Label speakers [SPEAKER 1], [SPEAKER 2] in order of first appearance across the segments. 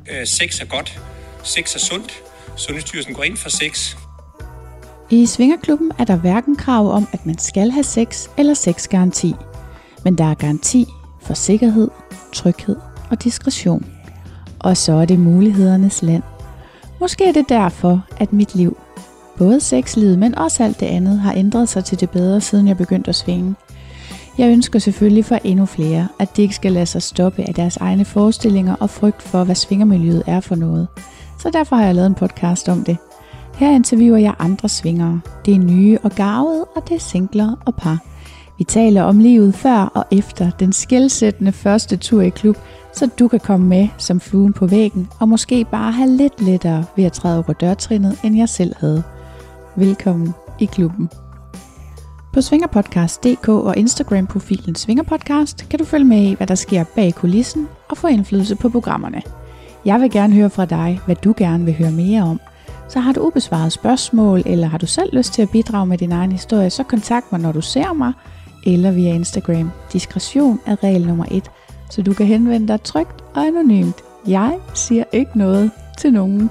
[SPEAKER 1] Sex er godt. Sex er sundt. Sundhedsstyrelsen går ind for sex.
[SPEAKER 2] I Svingerklubben er der hverken krav om, at man skal have sex eller sexgaranti. Men der er garanti for sikkerhed, tryghed og diskretion. Og så er det mulighedernes land. Måske er det derfor, at mit liv, både sexlivet, men også alt det andet, har ændret sig til det bedre, siden jeg begyndte at svinge. Jeg ønsker selvfølgelig for endnu flere, at de ikke skal lade sig stoppe af deres egne forestillinger og frygt for, hvad svingermiljøet er for noget. Så derfor har jeg lavet en podcast om det. Her interviewer jeg andre svingere. Det er nye og garvede, og det er singler og par. Vi taler om livet før og efter den skelsættende første tur i klub, så du kan komme med som fluen på væggen, og måske bare have lidt lettere ved at træde over dørtrinnet, end jeg selv havde. Velkommen i klubben. På svingerpodcast.dk og Instagram-profilen Svingerpodcast kan du følge med i, hvad der sker bag kulissen og få indflydelse på programmerne. Jeg vil gerne høre fra dig, hvad du gerne vil høre mere om. Så har du ubesvaret spørgsmål, eller har du selv lyst til at bidrage med din egen historie, så kontakt mig, når du ser mig, eller via Instagram. Diskretion er regel nummer 1, så du kan henvende dig trygt og anonymt. Jeg siger ikke noget til nogen.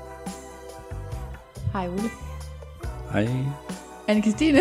[SPEAKER 2] Hej Ole.
[SPEAKER 3] Hej.
[SPEAKER 2] Anne-Kristine.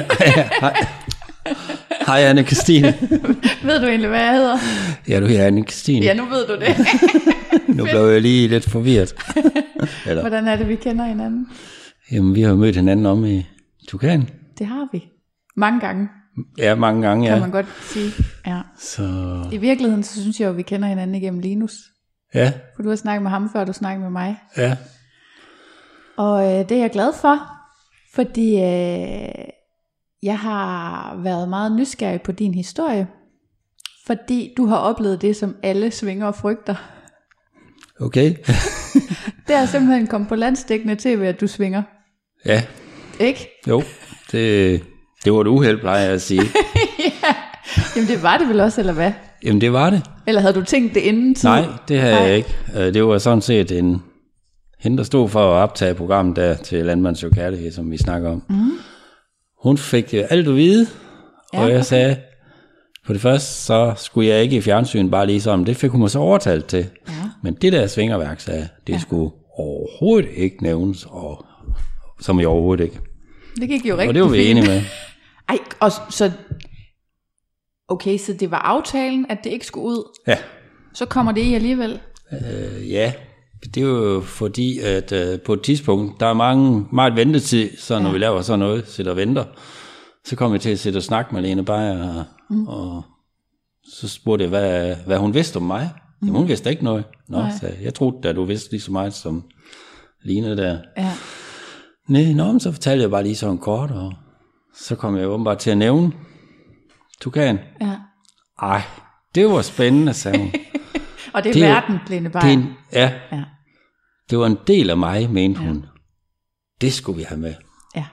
[SPEAKER 3] Hej Anne-Kristine.
[SPEAKER 2] Ved du egentlig, hvad jeg hedder?
[SPEAKER 3] Ja, du hedder Anne-Kristine.
[SPEAKER 2] Ja, nu ved du det.
[SPEAKER 3] Nu blev jeg lige lidt forvirret.
[SPEAKER 2] Hvordan er det, vi kender hinanden?
[SPEAKER 3] Jamen, vi har mødt hinanden om i Tukan.
[SPEAKER 2] Det har vi. Mange gange.
[SPEAKER 3] Ja, mange gange, ja.
[SPEAKER 2] Kan man godt sige. Ja.
[SPEAKER 3] Så...
[SPEAKER 2] I virkeligheden, så synes jeg jo, vi kender hinanden igennem Linus.
[SPEAKER 3] Ja.
[SPEAKER 2] For du har snakket med ham, før du snakkede med mig.
[SPEAKER 3] Ja.
[SPEAKER 2] Og det er jeg glad for, fordi jeg har været meget nysgerrig på din historie. Fordi du har oplevet det, som alle svingere frygter.
[SPEAKER 3] Okay.
[SPEAKER 2] Det er simpelthen kommet på landsdækkende tv, at du svinger.
[SPEAKER 3] Ja.
[SPEAKER 2] Ikke?
[SPEAKER 3] Jo, det var et uheld, plejer jeg at sige.
[SPEAKER 2] Ja. Jamen det var det vel også, eller hvad?
[SPEAKER 3] Jamen det var det.
[SPEAKER 2] Eller havde du tænkt det inden tid?
[SPEAKER 3] Nej, det havde jeg ikke. Det var sådan set hende, der stod for at optage programmet der til Landmands Kærlighed, som vi snakker om. Mm. Hun fik alt at vide, og jeg sagde, for det første, så skulle jeg ikke i fjernsyn bare ligesom, det fik hun mig så overtalt til. Ja. Men det der svingerværk, sagde det skulle overhovedet ikke nævnes, og som jeg overhovedet ikke.
[SPEAKER 2] Det gik jo rigtig fint.
[SPEAKER 3] Og det var vi enige med.
[SPEAKER 2] Ej, og så... Okay, så det var aftalen, at det ikke skulle ud?
[SPEAKER 3] Ja.
[SPEAKER 2] Så kommer det i alligevel?
[SPEAKER 3] Ja, det er jo fordi, at på et tidspunkt, der er meget ventetid, så når vi laver sådan noget, sidder og venter, så kommer jeg til at sidde og snakke med Lene Beyer, og så spurgte jeg, hvad hun vidste om mig. Jamen, hun vidste ikke noget. Så jeg troede, at du vidste lige så meget som Line der. Ja. Men så fortalte jeg bare lige sådan kort, og så kom jeg åbenbart til at nævne Tukan. Ja. Ej, det var spændende, sagde hun.
[SPEAKER 2] Og det er verden, Lene Beyer.
[SPEAKER 3] Ja. Det var en del af mig, mente hun. Det skulle vi have med.
[SPEAKER 2] Ja.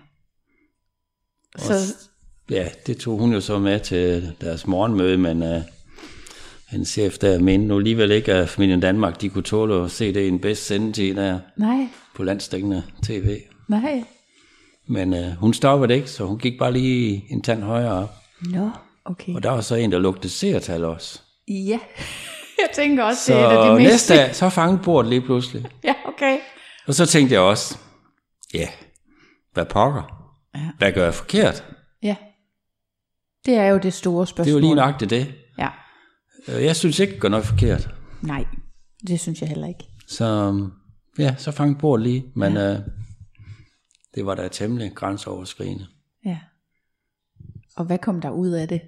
[SPEAKER 3] Ja, det tog hun jo så med til deres morgenmøde, men en chef der mente nu alligevel ikke, at Familien Danmark, de kunne tåle at se det i en bedst sendetid der.
[SPEAKER 2] Nej.
[SPEAKER 3] På landsdækkende tv.
[SPEAKER 2] Nej.
[SPEAKER 3] Men hun stoppede ikke, så hun gik bare lige en tand højere op.
[SPEAKER 2] Nå, okay.
[SPEAKER 3] Og der var så en, der lugtede seertal også.
[SPEAKER 2] Ja, jeg tænker også,
[SPEAKER 3] så
[SPEAKER 2] det er et af de mest...
[SPEAKER 3] næste dag, så fangede bordet lige pludselig.
[SPEAKER 2] Ja, okay.
[SPEAKER 3] Og så tænkte jeg også, hvad pokker? Ja. Hvad gør jeg forkert?
[SPEAKER 2] Ja, det er jo det store spørgsmål.
[SPEAKER 3] Det er jo lige nøjagtigt det.
[SPEAKER 2] Ja.
[SPEAKER 3] Jeg synes ikke, jeg gør noget forkert.
[SPEAKER 2] Nej, det synes jeg heller ikke.
[SPEAKER 3] Så fangede bordet lige, men det var da temmelig grænseoverskridende.
[SPEAKER 2] Ja. Og hvad kom der ud af det?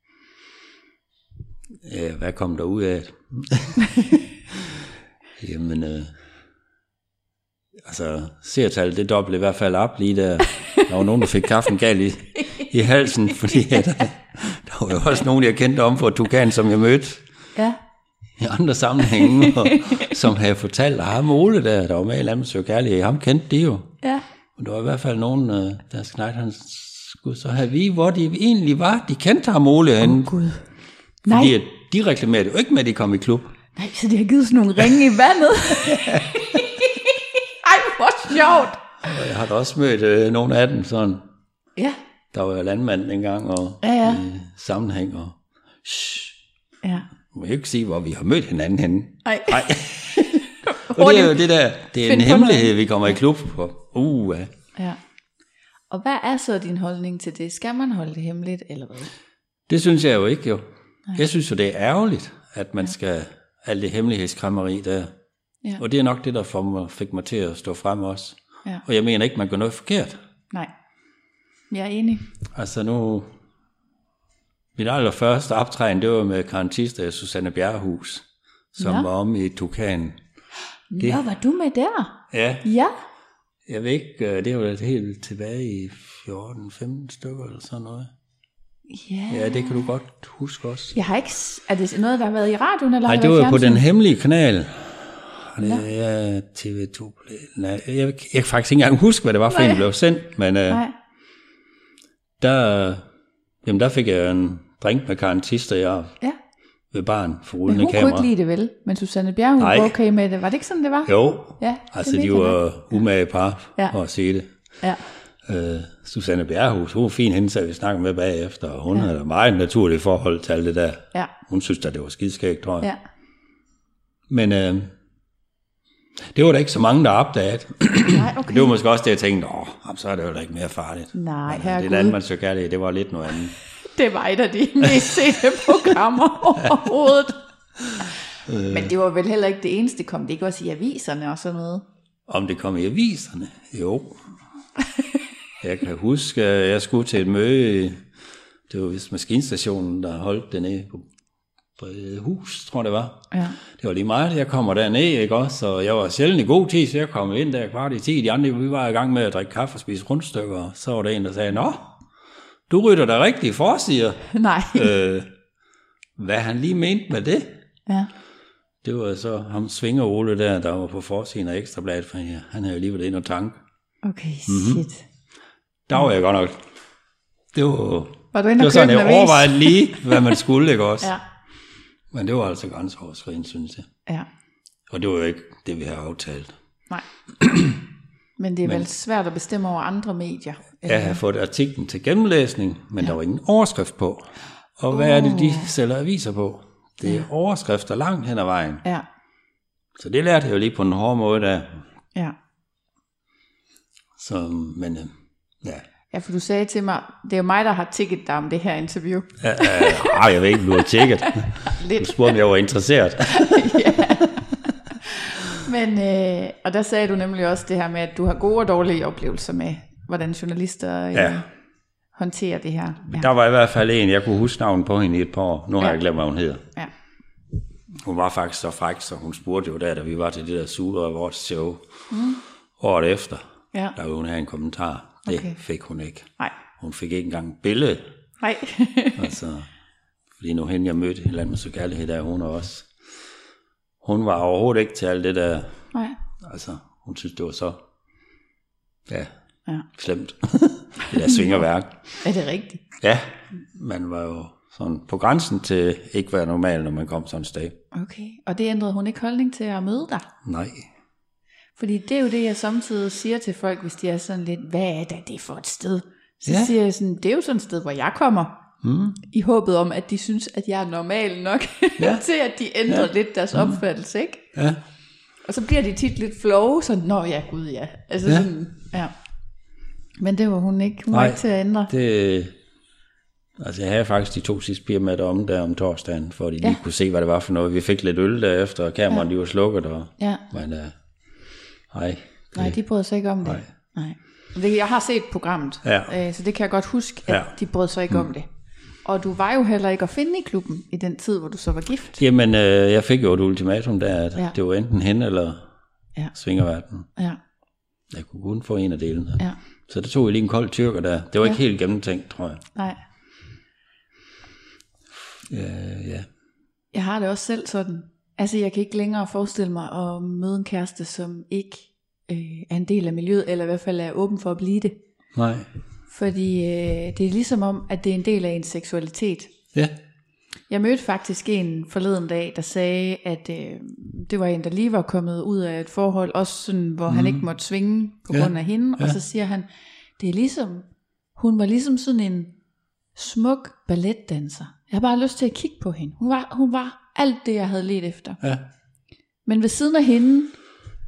[SPEAKER 3] Ja, hvad kom der ud af det? Jamen, seertallet, det dobbelt i hvert fald op lige der. Der var nogen, der fik kaffen galt i halsen, fordi der var jo også nogen, jeg kendte om for Tukan, som jeg mødte i andre sammenhænge, og som havde fortalt, at ham Ole der var med i Landmands Kærlighed, ham kendte de jo. Ja. Og der var i hvert fald nogen, der snart han skulle så have vide, hvor de egentlig var. De kendte ham Ole herinde.
[SPEAKER 2] Gud.
[SPEAKER 3] Fordi de reklamerede jo ikke med, at de kom i klub.
[SPEAKER 2] Nej, så de har givet sådan nogle ringe i vandet. Ej, hvor sjovt.
[SPEAKER 3] Og jeg har da også mødt nogle af dem sådan.
[SPEAKER 2] Ja.
[SPEAKER 3] Der var jo landmand engang og i sammenhæng og
[SPEAKER 2] ja.
[SPEAKER 3] må jeg ikke sige, hvor vi har mødt hinanden henne.
[SPEAKER 2] Nej.
[SPEAKER 3] Og det er jo det der, det er en hemmelighed, vi kommer i klub på.
[SPEAKER 2] Ja. Og hvad er så din holdning til det? Skal man holde det hemmeligt, eller hvad?
[SPEAKER 3] Det synes jeg jo ikke, jo. Nej. Jeg synes jo, det er ærgerligt, at man skal alt det hemmelighedskræmmeri der. Ja. Og det er nok det, der fik mig til at stå frem også. Ja. Og jeg mener ikke, man gør noget forkert.
[SPEAKER 2] Nej, jeg er enig.
[SPEAKER 3] Altså nu, min allerførste optræden, det var med Karen Thisted og Susanne Bjerrehus, som var om i Tukan.
[SPEAKER 2] Nå, var du med der?
[SPEAKER 3] Ja.
[SPEAKER 2] Ja. Jeg
[SPEAKER 3] ved ikke, det var helt tilbage i 14-15 stykker eller sådan noget. Ja, det kan du godt huske også.
[SPEAKER 2] Jeg har ikke, er det noget, der har været i radioen? Eller
[SPEAKER 3] nej, det var på den hemmelige kanal. Det er TV2. Nej, jeg kan faktisk ikke engang huske, hvad det var, for en blev sendt. Men der fik jeg en drink med Karen Thisted ved baren for rullende kamera.
[SPEAKER 2] Hun kunne ikke lide det vel, men Susanne Bjerrehus var okay med det. Var det ikke sådan, det var?
[SPEAKER 3] Jo, altså de var umage par for at sige det. Ja. Susanne Bjerrehus, hun var fin hende, så vi snakker med bagefter, og hun havde meget naturligt forhold til alt det der. Ja. Hun synes at det var skidskægt, tror jeg. Ja. Men det var der ikke så mange, der opdagede. Nej, okay. Det var måske også det, jeg tænkte, så er det jo da ikke mere farligt.
[SPEAKER 2] Nej, herregud.
[SPEAKER 3] Det andet, man så kærligt, det var lidt noget andet.
[SPEAKER 2] Det var et af de mest sete programmer overhovedet. Men det var vel heller ikke det eneste, kom det ikke også i aviserne og sådan noget?
[SPEAKER 3] Om det kom i aviserne? Jo. Jeg kan huske, at jeg skulle til et møde, det var vist maskinstationen, der holdt det nede på Bredehus, tror det var. Ja. Det var lige meget, jeg kommer derned, ikke også, og jeg var sjældent i god tid, så jeg kom ind der 9:15, de andre, vi var i gang med at drikke kaffe og spise rundstykker, og så var der en, der sagde, nå, du rytter da rigtig forsider.
[SPEAKER 2] Nej.
[SPEAKER 3] Hvad han lige mente med det? Ja. Det var så ham Svinger Ole der var på forsiden af Ekstrabladet, for han havde lige været inde og tanke.
[SPEAKER 2] Okay, shit.
[SPEAKER 3] Der var jeg godt nok. Det
[SPEAKER 2] var
[SPEAKER 3] det var sådan, jeg overvejede lige, hvad man skulle, ikke også? Ja. Men det var altså grænseoverskridende, synes jeg. Ja. Og det var jo ikke det, vi havde aftalt. Nej.
[SPEAKER 2] Men det er vel svært at bestemme over andre medier.
[SPEAKER 3] Jeg har fået artiklen til gennemlæsning, men der var ingen overskrift på. Og hvad er det, de sælger aviser på? Det er overskrifter langt hen ad vejen. Ja. Så det lærte jeg jo lige på en hård måde der. Ja. Så, men
[SPEAKER 2] ja, for du sagde til mig, det er jo mig, der har tikket dig om det her interview.
[SPEAKER 3] Jeg ved ikke, du har tikket. Du spurgte, om jeg var interesseret. Ja.
[SPEAKER 2] Men, og der sagde du nemlig også det her med, at du har gode og dårlige oplevelser med, hvordan journalister håndterer det her. Ja.
[SPEAKER 3] Der var i hvert fald en, jeg kunne huske navnet på hende i et par år. Nu har jeg glemt, hvad hun hedder. Ja. Hun var faktisk så fræk, så hun spurgte jo da vi var til det der Super Awards show året efter. Ja. Der ville hun have en kommentar. Det fik hun ikke. Nej. Hun fik ikke engang et billede. Nej. Altså, fordi nu hende jeg mødte i Land med så kærlighed, der hun også. Hun var overhovedet ikke til alt det der. Nej. Altså, hun synes det var så slemt. Det der svingerværk.
[SPEAKER 2] Er det rigtigt?
[SPEAKER 3] Ja, man var jo sådan på grænsen til ikke være normal, når man kom sådan et sted.
[SPEAKER 2] Okay, og det ændrede hun ikke holdning til at møde dig?
[SPEAKER 3] Nej.
[SPEAKER 2] Fordi det er jo det, jeg samtidig siger til folk, hvis de er sådan lidt, hvad er det for et sted? Så siger jeg sådan, det er jo sådan et sted, hvor jeg kommer. I håbet om, at de synes, at jeg er normal nok til, at de ændrer lidt deres opfattelse, ikke? Ja. Og så bliver de tit lidt flow, sådan, nå ja, gud ja. Altså sådan, Men det var hun ikke. Hun var ikke til at ændre.
[SPEAKER 3] Altså jeg havde faktisk de 2 sidste piger med derom der om torsdagen, for at de lige kunne se, hvad det var for noget. Vi fik lidt øl derefter, og kameraen de var slukket. Og, men
[SPEAKER 2] nej, de brød sig ikke om det. Nej. Jeg har set programmet, så det kan jeg godt huske, at de brød sig ikke om det. Og du var jo heller ikke at finde i klubben i den tid, hvor du så var gift.
[SPEAKER 3] Jamen, jeg fik jo et ultimatum der, at det var enten hende eller svingerverdenen. Ja. Jeg kunne kun få en af delene. Ja. Så der tog jeg lige en kold tyrker der. Det var ikke helt gennemtænkt, tror jeg. Nej. Ja.
[SPEAKER 2] Jeg har det også selv sådan. Altså, jeg kan ikke længere forestille mig at møde en kæreste, som ikke er en del af miljøet, eller i hvert fald er åben for at blive det. Nej. Fordi det er ligesom om, at det er en del af ens seksualitet. Ja. Jeg mødte faktisk en forleden dag, der sagde, at det var en, der lige var kommet ud af et forhold, også sådan, hvor han ikke måtte svinge på grund af hende. Og så siger han, det er ligesom, hun var ligesom sådan en smuk balletdanser. Jeg har bare lyst til at kigge på hende. Hun var alt det, jeg havde let efter. Ja. Men ved siden af hende,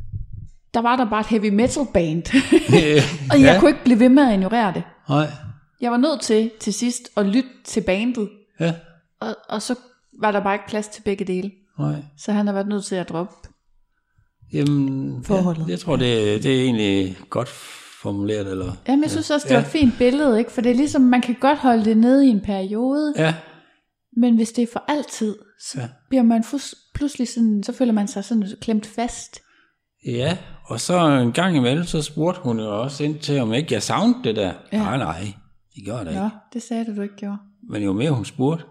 [SPEAKER 2] der var der bare et heavy metal band. Og jeg kunne ikke blive ved med at ignorere det.
[SPEAKER 3] Nej.
[SPEAKER 2] Jeg var nødt til sidst at lytte til bandet.
[SPEAKER 3] Ja.
[SPEAKER 2] Og så var der bare ikke plads til begge dele.
[SPEAKER 3] Nej.
[SPEAKER 2] Så han har været nødt til at droppe
[SPEAKER 3] forholdet. Jeg tror, det er egentlig godt formuleret. Eller,
[SPEAKER 2] Jamen, jeg synes også, det var et fint billede, ikke? For det er ligesom, man kan godt holde det nede i en periode.
[SPEAKER 3] Ja.
[SPEAKER 2] Men hvis det er for altid, så bliver man pludselig sådan, så føler man sig sådan klemt fast.
[SPEAKER 3] Ja, og så en gang imellem, så spurgte hun jo også ind til, om ikke jeg savnede det der. Ja. Nej, det gjorde det ikke.
[SPEAKER 2] Nå, det sagde du ikke gjorde.
[SPEAKER 3] Men jo mere hun spurgte.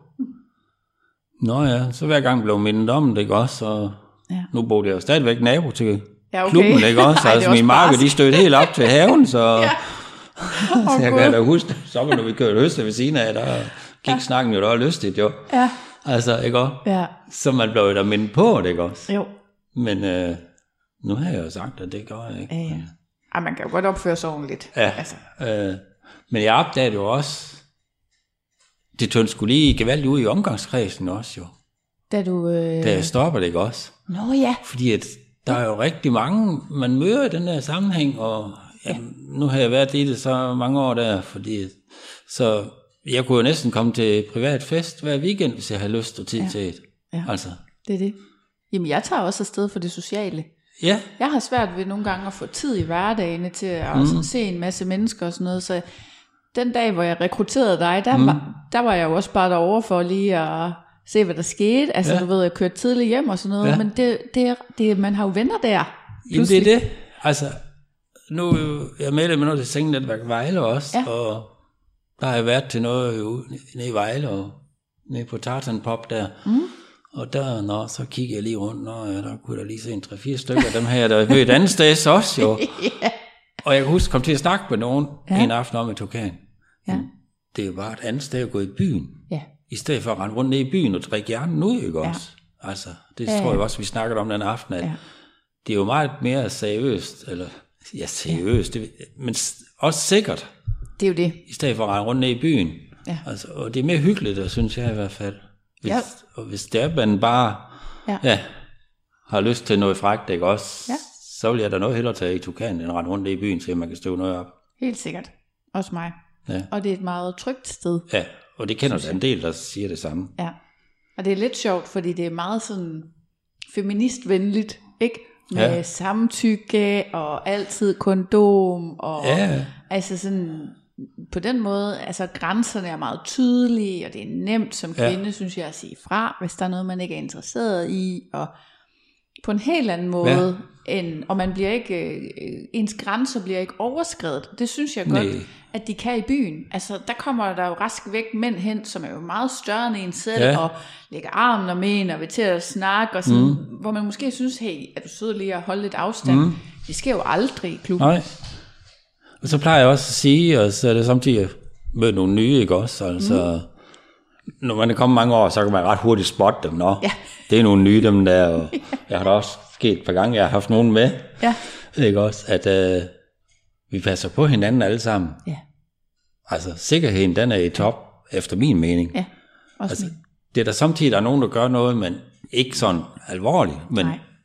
[SPEAKER 3] Nå ja, så hver gang blev mindet om det, ikke også? Og nu boede jeg jo stadigvæk nabo til klubben, ikke også?
[SPEAKER 2] Ej,
[SPEAKER 3] altså min marker, de stødte helt op til haven, så...
[SPEAKER 2] Så
[SPEAKER 3] jeg kan da huske, så når vi kørte høste ved siden af, der gik snakken jo, der var lystigt jo.
[SPEAKER 2] Ja.
[SPEAKER 3] Altså, ikke også?
[SPEAKER 2] Ja.
[SPEAKER 3] Så man blev jo da mindet på det, ikke også?
[SPEAKER 2] Jo.
[SPEAKER 3] Men nu har jeg jo sagt, at det gør jeg ikke.
[SPEAKER 2] Ja. Ej, man kan jo godt opføre sig ordentligt.
[SPEAKER 3] Ja, altså. Men jeg opdagede jo også, det tog sgu lige gevaldigt ud i omgangskredsen også jo.
[SPEAKER 2] Da
[SPEAKER 3] jeg stopper det, ikke også?
[SPEAKER 2] Nå ja.
[SPEAKER 3] Fordi at der er jo rigtig mange, man møder i den der sammenhæng, og nu har jeg været i det så mange år der, fordi så jeg kunne jo næsten komme til privat fest hver weekend, hvis jeg havde lyst og tid til det.
[SPEAKER 2] Ja,
[SPEAKER 3] altså.
[SPEAKER 2] Det er det. Jamen jeg tager også afsted for det sociale.
[SPEAKER 3] Ja.
[SPEAKER 2] Jeg har svært ved nogle gange at få tid i hverdagene til at se en masse mennesker og sådan noget, så den dag, hvor jeg rekrutterede dig, der var jeg jo også bare derovre for lige at se, hvad der skete. Altså du ved, jeg kørte tidligt hjem og sådan noget, men det, man har jo venner der.
[SPEAKER 3] Jamen det er det. Altså, nu er jeg medlem med noget til Sengnetværk Vejle også, og der har jeg været til noget nede i Vejle, og nede på Tartan Pop der. Og der, så kigger jeg lige rundt, der kunne jeg lige se en 3-4 stykker af dem her, der var et andet sted også jo. Og jeg kan huske, kom til at snakke med nogen en aften om i Tukan. Det er jo bare et andet sted at gå i byen. I stedet for at rende rundt ned i byen og drikke hjernen ud, ikke også? Altså, det tror jeg også, vi snakkede om den aften, at det er jo meget mere seriøst, eller seriøst, men også sikkert.
[SPEAKER 2] Det er jo det.
[SPEAKER 3] I stedet for at rende rundt ned i byen. Altså, og det er mere hyggeligt, synes jeg i hvert fald. Hvis det er, man bare har lyst til noget frækt, ikke også? Så vil jeg da noget hellere tage i Tukan, end rende rundt ned i byen, så man kan støve noget op.
[SPEAKER 2] Helt sikkert. Også mig. Og det er et meget trygt sted.
[SPEAKER 3] Ja, og det kender der en del, der siger det samme.
[SPEAKER 2] Ja, og det er lidt sjovt, fordi det er meget sådan feministvenligt, ikke? Med samtykke og altid kondom og altså sådan på den måde, altså grænserne er meget tydelige, og det er nemt som kvinde, synes jeg, at sige fra, hvis der er noget, man ikke er interesseret i, og på en helt anden måde, og man bliver ikke, ens grænser bliver ikke overskredet. Det synes jeg godt, at de kan i byen. Altså, der kommer der jo rask væk mænd hen, som er jo meget større end en selv, og lægger armen om en, og vil til at snakke, og sådan, hvor man måske synes, hey, er du sød lige at holde lidt afstand? Det sker jo aldrig i klubben.
[SPEAKER 3] Nej. Og så plejer jeg også at sige, og så er det samtidig med nogle nye, ikke også? Altså, når man er kommet mange år, så kan man ret hurtigt spotte dem. Det er nogle nye, dem der, og jeg har da også sket et par gange, jeg har haft nogen med, ikke også? At vi passer på hinanden alle sammen. Altså, sikkerheden, den er i top, efter min mening.
[SPEAKER 2] Også
[SPEAKER 3] altså, det er der samtidig, der er nogen, der gør noget, men ikke sådan alvorligt, men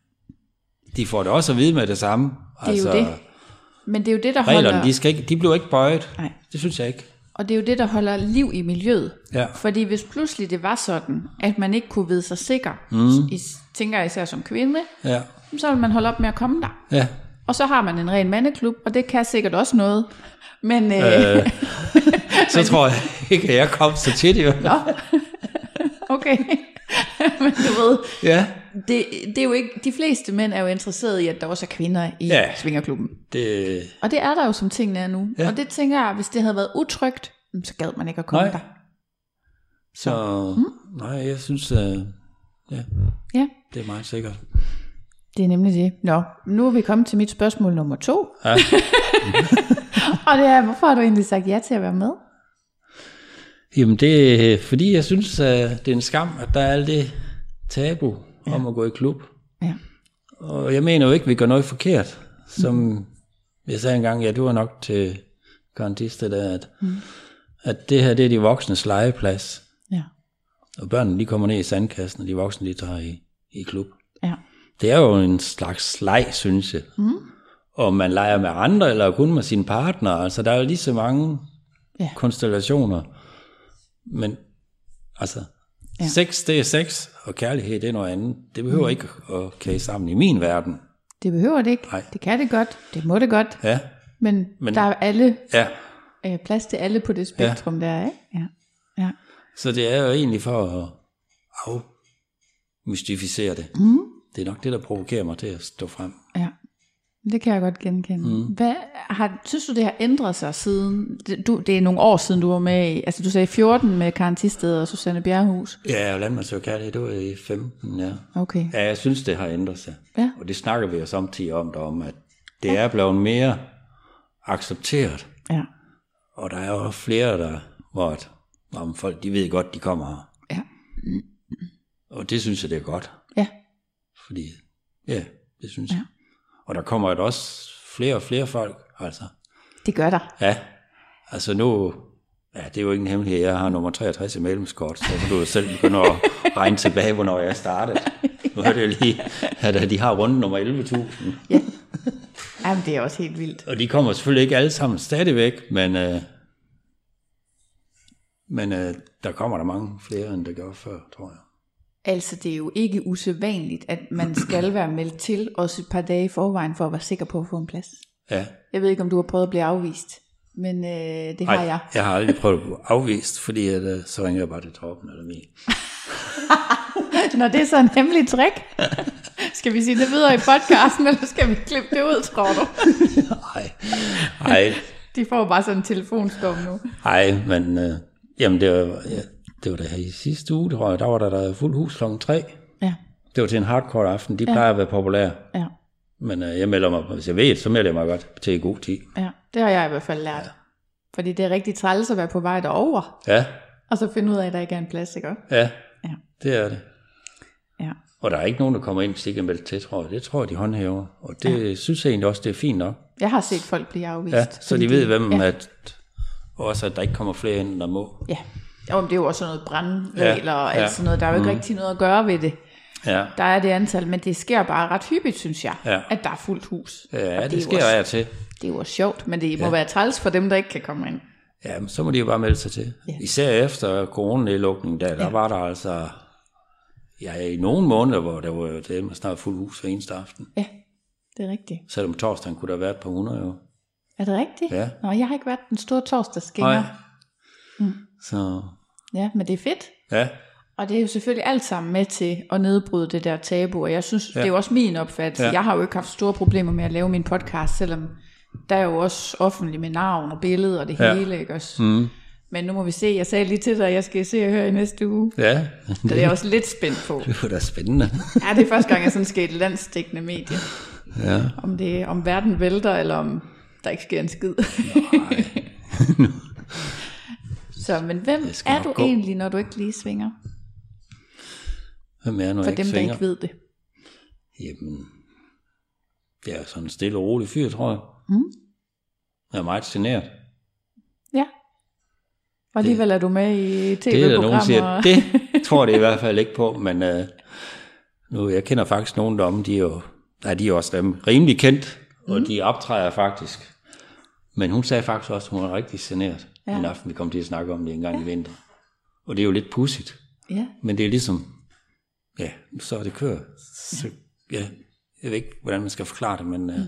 [SPEAKER 3] de får det også at vide med det samme.
[SPEAKER 2] Altså, det er jo det. Men det er jo det, der
[SPEAKER 3] reglerne, de bliver ikke bøjet.
[SPEAKER 2] Nej.
[SPEAKER 3] Det synes jeg ikke.
[SPEAKER 2] Og det er jo det, der holder liv i miljøet. Fordi hvis pludselig det var sådan, at man ikke kunne vide sig sikker, tænker jeg især som kvinde, så vil man holde op med at komme der. Og så har man en ren mandeklub, og det kan sikkert også noget. Men
[SPEAKER 3] så tror jeg ikke, at jeg kom så tit jo.
[SPEAKER 2] Nå. Okay. Men du ved, det er jo ikke, de fleste mænd er jo interesserede i, at der også er kvinder i svingerklubben. Og det er der jo, som tingene er nu. Og det tænker jeg, hvis det havde været utrygt, så gad man ikke at komme der.
[SPEAKER 3] Så nej, jeg synes, det er meget sikkert.
[SPEAKER 2] Det er nemlig det. Nå, nu er vi kommet til mit spørgsmål nummer 2. Og det er, hvorfor har du egentlig sagt ja til at være med?
[SPEAKER 3] Jamen det er, fordi jeg synes, at det er en skam, at der er alt det tabu om at gå i klub. Og jeg mener jo ikke, at vi gør noget forkert. Som jeg sagde engang, du var nok til garantister der, at det her, det er de voksnes legeplads. Og børnene, de kommer ned i sandkassen, og de voksne, de tager i klub. Det er jo en slags leg, synes jeg. om man leger med andre, eller kun med sine partner. Altså, der er jo lige så mange konstellationer. Men, altså, sex, det er sex, og kærlighed, det er noget andet. Det behøver ikke at klæde sammen i min verden.
[SPEAKER 2] Det behøver det ikke.
[SPEAKER 3] Nej.
[SPEAKER 2] Det kan det godt. Det må det godt.
[SPEAKER 3] Ja.
[SPEAKER 2] Men der er alle, plads til alle på det spektrum, der er, ikke? Ja.
[SPEAKER 3] Så det er jo egentlig for at afmystificere det. Det er nok det, der provokerer mig til at stå frem.
[SPEAKER 2] Ja, det kan jeg godt genkende. Synes du, det har ændret sig siden, det er nogle år siden, du var med i, altså du sagde 14 med Karen Thisted og Susanne Bjerrehuus?
[SPEAKER 3] Ja, og Landmandsøvkærlighed, det var i 15, ja.
[SPEAKER 2] Okay.
[SPEAKER 3] Ja, jeg synes, det har ændret sig.
[SPEAKER 2] Ja.
[SPEAKER 3] Og det snakker vi jo samtidig om, at det er blevet mere accepteret.
[SPEAKER 2] Ja.
[SPEAKER 3] Og der er jo flere, hvor folk, de ved godt, de kommer her.
[SPEAKER 2] Ja.
[SPEAKER 3] Og det synes jeg, det er godt.
[SPEAKER 2] Ja.
[SPEAKER 3] Fordi, det synes jeg. Og der kommer jo også flere og flere folk, altså.
[SPEAKER 2] Det gør der.
[SPEAKER 3] Ja, altså nu, det er jo ikke en hemmelighed, jeg har nummer 63 i medlemskort, så kan du jo selv begynde at regne tilbage, hvornår jeg startede. Nu hørte jeg lige, at de har rundt nummer 11.000.
[SPEAKER 2] Ja. Jamen, det er også helt vildt.
[SPEAKER 3] Og de kommer selvfølgelig ikke alle sammen stadigvæk, men der kommer der mange flere, end der gjorde før, tror jeg.
[SPEAKER 2] Altså, det er jo ikke usædvanligt, at man skal være meldt til også et par dage i forvejen, for at være sikker på at få en plads.
[SPEAKER 3] Ja. Jeg
[SPEAKER 2] ved ikke, om du har prøvet at blive afvist, men det har jeg.
[SPEAKER 3] Jeg har aldrig prøvet at blive afvist, fordi så ringer jeg bare til Torben eller mig.
[SPEAKER 2] Nå, det er så en hemmelig trick. Skal vi sige det videre i podcasten, eller skal vi klippe det ud, tror du? Nej. De får bare sådan en telefonstorm nu.
[SPEAKER 3] Nej, men jamen det var der her i sidste uge, tror jeg. Der var der fuld hus kl. 3. Ja. Det var til en hardcore aften. De plejer at være populære. Ja. Men jeg melder mig, hvis jeg ved, så melder jeg mig godt til i god tid.
[SPEAKER 2] Ja, det har jeg i hvert fald lært. Ja. Fordi det er rigtig træls at være på vej derover.
[SPEAKER 3] Ja.
[SPEAKER 2] Og så finde ud af, at der ikke er en plads, ikke?
[SPEAKER 3] Ja, det er det. Ja. Og der er ikke nogen, der kommer ind, hvis ikke er meldt til, tror jeg. Det tror jeg, de håndhæver. Og det synes jeg egentlig også, det er fint nok.
[SPEAKER 2] Jeg har set folk blive afvist.
[SPEAKER 3] Ja, så de ved, hvem også at der ikke kommer flere ind, der må.
[SPEAKER 2] Ja. Jo, men det er jo også sådan noget brandregler og alt sådan noget. Der er jo ikke rigtig noget at gøre ved det. Ja. Der er det antal, men det sker bare ret hyppigt, synes jeg, at der er fuldt hus.
[SPEAKER 3] Ja, det sker jeg til.
[SPEAKER 2] Det er jo også sjovt, men det må være træls for dem, der ikke kan komme ind.
[SPEAKER 3] Ja, men så må de jo bare melde sig til. Ja. Især efter coronanedlukningen, der var der altså i nogle måneder, hvor der var det snart fuldt hus hver eneste aften.
[SPEAKER 2] Ja, det er rigtigt.
[SPEAKER 3] Selvom torsdagen kunne der have været på 100 jo.
[SPEAKER 2] Er det rigtigt?
[SPEAKER 3] Ja.
[SPEAKER 2] Nå, jeg har ikke været den store torsdagsgænger.
[SPEAKER 3] Nej. Så.
[SPEAKER 2] Ja, men det er fedt.
[SPEAKER 3] Ja.
[SPEAKER 2] Og det er jo selvfølgelig alt sammen med til at nedbryde det der tabu, og jeg synes, det er jo også min opfattelse. Ja. Jeg har jo ikke haft store problemer med at lave min podcast, selvom der er jo også offentligt med navn og billede og det hele, ikke også? Mm. Men nu må vi se, jeg sagde lige til dig, at jeg skal se og høre i næste uge. Ja. Det er jeg også lidt spændt på.
[SPEAKER 3] Det var da spændende.
[SPEAKER 2] Ja, det er første gang, jeg sådan skal i et landsdækkende medie. Ja. Om verden vælter, eller om der ikke sker en skid. Nej. Så, men hvem er du egentlig, når du ikke lige svinger?
[SPEAKER 3] Hvem er jeg, når
[SPEAKER 2] for
[SPEAKER 3] jeg
[SPEAKER 2] dem,
[SPEAKER 3] ikke svinger?
[SPEAKER 2] Der ikke ved det.
[SPEAKER 3] Jamen, jeg er sådan en stille og rolig fyr, tror jeg. Mm. Jeg er meget genert.
[SPEAKER 2] Ja. Og alligevel er du med i tv-programmer.
[SPEAKER 3] Det tror det i hvert fald ikke på, men nu, jeg kender faktisk nogle af dem, de er også dem rimelig kendt, og de optræder faktisk. Men hun sagde faktisk også, at hun var rigtig genert en aften, vi kom til at snakke om det en gang i vinter. Og det er jo lidt pudsigt. Ja. Men det er ligesom, så er det kører. Så, jeg ved ikke, hvordan man skal forklare det, men
[SPEAKER 2] nej.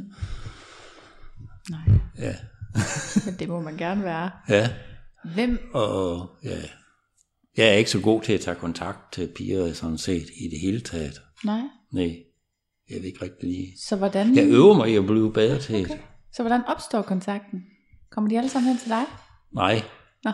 [SPEAKER 3] Ja.
[SPEAKER 2] Men det må man gerne være.
[SPEAKER 3] Ja.
[SPEAKER 2] Hvem?
[SPEAKER 3] Og jeg er ikke så god til at tage kontakt til piger sådan set i det hele taget.
[SPEAKER 2] Nej.
[SPEAKER 3] Jeg ved ikke rigtig lige.
[SPEAKER 2] Så hvordan?
[SPEAKER 3] Jeg øver mig i at blive bedre til det.
[SPEAKER 2] Så hvordan opstår kontakten? Kommer de alle sammen hen til dig?
[SPEAKER 3] Nej.
[SPEAKER 2] Nå.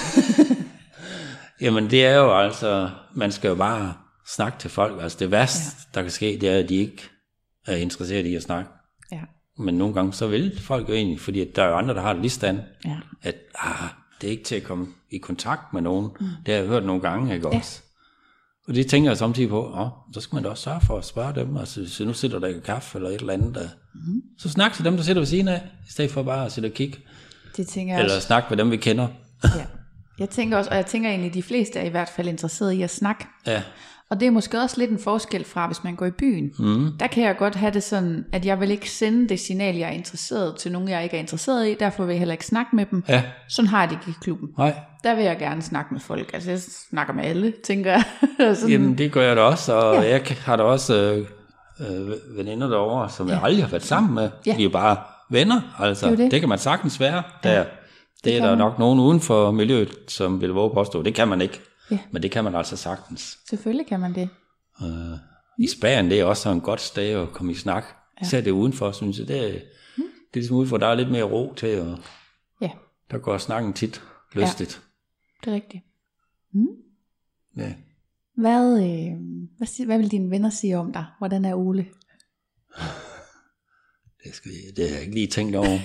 [SPEAKER 3] Jamen det er jo altså, man skal jo bare snakke til folk. Altså det værste, der kan ske, det er, at de ikke er interesseret i at snakke. Ja. Men nogle gange, så vil folk jo egentlig, fordi der er jo andre, der har det lige stand, at det er ikke til at komme i kontakt med nogen. Det har jeg hørt nogle gange, ikke også? Og det tænker jeg samtidig på, så skal man da også sørge for at spørge dem. Altså hvis nu sidder der ikke kaffe eller et eller andet, så snak til dem, der sidder ved siden af, i stedet for bare at sidde og kigge.
[SPEAKER 2] Det tænker jeg
[SPEAKER 3] eller
[SPEAKER 2] også.
[SPEAKER 3] snak med dem, vi kender.
[SPEAKER 2] Ja. Jeg tænker også, og jeg tænker egentlig, at de fleste er i hvert fald interesseret i at snakke.
[SPEAKER 3] Ja.
[SPEAKER 2] Og det er måske også lidt en forskel fra, hvis man går i byen. Der kan jeg godt have det sådan, at jeg vil ikke sende det signal, jeg er interesseret til nogen, jeg ikke er interesseret i. Derfor vil jeg heller ikke snakke med dem.
[SPEAKER 3] Ja.
[SPEAKER 2] Sådan har jeg det ikke i klubben.
[SPEAKER 3] Nej.
[SPEAKER 2] Der vil jeg gerne snakke med folk. Altså jeg snakker med alle, tænker jeg. Sådan.
[SPEAKER 3] Jamen det gør jeg da også, og jeg har da også veninder derovre, som jeg aldrig har været sammen med. Vi er jo bare venner, altså. Det kan man sagtens være. Det er der nok nogen uden for miljøet, som vil våge påstå. Det kan man ikke. Ja. Men det kan man altså sagtens.
[SPEAKER 2] Selvfølgelig kan man det.
[SPEAKER 3] I Spanien, det er også en godt sted at komme i snak. Især det udenfor, synes jeg. Det er ligesom udenfor, der er lidt mere ro til, og der går snakken tit lystigt.
[SPEAKER 2] Ja, det er rigtigt.
[SPEAKER 3] Ja.
[SPEAKER 2] Hvad vil dine venner sige om dig? Hvordan er Ole?
[SPEAKER 3] Det har jeg ikke lige tænkt over.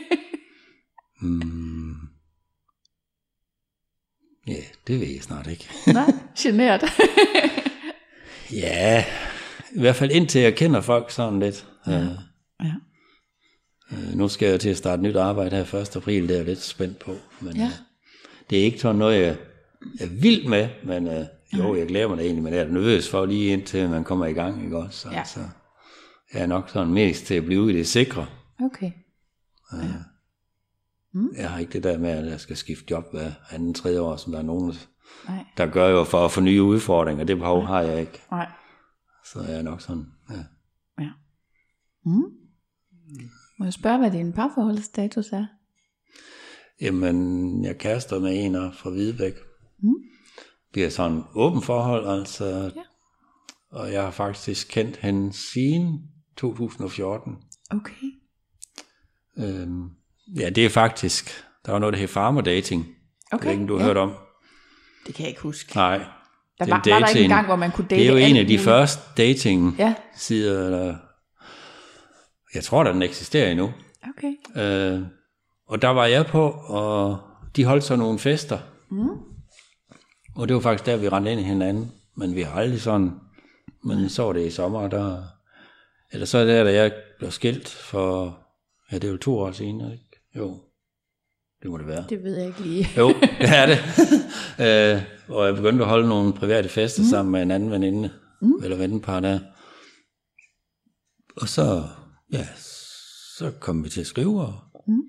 [SPEAKER 3] Ja, det ved jeg snart ikke.
[SPEAKER 2] Nej, genert.
[SPEAKER 3] Ja, i hvert fald indtil jeg kender folk sådan lidt. Nu skal jeg til at starte nyt arbejde her 1. april, det er jeg lidt spændt på. Men det er ikke sådan noget, jeg er vild med, men jeg glæder mig da egentlig, men jeg er nervøs for lige indtil man kommer i gang, ikke også? Så jeg er nok sådan mest til at blive i det sikre.
[SPEAKER 2] Okay.
[SPEAKER 3] Jeg har ikke det der med, at jeg skal skifte job hver 2-3 år, som der er nogen, der gør jo for at få nye udfordringer. Det behov har jeg ikke.
[SPEAKER 2] Nej.
[SPEAKER 3] Så jeg er nok sådan,
[SPEAKER 2] ja. Må jeg spørge, hvad din parforholdsstatus er?
[SPEAKER 3] Jamen, jeg kærester med en fra Hvidebæk. Vi er sådan åben forhold, altså. Og jeg har faktisk kendt hende siden 2014.
[SPEAKER 2] Okay.
[SPEAKER 3] Ja, det er faktisk, der var noget, der hed farmer dating.
[SPEAKER 2] Okay.
[SPEAKER 3] Det er ikke, du har hørt om.
[SPEAKER 2] Det kan jeg ikke huske.
[SPEAKER 3] Nej.
[SPEAKER 2] Var der ikke en gang, hvor man kunne date?
[SPEAKER 3] Det er jo en af de første dating-sider, eller jeg tror, der den eksisterer endnu.
[SPEAKER 2] Okay.
[SPEAKER 3] Og der var jeg på, og de holdt så nogle fester. Og det var faktisk der, vi rendte ind i hinanden. Men vi har aldrig sådan, men så var det i sommer, eller så er det da jeg blev skilt for, det er jo 2 år siden, ikke? Jo, det må det være.
[SPEAKER 2] Det ved jeg ikke lige.
[SPEAKER 3] Jo, det er det. Og jeg begyndte at holde nogle private fester sammen med en anden veninde, eller vennepar der. Og så kom vi til at skrive. Og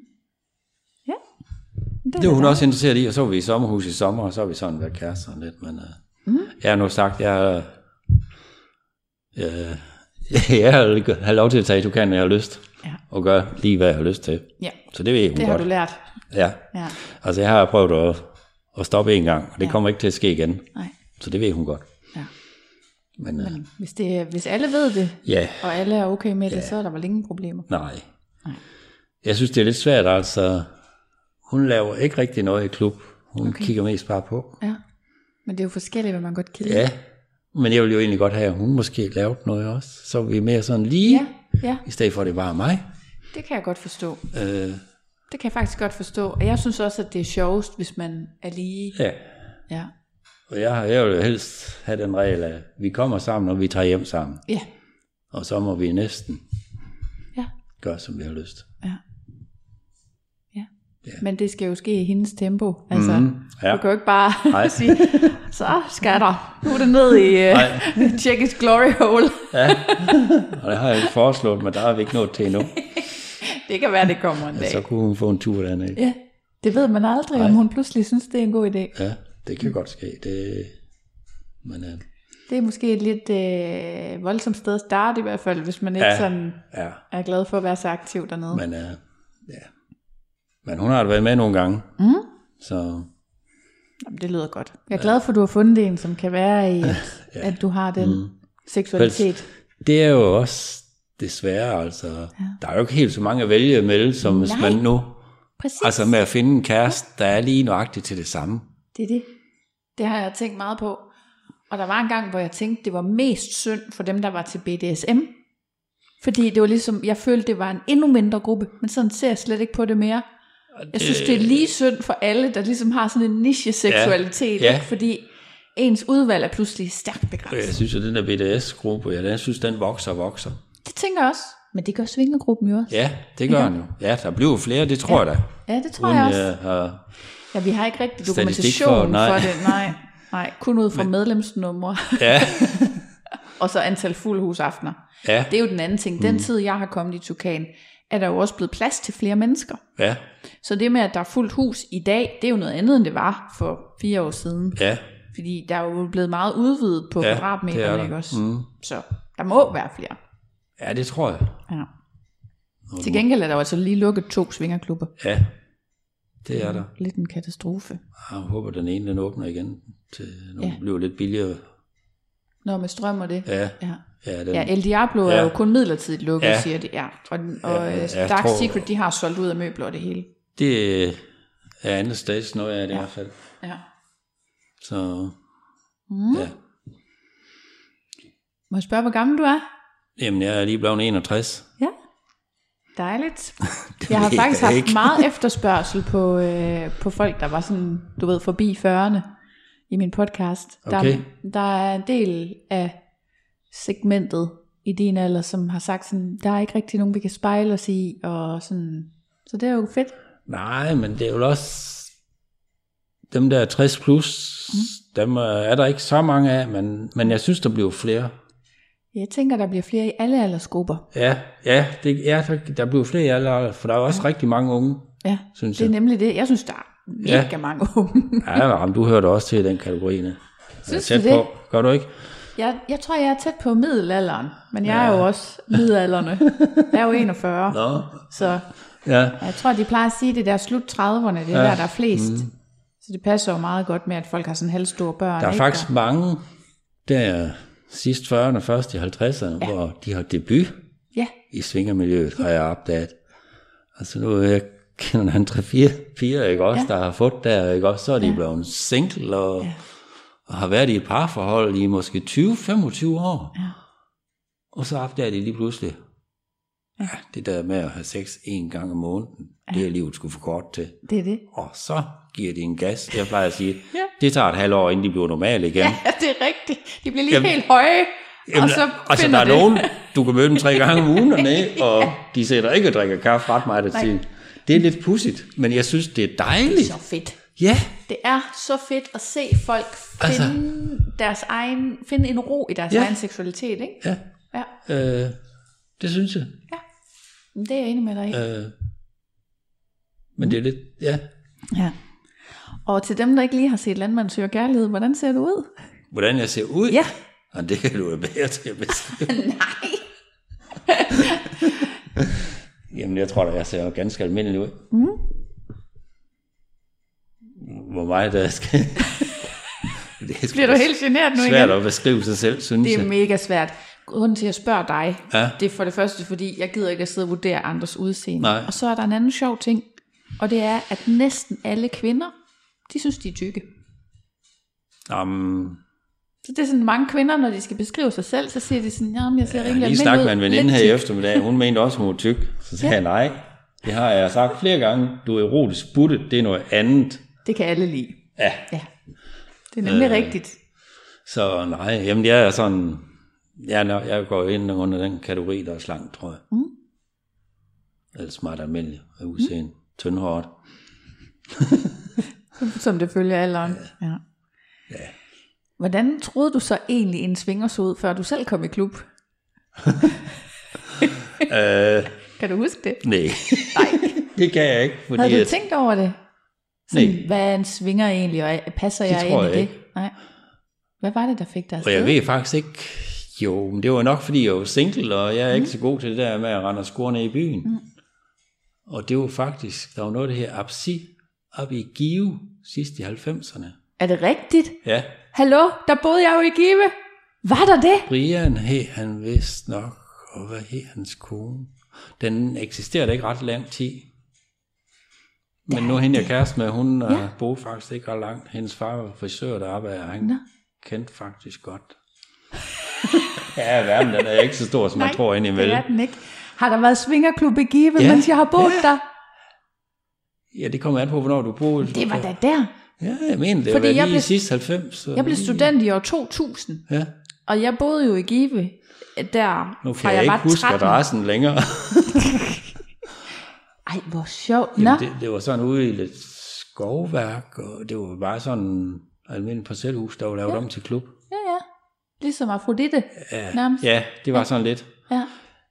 [SPEAKER 3] det var hun også interesseret i, og så var vi i sommerhus i sommer, og så har vi sådan været kærester lidt. Men jeg har nu sagt, jeg har lov til at tage, du kan, når jeg har lyst. Og gøre lige, hvad jeg har lyst til.
[SPEAKER 2] Ja.
[SPEAKER 3] Så det ved hun godt.
[SPEAKER 2] Det har du lært.
[SPEAKER 3] Ja. Altså jeg har prøvet at stoppe en gang, og det kommer ikke til at ske igen.
[SPEAKER 2] Nej.
[SPEAKER 3] Så det ved hun godt.
[SPEAKER 2] Ja.
[SPEAKER 3] Men
[SPEAKER 2] hvis alle ved det, og alle er okay med det, så er der vel ingen problemer.
[SPEAKER 3] Nej. Jeg synes, det er lidt svært, altså. Hun laver ikke rigtig noget i klub. Hun kigger mest bare på.
[SPEAKER 2] Ja, men det er jo forskelligt, hvad man godt kan lide.
[SPEAKER 3] Ja, men jeg vil jo egentlig godt have, at hun måske lavede noget også. Så vi er mere sådan lige, i stedet for at det bare er mig.
[SPEAKER 2] Det kan jeg godt forstå. Det kan jeg faktisk godt forstå. Og jeg synes også, at det er sjovest, hvis man er lige. Ja.
[SPEAKER 3] Og jeg vil jo helst have den regel, at vi kommer sammen, og vi tager hjem sammen.
[SPEAKER 2] Ja.
[SPEAKER 3] Og så må vi næsten gøre, som vi har lyst.
[SPEAKER 2] Ja. Men det skal jo ske i hendes tempo. Altså, du kan jo ikke bare sige, så skatter, nu er det ned i Tjekkisk glory hole.
[SPEAKER 3] Og det har jeg ikke foreslået, men der har vi ikke nået til endnu.
[SPEAKER 2] Det kan være, det kommer en dag.
[SPEAKER 3] Så kunne hun få en tur dernede.
[SPEAKER 2] Ja, det ved man aldrig, om hun pludselig synes, det er en god idé.
[SPEAKER 3] Ja, det kan godt ske.
[SPEAKER 2] Det er måske et lidt voldsomt sted at starte i hvert fald, hvis man ikke sådan er glad for at være så aktiv dernede.
[SPEAKER 3] Men hun har været med nogle gange. Så.
[SPEAKER 2] Jamen, det lyder godt. Jeg er glad for, at du har fundet en, som kan være i, at du har den seksualitet.
[SPEAKER 3] Det er jo også desværre, altså. Der er jo ikke helt så mange at vælge imellem, som hvis man nu.
[SPEAKER 2] Præcis.
[SPEAKER 3] Altså med at finde en kæreste, der er lige nøjagtigt til det samme.
[SPEAKER 2] Det er det. Det har jeg tænkt meget på. Og der var en gang, hvor jeg tænkte, det var mest synd for dem, der var til BDSM. Fordi det var ligesom, jeg følte, det var en endnu mindre gruppe. Men sådan ser jeg slet ikke på det mere. Jeg synes, det er lige synd for alle, der ligesom har sådan en niche-seksualitet. Ikke? Fordi ens udvalg er pludselig stærkt begrænset.
[SPEAKER 3] Jeg synes, at den der BDS-gruppe, jeg synes, den vokser.
[SPEAKER 2] Det tænker jeg også. Men det gør svingergruppen jo også.
[SPEAKER 3] Ja, det gør den jo. Ja, der bliver flere, det tror jeg da.
[SPEAKER 2] Ja, det tror jeg også. Ja, vi har ikke rigtig dokumentation for det, nej. Nej, kun ud fra medlemsnumre.
[SPEAKER 3] Ja.
[SPEAKER 2] Og så antal fuldhusaftener.
[SPEAKER 3] Ja.
[SPEAKER 2] Det er jo den anden ting. Den tid, jeg har kommet i Tukan, er der jo også blevet plads til flere mennesker.
[SPEAKER 3] Ja.
[SPEAKER 2] Så det med, at der er fuldt hus i dag, det er jo noget andet, end det var for 4 år siden.
[SPEAKER 3] Ja.
[SPEAKER 2] Fordi der er jo blevet meget udvidet på kvadratmeterne, ikke også? Så der må være flere.
[SPEAKER 3] Ja, det tror jeg.
[SPEAKER 2] Ja. Til gengæld er der jo altså lige lukket 2 svingerklubber.
[SPEAKER 3] Ja, det er der.
[SPEAKER 2] Lidt en katastrofe.
[SPEAKER 3] Jeg håber, den ene den åbner igen, når det bliver lidt billigere.
[SPEAKER 2] Når med strøm og det.
[SPEAKER 3] Ja.
[SPEAKER 2] El Diablo er jo kun midlertidigt lukket, siger det. Ja. Og Dark Secret, de har solgt ud af møbler og det hele.
[SPEAKER 3] Det er andet stage, noget af det i hvert fald.
[SPEAKER 2] Ja.
[SPEAKER 3] Så, ja.
[SPEAKER 2] Må jeg spørge, hvor gammel du er?
[SPEAKER 3] Jamen, jeg er lige blevet 61.
[SPEAKER 2] Ja, dejligt. Jeg har faktisk haft meget efterspørgsel på folk, der var sådan, du ved, forbi 40'erne i min podcast.
[SPEAKER 3] Okay.
[SPEAKER 2] Der er en del af segmentet i din alder, som har sagt sådan, der er ikke rigtig nogen, vi kan spejle os i, og sådan, så det er jo fedt.
[SPEAKER 3] Nej, men det er jo også dem der 60 plus, dem er der ikke så mange af, men jeg synes, der bliver flere.
[SPEAKER 2] Jeg tænker, der bliver flere i alle aldersgrupper.
[SPEAKER 3] Der bliver flere i alle alder, for der er også rigtig mange unge, synes jeg.
[SPEAKER 2] Det er nemlig det. Jeg synes, der er mega mange unge.
[SPEAKER 3] Ja, men du hørte også til den kategori.
[SPEAKER 2] Synes du det?
[SPEAKER 3] Gør du ikke?
[SPEAKER 2] Jeg tror, jeg er tæt på middelalderen, men jeg er jo også middelalderne. Jeg er jo 41.
[SPEAKER 3] Nå.
[SPEAKER 2] Så jeg tror, de plejer at sige, det der slut 30'erne, det er der er flest. Så det passer jo meget godt med, at folk har sådan halvstore børn.
[SPEAKER 3] Der er faktisk mange, der sidst 40'erne, først i 50'erne, hvor de har debut i svingermiljøet, har jeg opdaget. Altså nu jeg kender han 3-4 piger, ikke også, der har fået der, ikke også, så er de blevet single og har været i et parforhold i måske 20-25 år. Ja. Og så opdager de lige pludselig, det der med at have sex 1 gang om måneden, det er livet skulle for kort til.
[SPEAKER 2] Det er det.
[SPEAKER 3] Og så giver de en gas. Jeg plejer at sige, det tager et halvt år, inden de bliver normale igen.
[SPEAKER 2] Ja, det er rigtigt. De bliver lige helt høje. Og så
[SPEAKER 3] altså, der er nogen, du kan møde dem 3 gange om ugen dernede, og de sætter ikke og drikker kaffe ret meget af tiden. Det er lidt pudsigt, men jeg synes, det er dejligt.
[SPEAKER 2] Det er så fedt.
[SPEAKER 3] Ja.
[SPEAKER 2] Det er så fedt at se folk finde en ro i deres egen seksualitet, ikke?
[SPEAKER 3] Ja. Det synes jeg.
[SPEAKER 2] Ja, det er jeg enig med dig i.
[SPEAKER 3] Men det er lidt,
[SPEAKER 2] Ja. Og til dem, der ikke lige har set Landmand søger kærlighed, hvordan ser du ud?
[SPEAKER 3] Hvordan jeg ser ud?
[SPEAKER 2] Ja.
[SPEAKER 3] Og det kan du jo bedre til at beskrive.
[SPEAKER 2] Nej.
[SPEAKER 3] Jamen, jeg tror da, jeg ser ganske almindelig ud. Hvor meget der skal... det
[SPEAKER 2] bliver du helt genert nu igen?
[SPEAKER 3] Svært at beskrive sig selv, synes jeg.
[SPEAKER 2] Det er mega svært. Grunden til at spørge dig, det er for det første, fordi jeg gider ikke at sidde og vurdere andres udseende.
[SPEAKER 3] Nej.
[SPEAKER 2] Og så er der en anden sjov ting, og det er, at næsten alle kvinder, de synes, de er tykke. Så det er sådan, mange kvinder, når de skal beskrive sig selv, så siger de sådan, jamen jeg ser rimelig almindelig ud.
[SPEAKER 3] Lige snakke med en veninde her i eftermiddag, hun mente også, hun var tyk. Så sagde jeg, nej, det har jeg sagt flere gange, du er erotisk buttet, det er noget andet.
[SPEAKER 2] Det kan alle lide.
[SPEAKER 3] Ja.
[SPEAKER 2] Det er nemlig rigtigt.
[SPEAKER 3] Så nej, jamen jeg er sådan, jeg går ind under den kategori, der er slank, tror jeg. Eller smart almindelig af udseende, tyndhårdt.
[SPEAKER 2] Som det følger alderen. Ja. Hvordan troede du så egentlig en swinger så ud, før du selv kom i klub? Kan du huske det?
[SPEAKER 3] Nej, det kan jeg ikke. Fordi
[SPEAKER 2] havde du tænkt over det? Sådan, hvad er en swinger egentlig, og passer jeg ind i det?
[SPEAKER 3] Ikke.
[SPEAKER 2] Nej. Hvad var det, der fik dig afsted?
[SPEAKER 3] Og jeg ved faktisk ikke, jo, men det var nok, fordi jeg var single, og jeg er ikke så god til det der med at rende og score ned i byen. Og det var faktisk, der var noget af det her Apsi, op i Give, sidst i 90'erne.
[SPEAKER 2] Er det rigtigt?
[SPEAKER 3] Ja.
[SPEAKER 2] Hallo, der boede jeg jo i Give. Var der det?
[SPEAKER 3] Brian hed han vist nok, og hvad hed hans kone? Den eksisterede ikke ret lang tid. Men nu hende jeg kæreste med, hun boede faktisk ikke ret langt. Hendes far var frisør deroppe, og han kendte faktisk godt. Ja, verden den er ikke så stor, som man tror indimellem.
[SPEAKER 2] Nej, det er den ikke. Har der været svingerklub i Give, mens jeg har boet der?
[SPEAKER 3] Ja, det kommer an på, hvornår du boede.
[SPEAKER 2] Det var da der.
[SPEAKER 3] Ja, jeg mener, det var lige i sidste 90.
[SPEAKER 2] Jeg blev student i år 2000.
[SPEAKER 3] Ja.
[SPEAKER 2] Og jeg boede jo i Give der.
[SPEAKER 3] Nu kan jeg ikke huske adressen længere.
[SPEAKER 2] Ej, hvor sjovt.
[SPEAKER 3] Jamen, det var sådan ude i lidt skovværk, og det var bare sådan almindelig parcelhus, der var lavet om til klub.
[SPEAKER 2] Ja. Ligesom Afrodite, nærmest.
[SPEAKER 3] Ja, det var sådan lidt.
[SPEAKER 2] Ja.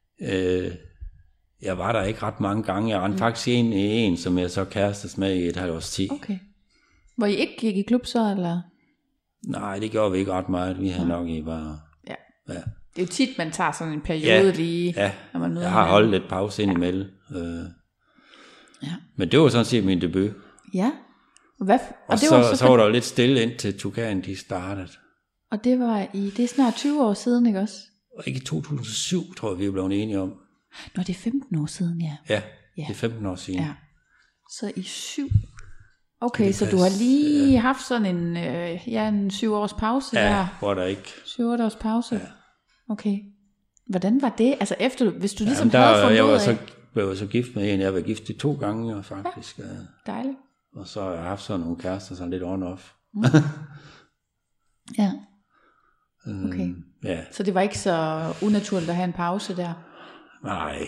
[SPEAKER 3] Jeg var der ikke ret mange gange. Jeg rendte faktisk ind i en, som jeg så kærestes med i et halvt års tid.
[SPEAKER 2] Okay. Hvor I ikke gik i klub så, eller?
[SPEAKER 3] Nej, det gjorde vi ikke ret meget. Vi havde nok i bare...
[SPEAKER 2] Ja.
[SPEAKER 3] Ja.
[SPEAKER 2] Det er jo tit, man tager sådan en periode lige,
[SPEAKER 3] når
[SPEAKER 2] man
[SPEAKER 3] jeg har holdt lidt pause ind imellem. Men det var sådan set min debut.
[SPEAKER 2] Ja. Og
[SPEAKER 3] det var så var der jo lidt stille indtil Tukan, de startede.
[SPEAKER 2] Og det var det er snart 20 år siden, ikke også?
[SPEAKER 3] Og ikke i 2007, tror jeg, vi er blevet enige om.
[SPEAKER 2] Nå, det er 15 år siden, ja.
[SPEAKER 3] Ja, det er 15 år siden.
[SPEAKER 2] Ja. Så i 7. Okay, så du har lige haft sådan en 7 års pause der.
[SPEAKER 3] Ja, hvor der ikke...
[SPEAKER 2] 7-8 års pause. Ja. Okay. Hvordan var det? Altså efter, hvis du ligesom
[SPEAKER 3] havde
[SPEAKER 2] fundet ud
[SPEAKER 3] af... Jeg blev så gift med en, jeg var gift i 2 gange faktisk.
[SPEAKER 2] Ja, dejligt.
[SPEAKER 3] Og så har jeg haft sådan nogle kærester, sådan lidt on-off.
[SPEAKER 2] Ja. Okay.
[SPEAKER 3] Ja.
[SPEAKER 2] Så det var ikke så unaturligt at have en pause der?
[SPEAKER 3] Nej.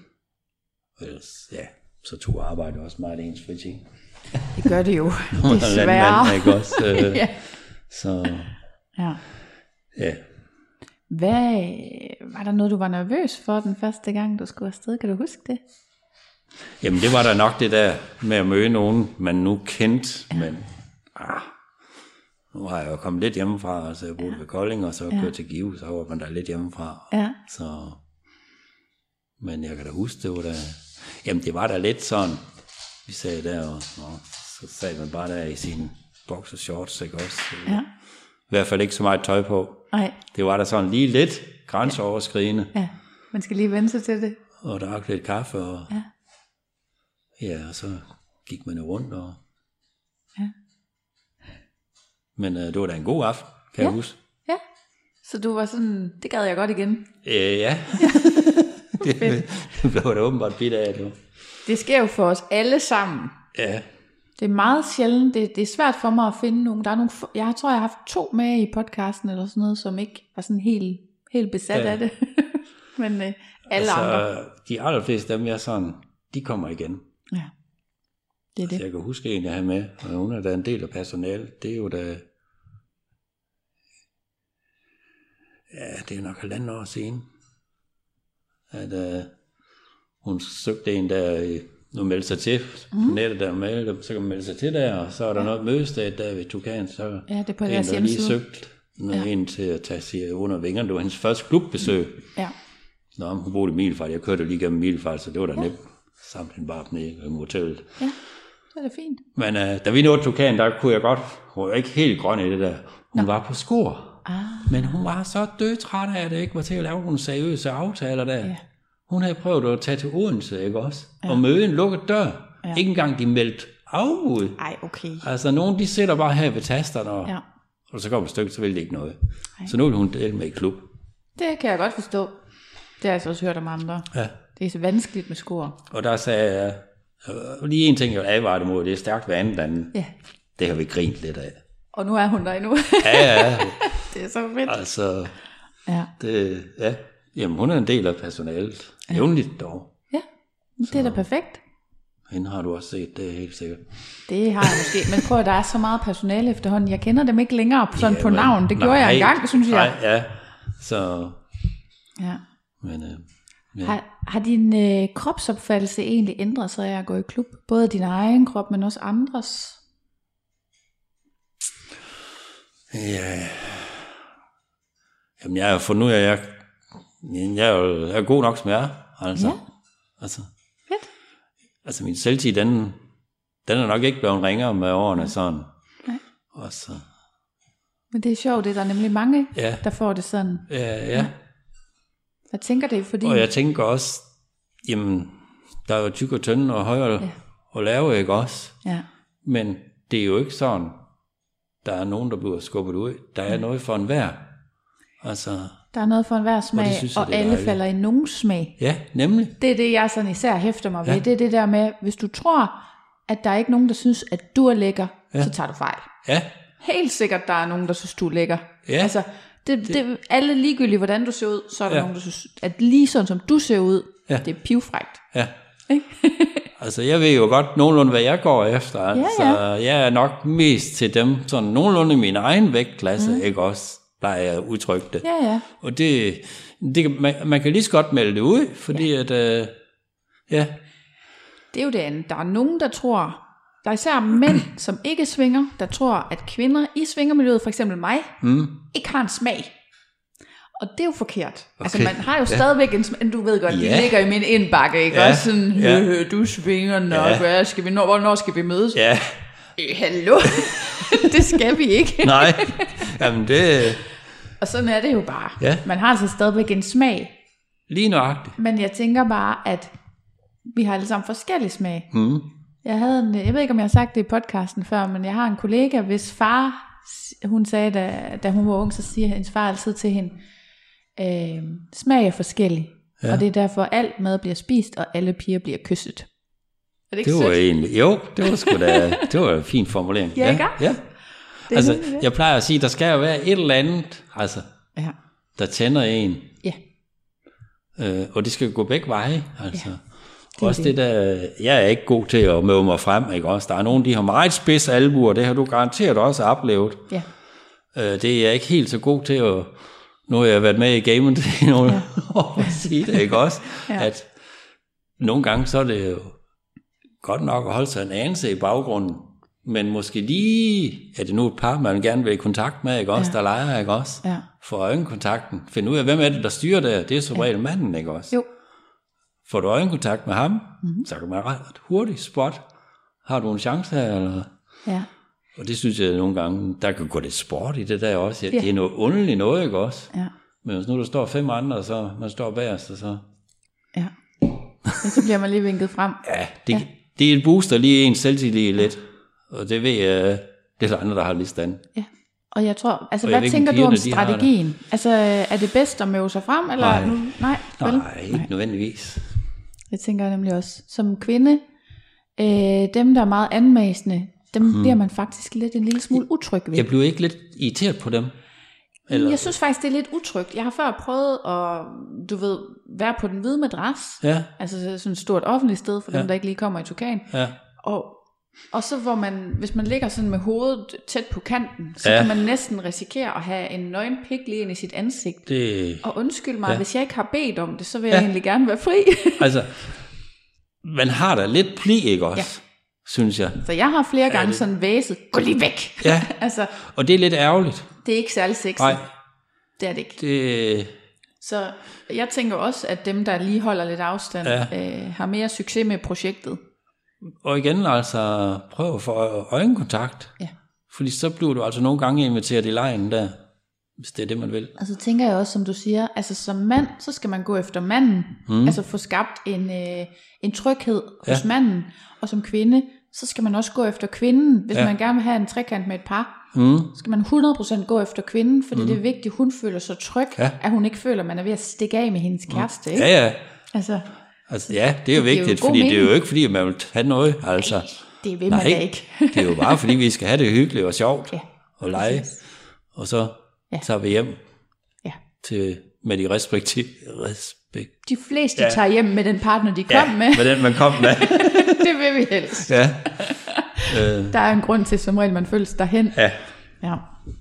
[SPEAKER 3] Ja, så tog arbejde også meget ens fritid.
[SPEAKER 2] Det gør det jo, desværre.
[SPEAKER 3] Ikke også?
[SPEAKER 2] Ja.
[SPEAKER 3] Så... Ja.
[SPEAKER 2] Hvad, var der noget, du var nervøs for den første gang, du skulle afsted? Kan du huske det?
[SPEAKER 3] Jamen, det var der nok det der med at møde nogen, man nu kendte, men nu har jeg jo kommet lidt hjemmefra, altså jeg boede ved Kolding, og så kørte til Give, så var man der lidt hjemmefra. Ja. Så, men jeg kan da huske, det var da, jamen det var da lidt sådan, vi sagde der, og så sagde man bare der i sine boxershorts, ikke også? Ja. I hvert fald ikke så meget tøj på. Nej. Det var da sådan lige lidt grænseoverskridende.
[SPEAKER 2] Ja, man skal lige vende sig til det.
[SPEAKER 3] Og der var lidt kaffe, og og så gik man jo rundt, og... Ja. Men det var da en god aften, kan jeg huske. Ja,
[SPEAKER 2] så du var sådan, det gad jeg godt igen.
[SPEAKER 3] Ja. det blev da åbenbart bidt af, det.
[SPEAKER 2] Det sker jo for os alle sammen.
[SPEAKER 3] Ja.
[SPEAKER 2] Det er meget sjældent, det er svært for mig at finde nogen. Der er nogle, jeg tror, jeg har haft 2 med i podcasten, eller sådan noget, som ikke var sådan helt besat af det. Men alle andre.
[SPEAKER 3] De allerfleste dem, jeg sådan, de kommer igen.
[SPEAKER 2] Ja, det er det.
[SPEAKER 3] Jeg kan huske en, jeg havde med, og hun er da en del af personalet. Det er jo da... Ja, det er nok 1,5 år siden. At hun søgte en der... Nu meldte sig til på nettet der med, så kan man melde sig til der, og så er der noget mødested der ved Tukan, så
[SPEAKER 2] det er på
[SPEAKER 3] en, der lige søgt en til at tage sig under vingerne. Det var hendes første klubbesøg. Ja. Nå, hun boede i Middelfart. Jeg kørte lige gennem Middelfart, så det var da nemt. Samlet hende bare ned i motellet.
[SPEAKER 2] Ja, det er da fint.
[SPEAKER 3] Men da vi nåede Tukan, der kunne jeg godt, hun var ikke helt grøn i det der. Hun var på skor. Men hun var så dødtræt af, at det ikke var til at lave nogle seriøse aftaler der. Ja. Hun havde prøvet at tage til Odense, ikke også? Ja. Og møde en lukket dør. Ja. Ikke engang de meldte afbud.
[SPEAKER 2] Ej, okay.
[SPEAKER 3] Altså, nogen de sætter bare her ved tasterne, og så kommer et stykke, så vil det ikke noget. Ej. Så nu vil hun dele med i klub.
[SPEAKER 2] Det kan jeg godt forstå. Det har jeg så også hørt om andre. Ja. Det er så vanskeligt med skor.
[SPEAKER 3] Og der sagde jeg, lige en ting, jeg advarede mod, det er stærkt ved anden. Ja. Det har vi grint lidt af.
[SPEAKER 2] Og nu er hun der endnu.
[SPEAKER 3] Ja.
[SPEAKER 2] Det er så fedt.
[SPEAKER 3] Altså, jamen hun er en del af personalet. Jævnligt dog. Ja,
[SPEAKER 2] det er da perfekt.
[SPEAKER 3] Hende har du også set, det er helt sikkert.
[SPEAKER 2] Det har jeg måske, men prøv at der er så meget personale efterhånden. Jeg kender dem ikke længere sådan på navn. Det gjorde jeg engang, synes jeg.
[SPEAKER 3] Nej, ja. Så...
[SPEAKER 2] Ja. Men, har din kropsopfattelse egentlig ændret sig af at gå i klub? Både din egen krop, men også andres?
[SPEAKER 3] Ja. Jamen, jeg har fundet ud af, at jeg er god nok, som jeg er. Altså. Ja. Altså. Fedt. Altså, min selvtid, den er nok ikke blevet ringere med årene sådan. Nej. Og så.
[SPEAKER 2] Men det er sjovt, det er der nemlig mange, der får det sådan.
[SPEAKER 3] Ja.
[SPEAKER 2] Jeg tænker det, fordi...
[SPEAKER 3] Og jeg tænker også, jamen, der er jo tyk og tynd og højere og lave, ikke også? Ja. Men det er jo ikke sådan, der er nogen, der bliver skubbet ud. Der er noget for enhver. Altså... Der
[SPEAKER 2] er noget for enhver smag, og alle falder i nogen smag.
[SPEAKER 3] Ja, nemlig.
[SPEAKER 2] Det er det, jeg sådan især hæfter mig ved. Det er det der med, hvis du tror, at der er ikke nogen, der synes, at du er lækker, så tager du fejl. Ja. Helt sikkert, der er nogen, der synes, du er lækker. Ja. Altså, det alle ligegyldigt, hvordan du ser ud, så er der nogen, der synes, at lige sådan som du ser ud, det er pivfrækt.
[SPEAKER 3] Ja. Altså, jeg ved jo godt nogenlunde, hvad jeg går efter. Altså, jeg er nok mest til dem, sådan nogenlunde i min egen vægtklasse, ikke også, plejer jeg at udtrykke det.
[SPEAKER 2] Ja.
[SPEAKER 3] Og man kan lige så godt melde det ud, fordi at,
[SPEAKER 2] Det er jo det andet. Der er nogen, der tror, der er især mænd, som ikke svinger, der tror, at kvinder i svingermiljøet, for eksempel mig, ikke har en smag. Og det er jo forkert. Okay. Altså man har jo stadigvæk en smag, du ved godt, de ligger i min indbakke, ikke? Også sådan, du svinger nok, hvornår skal vi mødes?
[SPEAKER 3] Ja.
[SPEAKER 2] Hallo? Det skal vi ikke.
[SPEAKER 3] Nej, jamen det...
[SPEAKER 2] Og sådan er det jo bare. Ja. Man har altså stadigvæk en smag.
[SPEAKER 3] Lige nøjagtigt.
[SPEAKER 2] Men jeg tænker bare, at vi har alle sammen forskellige smag. Jeg ved ikke, om jeg har sagt det i podcasten før, men jeg har en kollega, hvis far, hun sagde, da hun var ung, så siger hendes far altid til hende, smag er forskellig, og det er derfor alt mad bliver spist, og alle piger bliver kysset. Er det ikke
[SPEAKER 3] det var egentlig, jo, det var sgu da, det var en fin formulering.
[SPEAKER 2] Ja.
[SPEAKER 3] Altså, jeg plejer at sige, der skal jo være et eller andet, altså, der tænder en. Ja. Og det skal gå begge veje, altså. Ja. Også det der, jeg er ikke god til at møde mig frem, ikke også? Der er nogen, de har meget spids albuer, det har du garanteret også oplevet. Ja. Det er jeg ikke helt så god til at, nu har jeg været med i gamet i nogle år at sige det, ikke også? At nogle gange så er det jo godt nok at holde sig en anelse i baggrunden, men måske lige, er det nu et par, man gerne vil i kontakt med, ikke også? Der leger, ikke også? Ja. For øjenkontakten. Find ud af, hvem er det, der styrer det? Det er som regel manden, ikke også? Jo. Får du øjenkontakt med ham, så kan man ret hurtigt spot. Har du en chance her? Eller? Ja. Og det synes jeg nogle gange, der kan gå lidt sport i det der også. Det er noget underligt noget, ikke også? Ja. Men hvis nu der står 5 andre, så man står bagerst, og så... Ja.
[SPEAKER 2] Så bliver man lige vinket frem.
[SPEAKER 3] Ja, det er et booster lige en selvtillid lidt. Og det ved jeg, det er der andre, der har lige stand. Ja. Og
[SPEAKER 2] jeg tror, altså hvad tænker du om strategien? Altså er det bedst at møve sig frem? Eller?
[SPEAKER 3] Nej, ikke nødvendigvis.
[SPEAKER 2] Jeg tænker nemlig også, som kvinde, dem der er meget anmasende, dem bliver man faktisk lidt en lille smule utryg ved.
[SPEAKER 3] Jeg bliver ikke lidt irriteret på dem?
[SPEAKER 2] Eller? Jeg synes faktisk, det er lidt utrygt. Jeg har før prøvet at, være på den hvide madras. Ja. Altså sådan et stort offentligt sted, for dem, der ikke lige kommer i Tukan. Ja. Og så hvor man, hvis man ligger sådan med hovedet tæt på kanten, så kan man næsten risikere at have en nøgenpik lige ind i sit ansigt. Og undskyld mig, hvis jeg ikke har bedt om det, så vil jeg egentlig gerne være fri.
[SPEAKER 3] Altså, man har da lidt pli, ikke også? Synes jeg.
[SPEAKER 2] Så jeg har flere gange sådan væset, gå lige væk.
[SPEAKER 3] Ja, altså, og det er lidt ærgerligt.
[SPEAKER 2] Det er ikke særlig sexy. Nej. Det er det ikke. Så jeg tænker også, at dem, der lige holder lidt afstand, har mere succes med projektet.
[SPEAKER 3] Og igen, altså, prøv at få øjenkontakt. Ja. Fordi så bliver du altså nogle gange inviteret i lejen der, hvis det er det, man vil.
[SPEAKER 2] Altså tænker jeg også, som du siger, altså som mand, så skal man gå efter manden. Altså få skabt en tryghed hos manden. Og som kvinde, så skal man også gå efter kvinden. Hvis man gerne vil have en trekant med et par, skal man 100% gå efter kvinden, fordi det er vigtigt, at hun føler sig tryg, at hun ikke føler, at man er ved at stikke af med hendes kæreste. Ikke?
[SPEAKER 3] Ja. Altså ja, det er jo vigtigt, fordi det er jo ikke fordi, at man vil have noget, altså.
[SPEAKER 2] Nej, det vil man da ikke.
[SPEAKER 3] Det er jo bare fordi, vi skal have det hyggeligt og sjovt, og lege, og så tager vi hjem med de respektive.
[SPEAKER 2] De fleste tager hjem med den partner, de kom med.
[SPEAKER 3] med den, man kom med.
[SPEAKER 2] Det vil vi helst. Ja. Der er en grund til, som regel, man føles derhen. Ja.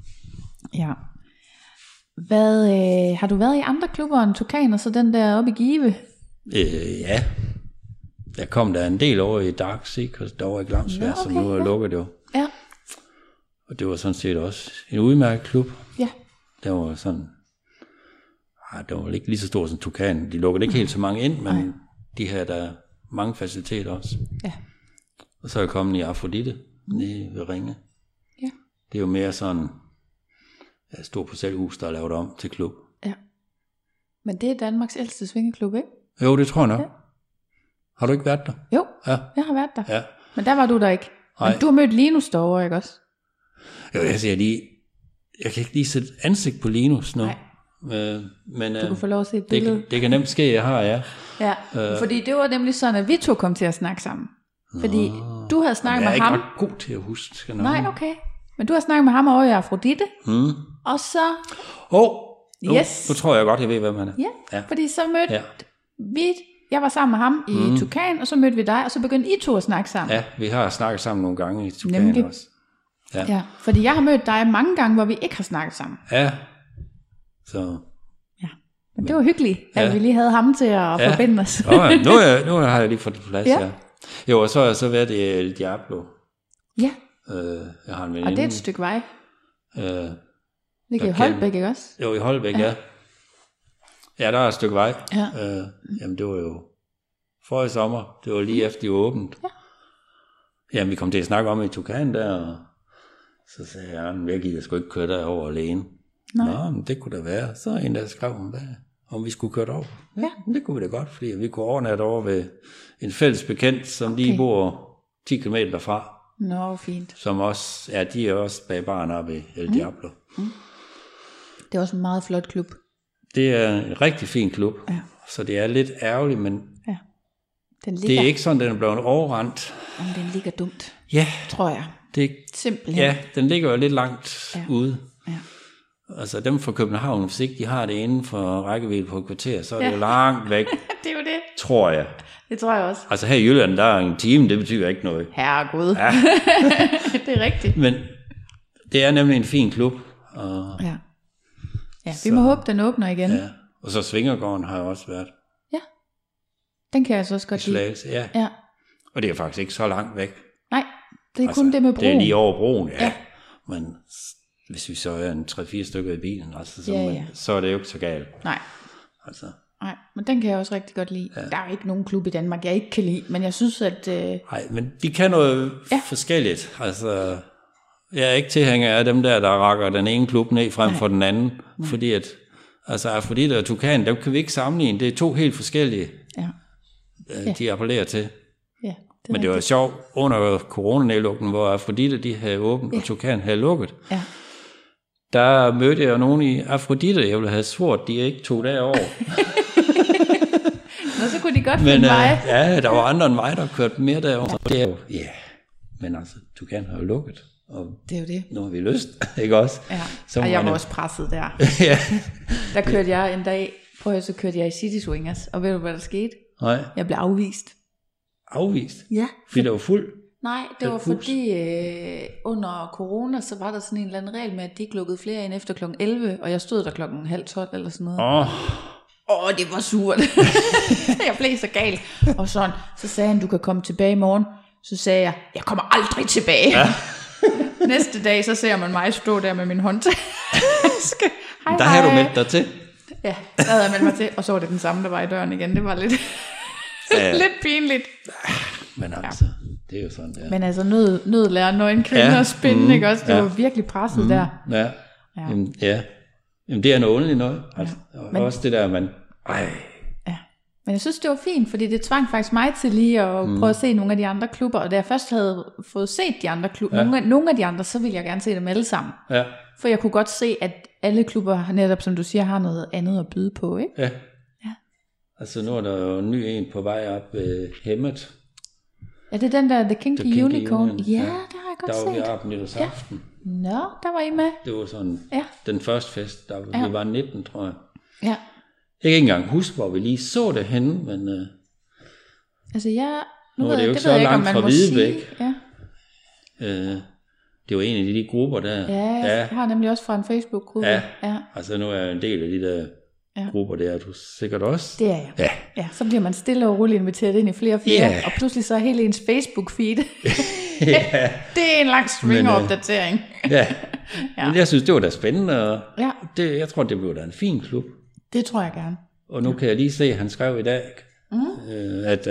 [SPEAKER 2] Hvad, har du været i andre klubber end Tukan, og så den der oppe i Give?
[SPEAKER 3] Ja. Jeg kom der en del over i Dark Seekers, der over i Glamsberg, som nu er lukket jo. Ja. Og det var sådan set også en udmærket klub. Ja. Der var sådan, der var ikke lige så stor som Tukan. De lukkede ikke helt så mange ind, men de her, der er mange faciliteter også. Ja. Og så er jeg kommet i Afrodite, nede ved Ringe. Ja. Det er jo mere sådan, stor parcelhus, der er lavet om til klub. Ja.
[SPEAKER 2] Men det er Danmarks ældste svingeklub, ikke?
[SPEAKER 3] Jo, det tror jeg nok. Ja. Har du ikke været der?
[SPEAKER 2] Jo, jeg har været der. Ja. Men der var du der ikke. Men du har mødt Linus derovre, ikke også?
[SPEAKER 3] Jo, jeg kan ikke lige sætte ansigt på Linus nu. Nej. Men
[SPEAKER 2] du kan få lov at se et billede.
[SPEAKER 3] Det kan nemt ske, jeg har,
[SPEAKER 2] Ja, fordi det var nemlig sådan, at vi to kom til at snakke sammen. Fordi du havde snakket med ham.
[SPEAKER 3] Jeg er ikke ret god til at huske.
[SPEAKER 2] Nej, okay. Men du har snakket med ham over i Afrodite. Og så...
[SPEAKER 3] Nu tror jeg godt, jeg ved, hvem han er.
[SPEAKER 2] Ja, fordi så mødte vi jeg var sammen med ham i Tukan, og så mødte vi dig, og så begyndte I to at snakke sammen.
[SPEAKER 3] Ja, vi har snakket sammen nogle gange i Tukan
[SPEAKER 2] Nemlig.
[SPEAKER 3] også.
[SPEAKER 2] Ja, fordi jeg har mødt dig mange gange, hvor vi ikke har snakket sammen.
[SPEAKER 3] Ja, så...
[SPEAKER 2] Ja, men det var hyggeligt, at vi lige havde ham til at forbinde os.
[SPEAKER 3] Nu har jeg lige fået det på plads, ja. Jo, og så har jeg så været i El Diablo.
[SPEAKER 2] Ja,
[SPEAKER 3] jeg har en veninde.
[SPEAKER 2] og det er et stykke vej. Det kan i Holbæk, ikke også?
[SPEAKER 3] Jo, i Holbæk, ja. Ja, der er et stykke vej.
[SPEAKER 2] Ja.
[SPEAKER 3] Jamen, det var jo forrige sommer. Det var lige efter de var åbent.
[SPEAKER 2] Ja.
[SPEAKER 3] Jamen, vi kom til at snakke om i Tukan der, og så sagde jeg, jeg gider sgu ikke køre derover alene.
[SPEAKER 2] Nej.
[SPEAKER 3] Nå, men det kunne da være. Så en der skrev om vi skulle køre derover. Ja, det kunne vi da godt, fordi vi kunne overnatte over ved en fælles bekendt, som lige bor 10 km derfra.
[SPEAKER 2] Nå, fint.
[SPEAKER 3] Som også, de er også bag baren oppe i El Diablo.
[SPEAKER 2] Det er også en meget flot klub.
[SPEAKER 3] Det er en rigtig fin klub, så det er lidt ærgerligt, men
[SPEAKER 2] den ligger,
[SPEAKER 3] det er ikke sådan, den er blevet overrendt.
[SPEAKER 2] Jamen, den ligger dumt,
[SPEAKER 3] Ja,
[SPEAKER 2] tror jeg.
[SPEAKER 3] det,
[SPEAKER 2] Simpelthen.
[SPEAKER 3] ja, den ligger jo lidt langt ude.
[SPEAKER 2] Ja.
[SPEAKER 3] Altså dem fra København, hvis ikke de har det inden for rækkevidde på et kvarter, så er det jo langt væk,
[SPEAKER 2] Det er jo det.
[SPEAKER 3] tror jeg.
[SPEAKER 2] Det tror jeg også.
[SPEAKER 3] Altså her i Jylland, der er en time, det betyder ikke noget.
[SPEAKER 2] Herregud. Ja. Det er rigtigt.
[SPEAKER 3] Men det er nemlig en fin klub. Og,
[SPEAKER 2] Ja, vi må håbe, den åbner igen.
[SPEAKER 3] ja. Og så Svingergården har jo også været
[SPEAKER 2] Ja. Den kan jeg så også
[SPEAKER 3] i
[SPEAKER 2] godt lide.
[SPEAKER 3] Slagelse. Ja. Og det er faktisk ikke så langt væk.
[SPEAKER 2] Nej, det er kun det med broen.
[SPEAKER 3] Det er lige over broen, ja. Men hvis vi så er en 3-4 stykker i bilen, altså, så er det jo ikke så galt.
[SPEAKER 2] Nej.
[SPEAKER 3] Altså.
[SPEAKER 2] Nej, men den kan jeg også rigtig godt lide. Ja. Der er jo ikke nogen klub i Danmark, jeg ikke kan lide, men jeg synes, at...
[SPEAKER 3] Nej, men de kan noget forskelligt. Altså, jeg er ikke tilhænger af dem der rakker den ene klub ned frem for den anden, fordi at Afrodite og Tukan, dem kan vi ikke sammenligne. Det er to helt forskellige, de appellerer til.
[SPEAKER 2] Ja,
[SPEAKER 3] Men det var sjovt, under coronanedlukningen, hvor Afrodite de havde åbent, og Tukan havde lukket. Ja. Der mødte jeg nogen i Afrodite, jeg ville have svort, de ikke tog derover.
[SPEAKER 2] Nå, så kunne de godt finde vej.
[SPEAKER 3] Ja, der var andre end mig, der kørte mere derover. Det er jo, men altså, Tukan har jo lukket. Og
[SPEAKER 2] det er jo det.
[SPEAKER 3] Nu har vi lyst, ikke også?
[SPEAKER 2] Ja, og jeg var også presset der. Der kørte jeg en dag, så kørte jeg i City Swingers, og ved du, hvad der skete?
[SPEAKER 3] Nej.
[SPEAKER 2] Jeg blev afvist.
[SPEAKER 3] Afvist?
[SPEAKER 2] Ja.
[SPEAKER 3] Fordi det var fuld?
[SPEAKER 2] Nej, det var fordi under corona, så var der sådan en eller anden regel med, at de ikke lukkede flere ind efter kl. 11, og jeg stod der kl. 11:30 eller sådan noget. Det var surt. Jeg blev så gal. Og sådan, så sagde han, du kan komme tilbage i morgen. Så sagde jeg kommer aldrig tilbage. Ja. Næste dag, så ser man mig stå der med min håndtaske.
[SPEAKER 3] Der havde du meldt dig til.
[SPEAKER 2] Ja, der havde jeg meldt mig til, og så var det den samme, der var i døren igen. Det var lidt, lidt pinligt.
[SPEAKER 3] Men altså, det er jo sådan, det er.
[SPEAKER 2] Men altså, nød lærer nøgen kvinder at spænde, ikke også? Det var virkelig presset der.
[SPEAKER 3] Ja. Jamen, det er noget underligt noget. Altså, men, også det der, man...
[SPEAKER 2] Ja, men jeg synes, det var fint, fordi det tvang faktisk mig til lige at prøve at se nogle af de andre klubber, og da jeg først havde fået set de andre klubber, nogle af de andre, så ville jeg gerne se dem alle sammen. Ja. For jeg kunne godt se, at alle klubber, netop som du siger, har noget andet at byde på, ikke?
[SPEAKER 3] Ja. Altså, nu er der jo en ny en på vej op ved Hemmet.
[SPEAKER 2] Ja, det er den der The Kinky Unicorn. Ja, det har jeg godt set.
[SPEAKER 3] Der var vi oppe nytårsaften.
[SPEAKER 2] Nå, der var I med.
[SPEAKER 3] Det var sådan den første fest, der vi var 19, tror jeg.
[SPEAKER 2] Ja.
[SPEAKER 3] Jeg kan ikke engang huske, hvor vi lige så det henne, men...
[SPEAKER 2] Altså,
[SPEAKER 3] nu er det jo ikke så langt fra Hvidebæk. Ja. Det var en af de grupper der.
[SPEAKER 2] Ja, jeg har nemlig også fra en Facebook-gruppe.
[SPEAKER 3] Ja, altså nu er jeg en del af de der grupper, det er du sikkert også.
[SPEAKER 2] Det er jeg. Ja, så bliver man stille og roligt inviteret ind i flere og flere, og pludselig så er hele ens Facebook-feed. Det er en lang swinger-opdatering.
[SPEAKER 3] Men jeg synes, det var da spændende, og jeg tror, det blev da en fin klub.
[SPEAKER 2] Det tror jeg gerne.
[SPEAKER 3] Og nu kan jeg lige se, at han skrev i dag, at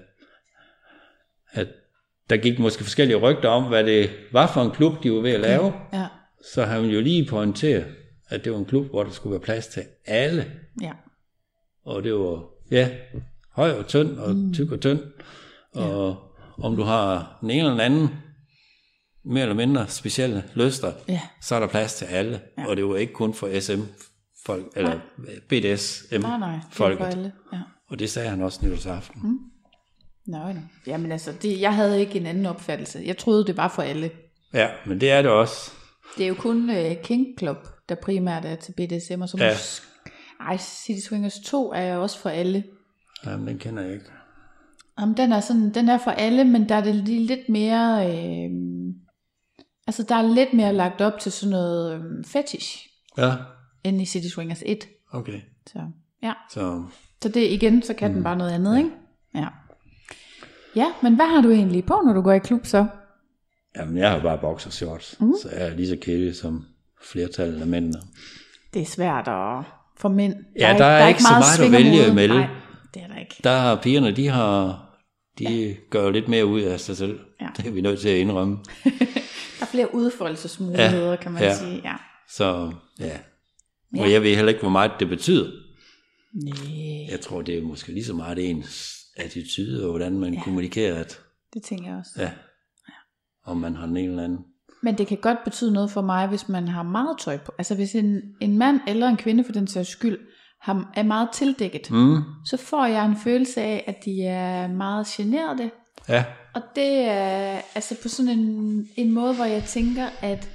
[SPEAKER 3] der gik måske forskellige rygter om, hvad det var for en klub, de var ved at lave. Ja. Så han jo lige pointeret, at det var en klub, hvor der skulle være plads til alle. Ja. Og det var, høj og tynd, og tyk og tynd. Og om du har den ene eller den anden, mere eller mindre specielle lyster, så er der plads til alle. Ja. Og det var ikke kun for SM-folk, eller BDSM-folket.
[SPEAKER 2] For alle. Ja.
[SPEAKER 3] Og det sagde han også nytårsaften.
[SPEAKER 2] Nej. Jamen altså, jeg havde ikke en anden opfattelse. Jeg troede, det var for alle.
[SPEAKER 3] Ja, men det er det også.
[SPEAKER 2] Det er jo kun King Club, der primært er til BDSM, og så City Swingers 2 er jo også for alle.
[SPEAKER 3] Jamen, den kender jeg ikke.
[SPEAKER 2] Jamen, den er for alle, men der er det lige lidt mere, altså der er lidt mere lagt op til sådan noget fetish, end i City Swingers 1.
[SPEAKER 3] Okay.
[SPEAKER 2] Så, ja.
[SPEAKER 3] Så
[SPEAKER 2] det igen, så kan den bare noget andet, ikke? Ja. Ja, men hvad har du egentlig på, når du går i klub så?
[SPEAKER 3] Jamen, jeg har bare boxershorts, så jeg er lige så kedelig som flertallet af mændene.
[SPEAKER 2] Det er svært at for mænd.
[SPEAKER 3] Ja, der er ikke så meget at vælge imellem.
[SPEAKER 2] Nej, det er der ikke.
[SPEAKER 3] Der har pigerne, de gør lidt mere ud af sig selv. Ja. Det er vi nødt til at indrømme.
[SPEAKER 2] Der er flere udfoldelsesmuligheder, kan man sige. Ja.
[SPEAKER 3] Så, og jeg ved heller ikke, hvor meget det betyder.
[SPEAKER 2] Nej.
[SPEAKER 3] Jeg tror, det er måske lige så meget ens attitude, og hvordan man kommunikerer.
[SPEAKER 2] Det tænker jeg også.
[SPEAKER 3] Ja, om man har den ene eller anden.
[SPEAKER 2] Men det kan godt betyde noget for mig, hvis man har meget tøj på. Altså hvis en mand eller en kvinde for den sags skyld er meget tildækket, så får jeg en følelse af, at de er meget generede.
[SPEAKER 3] Ja.
[SPEAKER 2] Og det er altså på sådan en måde, hvor jeg tænker, at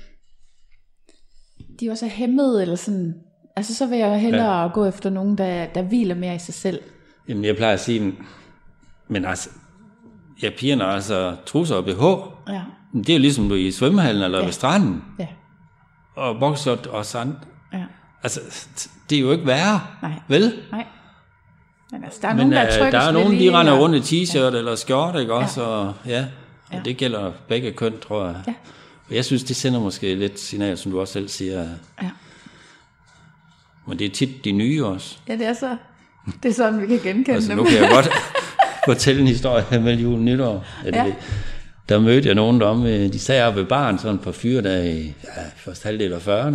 [SPEAKER 2] de også er hæmmede, eller sådan. Altså så vil jeg hellere gå efter nogen, der hviler mere i sig selv. Jamen
[SPEAKER 3] jeg plejer at sige, men altså, pigerne altså trusser og BH. Ja. Det er jo ligesom du i svømmehallen eller ved stranden. Ja. Og boxshort og sand. Ja. Altså, det er jo ikke værre. Nej. Vel?
[SPEAKER 2] Nej. Men altså, der er nogen, der er tryggest.
[SPEAKER 3] Der er nogen, de render rundt i t-shirt eller skjort, ikke også? Og, og det gælder begge køn, tror jeg. Ja. Og jeg synes, det sender måske lidt signal, som du også selv siger. Ja. Men det er tit de nye også.
[SPEAKER 2] Ja, det er så. Det er sådan, vi kan genkende
[SPEAKER 3] altså,
[SPEAKER 2] dem.
[SPEAKER 3] Nu kan jeg godt fortælle en historie med jul nytår. Der mødte jeg nogen deromme, de sad oppe ved baren, sådan på fyre der i første halvdel af 40'erne.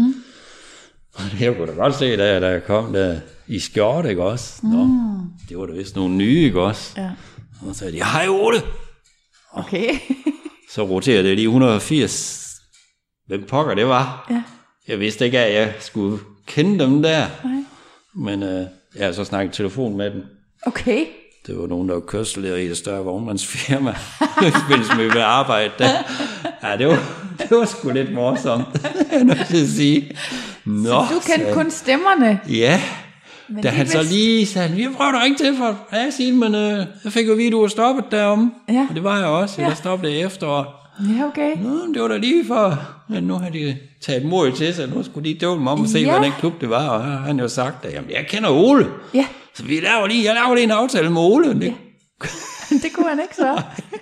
[SPEAKER 3] Og jeg kunne da godt se, da jeg kom der i skjort, ikke også? Nå, det var da vist nogle nye, ikke også? Ja. Og så sagde de, hej Ole!
[SPEAKER 2] Okay.
[SPEAKER 3] Så roterede det lige 180. Hvem pokker det var? Ja. Jeg vidste ikke, at jeg skulle kende dem der. Nej. Men jeg har så snakket telefon med dem. Okay. Det var nogen, der var kørselslærer i et større vognmandsfirma. I forbindelse med arbejde der. Ja, det var sgu lidt morsomt. Jeg nødt til at sige. Nå,
[SPEAKER 2] så du kendte kun stemmerne?
[SPEAKER 3] Ja. Men da han så lige sagde, vi prøver da ikke til for at sige, men jeg fik jo at vide, at du var stoppet deromme. Ja. Og det var jeg også. Jeg stoppede efter.
[SPEAKER 2] Ja, okay.
[SPEAKER 3] Nå, det var da lige for, men nu har de taget mod til sig. Nu skulle de døve mig om at se, hvad den klub det var. Og han jo sagt, at jamen, jeg kender Ole. Ja. Så jeg laver lige en aftale med Ole. Det,
[SPEAKER 2] det kunne han ikke så.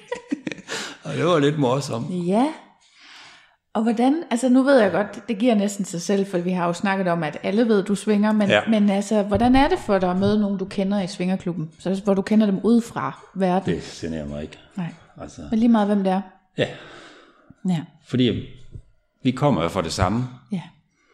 [SPEAKER 3] Og det var lidt morsomt.
[SPEAKER 2] Ja. Og hvordan, altså nu ved jeg godt, det giver næsten sig selv, for vi har jo snakket om, at alle ved, du svinger, men altså, hvordan er det for dig at møde nogen, du kender i svingerklubben? Så hvor du kender dem ud fra verden?
[SPEAKER 3] Det generer mig ikke.
[SPEAKER 2] Nej, altså. Men lige meget hvem det er?
[SPEAKER 3] Ja. Fordi vi kommer jo fra det samme. Ja.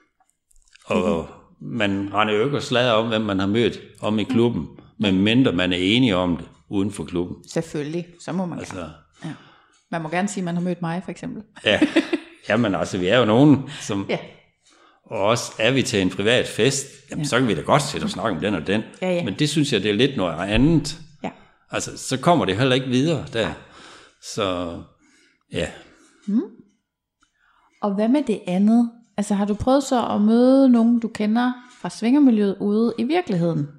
[SPEAKER 3] Og man render jo ikke og slader om, hvem man har mødt om i klubben, medmindre man er enige om det uden for klubben.
[SPEAKER 2] Selvfølgelig, så må man gerne. Ja. Man må gerne sige, at man har mødt mig, for eksempel.
[SPEAKER 3] Ja. Jamen altså, vi er jo nogen, som... Ja. Og også er vi til en privat fest, jamen, så kan vi da godt sætte og snakke om den og den. Ja, ja. Men det synes jeg, det er lidt noget andet. Ja. Altså, så kommer det heller ikke videre der. Ja. Så, ja.
[SPEAKER 2] Og hvad med det andet? Altså, har du prøvet så at møde nogen, du kender fra svingermiljøet ude i virkeligheden?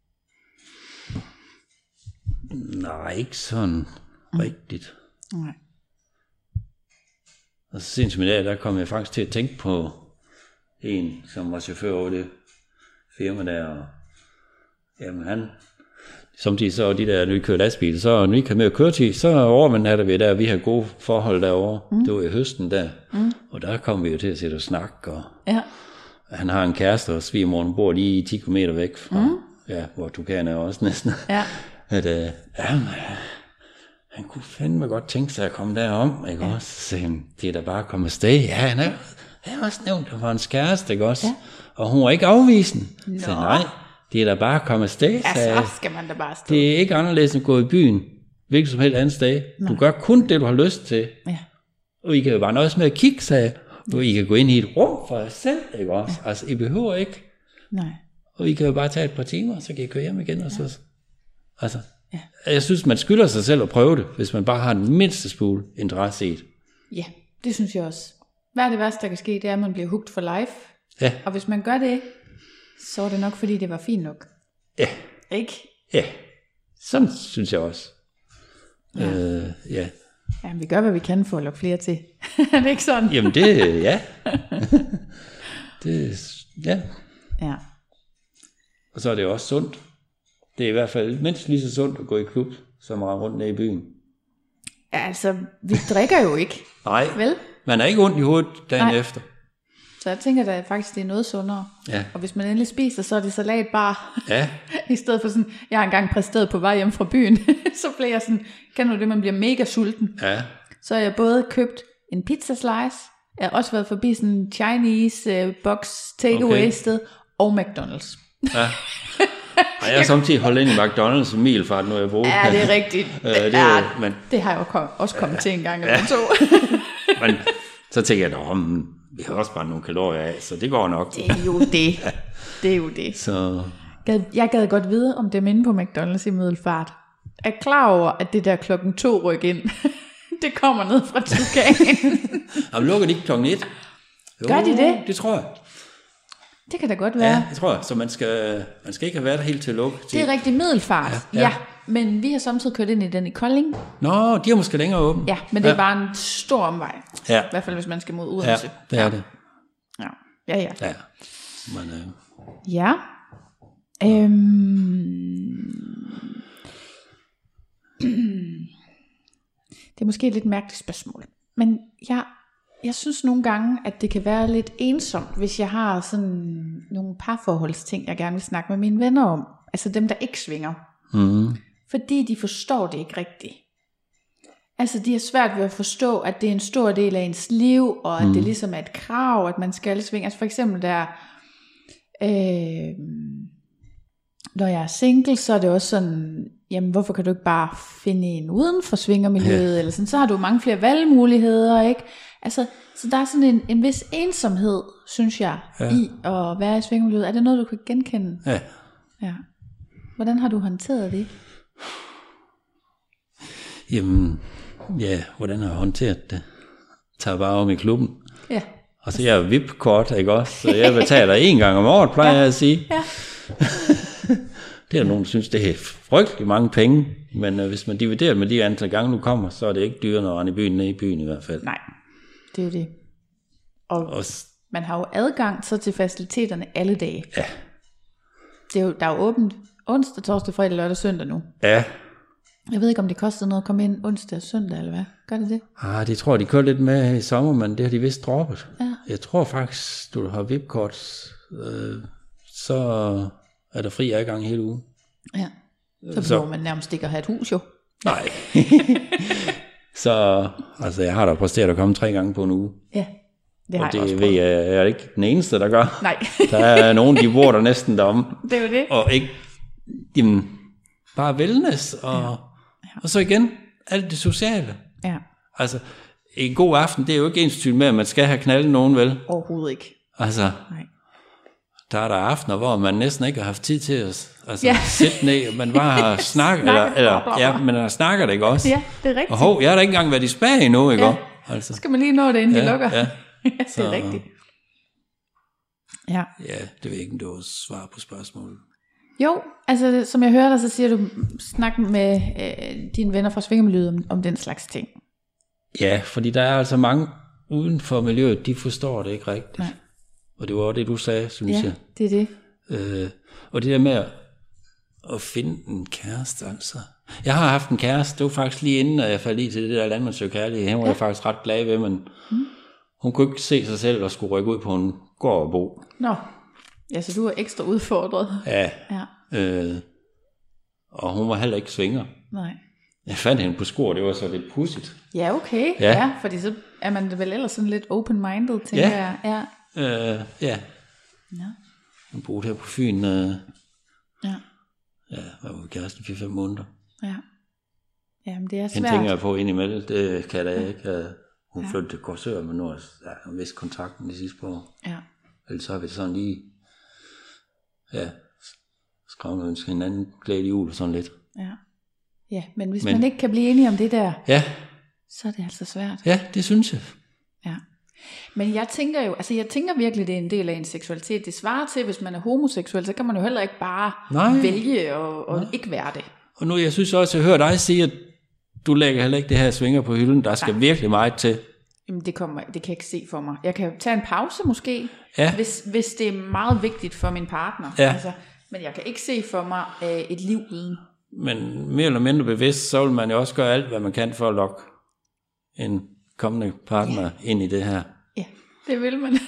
[SPEAKER 3] Nej, ikke sådan rigtigt. Nej. Og så sent som i dag, der kom jeg faktisk til at tænke på en, som var chauffør over det firma der, og jamen han, samtidig så de der, når vi kører lastbil, så når vi kan med at køre til, så overnatter vi der, vi har gode forhold derovre. Det var i høsten der, og der kom vi jo til at sætte og snakke, og han har en kæreste, og svigermoren bor lige 10 km væk fra, hvor Tukan er også næsten, at han kunne fandme godt tænke sig at komme derom, ikke også? Så det er da bare at komme afsted. Ja, han har også nævnt, at det var hans kæreste, ikke også? Ja. Og hun var ikke afvisende. Så nej, det er da bare at komme afsted.
[SPEAKER 2] Ja, så skal man da bare afsted.
[SPEAKER 3] Det er ikke anderledes at gå i byen, hvilket som helst andet sted. Du gør kun det, du har lyst til. Ja. Og I kan jo bare nøjes med at kigge, sagde, og I kan gå ind i et rum for jer selv, ikke også? Ja. Altså, I behøver ikke. Nej. Og I kan jo bare tage et par timer, så kan I køre hjem igen, og så... Altså... Ja. Jeg synes, man skylder sig selv at prøve det, hvis man bare har den mindste smule interesse i det.
[SPEAKER 2] Ja, det synes jeg også. Hvad er det værste, der kan ske? Det er, at man bliver hooked for life. Ja. Og hvis man gør det, så er det nok, fordi det var fint nok.
[SPEAKER 3] Ja.
[SPEAKER 2] Ikke?
[SPEAKER 3] Ja. Sådan synes jeg også. Ja.
[SPEAKER 2] Ja, vi gør, hvad vi kan for at lukke flere til. Er det ikke sådan?
[SPEAKER 3] Jamen det, ja. Ja.
[SPEAKER 2] Ja.
[SPEAKER 3] Og så er det jo også sundt. Det er i hvert fald mindst lige så sundt at gå i klub, som at rende rundt nede i byen.
[SPEAKER 2] Ja, altså, vi drikker jo ikke.
[SPEAKER 3] Nej,
[SPEAKER 2] vel?
[SPEAKER 3] Man er ikke ondt i hovedet dagen efter.
[SPEAKER 2] Så jeg tænker da faktisk, det er noget sundere.
[SPEAKER 3] Ja.
[SPEAKER 2] Og hvis man endelig spiser, så er det salat bare.
[SPEAKER 3] Ja.
[SPEAKER 2] I stedet for sådan, jeg har engang præsteret på vej hjem fra byen, så blev jeg sådan, kan du det, man bliver mega sulten.
[SPEAKER 3] Ja.
[SPEAKER 2] Så har jeg både købt en pizza slice, jeg har også været forbi sådan en Chinese box takeaway sted, og McDonald's.
[SPEAKER 3] Ja. Og jeg har samtidig holdt ind i McDonald's en milfart, når jeg bruger.
[SPEAKER 2] Ja, det er rigtigt.
[SPEAKER 3] Men,
[SPEAKER 2] det har jeg jo også kommet til en gang eller to.
[SPEAKER 3] Men så tænker jeg, vi har også bare nogle kalorier af, så det går nok.
[SPEAKER 2] Det er jo det. Det er jo det.
[SPEAKER 3] Så...
[SPEAKER 2] Jeg gad godt vide, om dem inde på McDonald's i Middelfart er klar over, at det der 2:00 ryk ind, det kommer ned fra Tukan.
[SPEAKER 3] Jamen lukker de ikke 1:00?
[SPEAKER 2] Gør de det?
[SPEAKER 3] Det tror jeg.
[SPEAKER 2] Det kan da godt være.
[SPEAKER 3] Ja, det tror jeg. Så man skal ikke have været der helt til at lukke.
[SPEAKER 2] Det er rigtig Middelfart, ja. Men vi har samtidig kørt ind i den i Kolding.
[SPEAKER 3] Nå, de har måske længere åben.
[SPEAKER 2] Ja, men det er bare en stor omvej. Ja. I hvert fald, hvis man skal mod Odense.
[SPEAKER 3] Ja, det er det.
[SPEAKER 2] Ja.
[SPEAKER 3] Men,
[SPEAKER 2] ja. Det er måske et lidt mærkeligt spørgsmål. Men jeg synes nogle gange, at det kan være lidt ensomt, hvis jeg har sådan nogle parforholdsting, jeg gerne vil snakke med mine venner om. Altså dem, der ikke svinger.
[SPEAKER 3] Mm.
[SPEAKER 2] Fordi de forstår det ikke rigtigt. Altså de har svært ved at forstå, at det er en stor del af ens liv, og at det ligesom er et krav, at man skal svinge. Altså for eksempel der, når jeg er single, så er det også sådan, jamen hvorfor kan du ikke bare finde en uden for svingermiljøet, eller sådan, så har du mange flere valgmuligheder, ikke? Altså, så der er sådan en vis ensomhed, synes jeg, i at være i svingermiljøet. Er det noget, du kan genkende? Ja. Hvordan har du håndteret det?
[SPEAKER 3] Jamen, ja, hvordan har jeg håndteret det? Tager bare om i klubben.
[SPEAKER 2] Ja.
[SPEAKER 3] Og så er jeg VIP-kort, ikke også? Så jeg betaler 1 gang om året, plejer jeg at sige.
[SPEAKER 2] Ja.
[SPEAKER 3] Det er der nogen, der synes, det er frygtelig mange penge. Men hvis man dividerer med de antal gange, du kommer, så er det ikke dyrere, når rende i byen, nede i byen i hvert fald.
[SPEAKER 2] Nej, det er jo det. Og man har jo adgang så til faciliteterne alle dage.
[SPEAKER 3] Ja.
[SPEAKER 2] Det er jo, der er jo åbent onsdag, torsdag, fredag, lørdag, søndag nu.
[SPEAKER 3] Ja.
[SPEAKER 2] Jeg ved ikke, om det koster noget at komme ind onsdag og søndag, eller hvad? Gør det det?
[SPEAKER 3] Det tror jeg, de kører lidt med i sommer, men det har de vist droppet.
[SPEAKER 2] Ja.
[SPEAKER 3] Jeg tror faktisk, du har VIP-kort, så er der fri adgang hele ugen.
[SPEAKER 2] Ja. Så behøver man nærmest ikke at have et hus, jo.
[SPEAKER 3] Nej. Så altså, jeg har da præsteret at komme 3 gange på en uge.
[SPEAKER 2] Ja, det har
[SPEAKER 3] og
[SPEAKER 2] jeg også
[SPEAKER 3] det ved jeg er ikke den eneste, der gør.
[SPEAKER 2] Nej.
[SPEAKER 3] Der er nogen, de bor der næsten derom.
[SPEAKER 2] Det er jo det.
[SPEAKER 3] Og ikke, jamen, bare wellness, og så igen, alt det sociale.
[SPEAKER 2] Ja.
[SPEAKER 3] Altså, en god aften, det er jo ikke ensbetydende med, at man skal have knaldet nogen, vel?
[SPEAKER 2] Overhovedet ikke.
[SPEAKER 3] Altså,
[SPEAKER 2] nej.
[SPEAKER 3] Der er der aftener, hvor man næsten ikke har haft tid til at sætte ned, og man bare har snakket, men man snakker det ikke også?
[SPEAKER 2] Ja, det er rigtigt.
[SPEAKER 3] Og jeg har da ikke engang været i Spanien endnu, ikke?
[SPEAKER 2] Ja. Altså. Skal man lige nå det, inden de lukker?
[SPEAKER 3] Ja.
[SPEAKER 2] Det er rigtigt. Ja.
[SPEAKER 3] Ja, det ved jeg ikke, om det var svar på spørgsmålet.
[SPEAKER 2] Jo, altså som jeg hører dig, så siger du, snak med dine venner fra svingermiljøet om den slags ting.
[SPEAKER 3] Ja, fordi der er altså mange uden for miljøet, de forstår det ikke rigtigt.
[SPEAKER 2] Nej.
[SPEAKER 3] Og det var det, du sagde, synes jeg.
[SPEAKER 2] Ja, det er det.
[SPEAKER 3] Og det der med at finde en kæreste, altså. Jeg har haft en kæreste, det var faktisk lige inden, at jeg faldt i til det der landmandssøg kærlighed. Hun var jeg faktisk ret glad ved, men hun kunne ikke se sig selv og skulle rykke ud på en gård og bo.
[SPEAKER 2] Nå, ja, så du er ekstra udfordret.
[SPEAKER 3] Ja. Og hun var heller ikke svinger.
[SPEAKER 2] Nej.
[SPEAKER 3] Jeg fandt hende på skor, det var så lidt pudsigt.
[SPEAKER 2] Ja, okay. Ja, fordi så er man vel ellers sådan lidt open-minded, tænker jeg. Ja.
[SPEAKER 3] Ja. Hun boede her på Fyn. Ja, hvad var vi kæresten 4-5 måneder.
[SPEAKER 2] Ja. Jamen, det er svært.
[SPEAKER 3] Hende tænker jeg på indimellem, det kan jeg da ikke. Hun flyttede til Korsør, men nu har jeg vist kontakten de sidste par år. Ja. Ellers så har vi sådan lige, skrevet og ønske hinanden glædelig jul og sådan lidt.
[SPEAKER 2] Ja, men hvis man ikke kan blive enige om det der, så er det altså svært.
[SPEAKER 3] Ja, det synes jeg.
[SPEAKER 2] Ja. Men jeg tænker jo, jeg tænker virkelig, det er en del af en seksualitet. Det svarer til, hvis man er homoseksuel, så kan man jo heller ikke bare vælge og ikke være det.
[SPEAKER 3] Og nu, jeg synes også, jeg hører dig sige, at du lægger heller ikke det her svinger på hylden. Der skal virkelig meget til.
[SPEAKER 2] Jamen det kan jeg ikke se for mig. Jeg kan tage en pause måske,
[SPEAKER 3] Ja.
[SPEAKER 2] hvis det er meget vigtigt for min partner.
[SPEAKER 3] Ja.
[SPEAKER 2] Altså, men jeg kan ikke se for mig et liv uden.
[SPEAKER 3] Men mere eller mindre bevidst, så vil man jo også gøre alt, hvad man kan for at lokke en kommende partner ind i det her.
[SPEAKER 2] Ja, det vil man.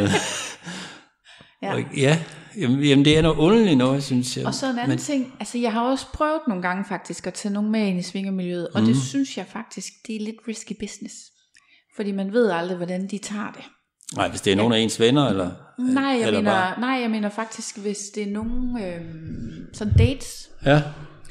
[SPEAKER 3] Ja. Ja, jamen det er noget underligt noget, synes jeg.
[SPEAKER 2] Og så en anden ting, altså jeg har også prøvet nogle gange faktisk at tage nogen med ind i svingermiljøet, og det synes jeg faktisk, det er lidt risky business. Fordi man ved aldrig, hvordan de tager det.
[SPEAKER 3] Nej, hvis det er nogen af ens venner, eller?
[SPEAKER 2] Nej, jeg mener faktisk, hvis det er nogen sådan dates.
[SPEAKER 3] Ja.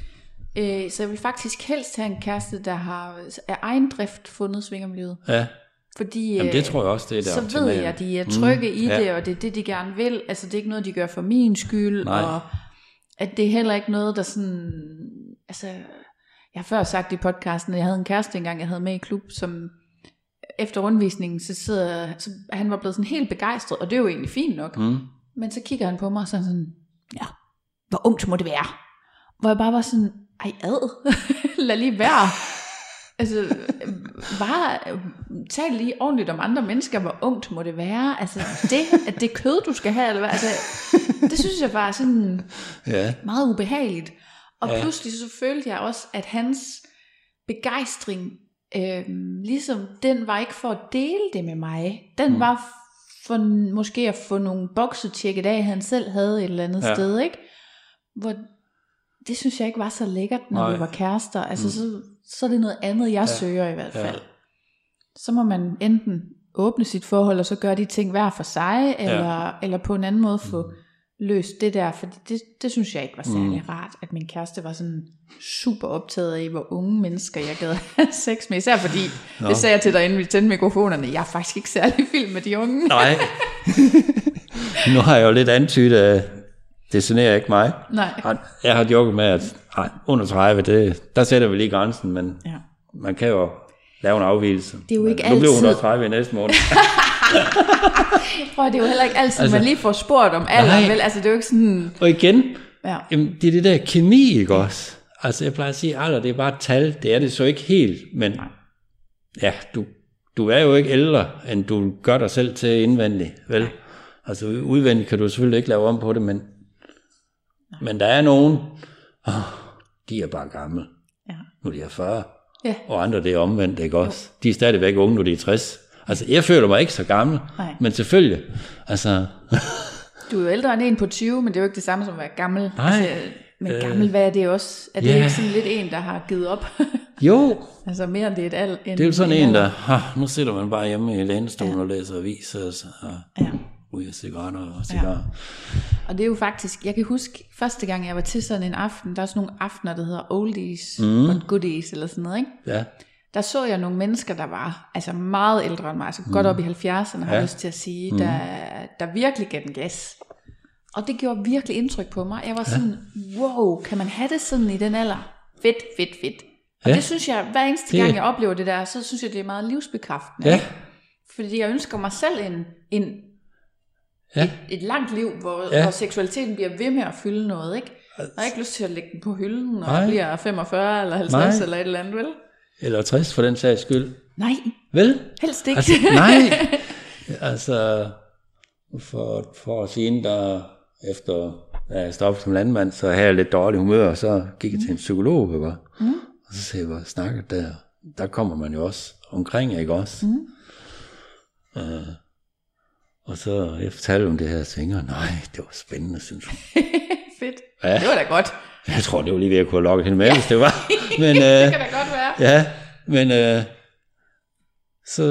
[SPEAKER 2] Så jeg vil faktisk helst have en kæreste, der har af egen drift fundet svingermiljøet.
[SPEAKER 3] Ja.
[SPEAKER 2] Fordi
[SPEAKER 3] jamen, det tror jeg også, det er der.
[SPEAKER 2] så ved jeg, at de er trygge i det, og det er det, de gerne vil. Altså, det er ikke noget, de gør for min skyld, og at det er heller ikke noget, der sådan... Altså, jeg har før sagt i podcasten, at jeg havde en kæreste engang, jeg havde med i klub, som efter rundvisningen, så han var blevet sådan helt begejstret, og det er jo egentlig fint nok. Men så kigger han på mig, og sådan, ja, hvor ungt må det være? Hvor jeg bare var sådan, ej ad, lad lige være. Altså, bare tal lige ordentligt om andre mennesker, hvor ungt må det være? Altså, at det kød, du skal have, eller hvad? Altså, det synes jeg var sådan meget ubehageligt. Og pludselig så følte jeg også, at hans begejstring, ligesom, den var ikke for at dele det med mig. Den var for måske at få nogle bokse tjekket af, han selv havde et eller andet sted, ikke? Hvor det synes jeg ikke var så lækkert, når vi var kærester. Altså, så er det noget andet, jeg søger i hvert fald. Så må man enten åbne sit forhold, og så gøre de ting hver for sig, eller på en anden måde få løst det der, for det synes jeg ikke var særlig rart, at min kæreste var sådan super optaget af, hvor unge mennesker jeg gad have sex med, især fordi, det sagde jeg til dig, inden vi tændte mikrofonerne, jeg er faktisk ikke særlig vild med de unge.
[SPEAKER 3] Nej. Nu har jeg jo lidt antydet, at det generer ikke mig.
[SPEAKER 2] Nej.
[SPEAKER 3] Jeg har joket med, at under 30, der sætter vi lige grænsen, men man kan jo lave en afvigelse.
[SPEAKER 2] Det er jo ikke
[SPEAKER 3] nu bliver
[SPEAKER 2] altid.
[SPEAKER 3] 130 i næste måned.
[SPEAKER 2] Prøv, det er jo heller ikke altid, altså, man lige får spurgt om alder, vel? Altså, det er jo ikke sådan...
[SPEAKER 3] Og igen, jamen, det er det der kemi, ikke også? Altså, jeg plejer at sige, alder, det er bare et tal. Det er det så ikke helt, men ja, du er jo ikke ældre, end du gør dig selv til indvendigt, vel? Altså, udvendigt kan du selvfølgelig ikke lave om på det, men der er nogen, de er bare gamle. Ja. Nu er de 40. Ja. Og andre, det er omvendt, ikke også? De er stadigvæk unge, nu de er 60. Altså, jeg føler mig ikke så gammel, men selvfølgelig. Altså...
[SPEAKER 2] Du er jo ældre end en på 20, men det er jo ikke det samme som at være gammel. Nej. Altså, men gammel, hvad er det også? Er det ikke sådan lidt en, der har givet op?
[SPEAKER 3] Jo.
[SPEAKER 2] Altså mere end det er
[SPEAKER 3] det er jo sådan en, der... nu sidder man bare hjemme i lænestolen og læser aviser og ryger cigaretter og cigarer. Ja.
[SPEAKER 2] Og det er jo faktisk... Jeg kan huske, første gang jeg var til sådan en aften, der er sådan nogle aftener, der hedder oldies, but goodies, eller sådan noget, ikke? Ja. Der så jeg nogle mennesker, der var altså meget ældre end mig, altså godt op i 70'erne, har jeg lyst til at sige, der virkelig gav den gas. Og det gjorde virkelig indtryk på mig. Jeg var sådan, wow, kan man have det sådan i den alder? Fedt. Og det synes jeg, hver eneste gang jeg oplever det der, så synes jeg, det er meget livsbekræftende. Ja. Fordi jeg ønsker mig selv et langt liv, hvor seksualiteten bliver ved med at fylde noget, ikke? Jeg har ikke lyst til at lægge den på hylden, når jeg bliver 45 eller 50 eller et eller andet, vel?
[SPEAKER 3] Eller 60 for den sags skyld.
[SPEAKER 2] Nej.
[SPEAKER 3] Vel?
[SPEAKER 2] Helst ikke.
[SPEAKER 3] Altså, nej. Altså, for år siden, der efter jeg stoppede som landmand, så havde jeg lidt dårlig humør, og så gik jeg til en psykolog, ikke? Og så sagde jeg, hvor snakket der kommer man jo også omkring, ikke også? Og så jeg fortalte om det her, og tænker, nej, det var spændende, synes jeg.
[SPEAKER 2] Fedt. Ja. Det var da godt.
[SPEAKER 3] Jeg tror, det var lige ved at kunne lokke hende med, hvis det var. Men,
[SPEAKER 2] det kan da godt være.
[SPEAKER 3] Ja, men så...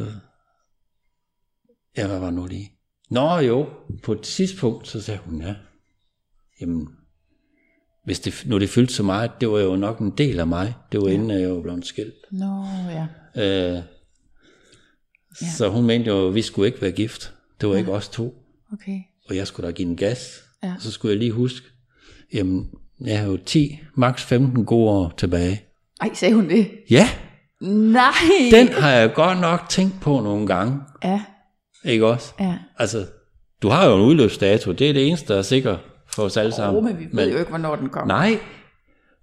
[SPEAKER 3] Ja, hvad var nu lige? Nå jo, på et tidspunkt, så sagde hun, jamen, hvis det fyldte så meget, det var jo nok en del af mig. Det var inden jeg var blevet skilt.
[SPEAKER 2] Nå, ja.
[SPEAKER 3] Så hun mente jo, at vi skulle ikke være gift. Det var ikke os to.
[SPEAKER 2] Okay.
[SPEAKER 3] Og jeg skulle da give en gas. Ja. Og så skulle jeg lige huske, jamen, jeg har jo 10, maks 15 gode år tilbage.
[SPEAKER 2] Ej, sagde hun det?
[SPEAKER 3] Ja.
[SPEAKER 2] Nej.
[SPEAKER 3] Den har jeg godt nok tænkt på nogle gange.
[SPEAKER 2] Ja.
[SPEAKER 3] Ikke også?
[SPEAKER 2] Ja.
[SPEAKER 3] Altså, du har jo en udløbsdato. Det er det eneste, der er sikker for os alle sammen.
[SPEAKER 2] Men vi ved jo ikke, hvornår den kommer.
[SPEAKER 3] Nej.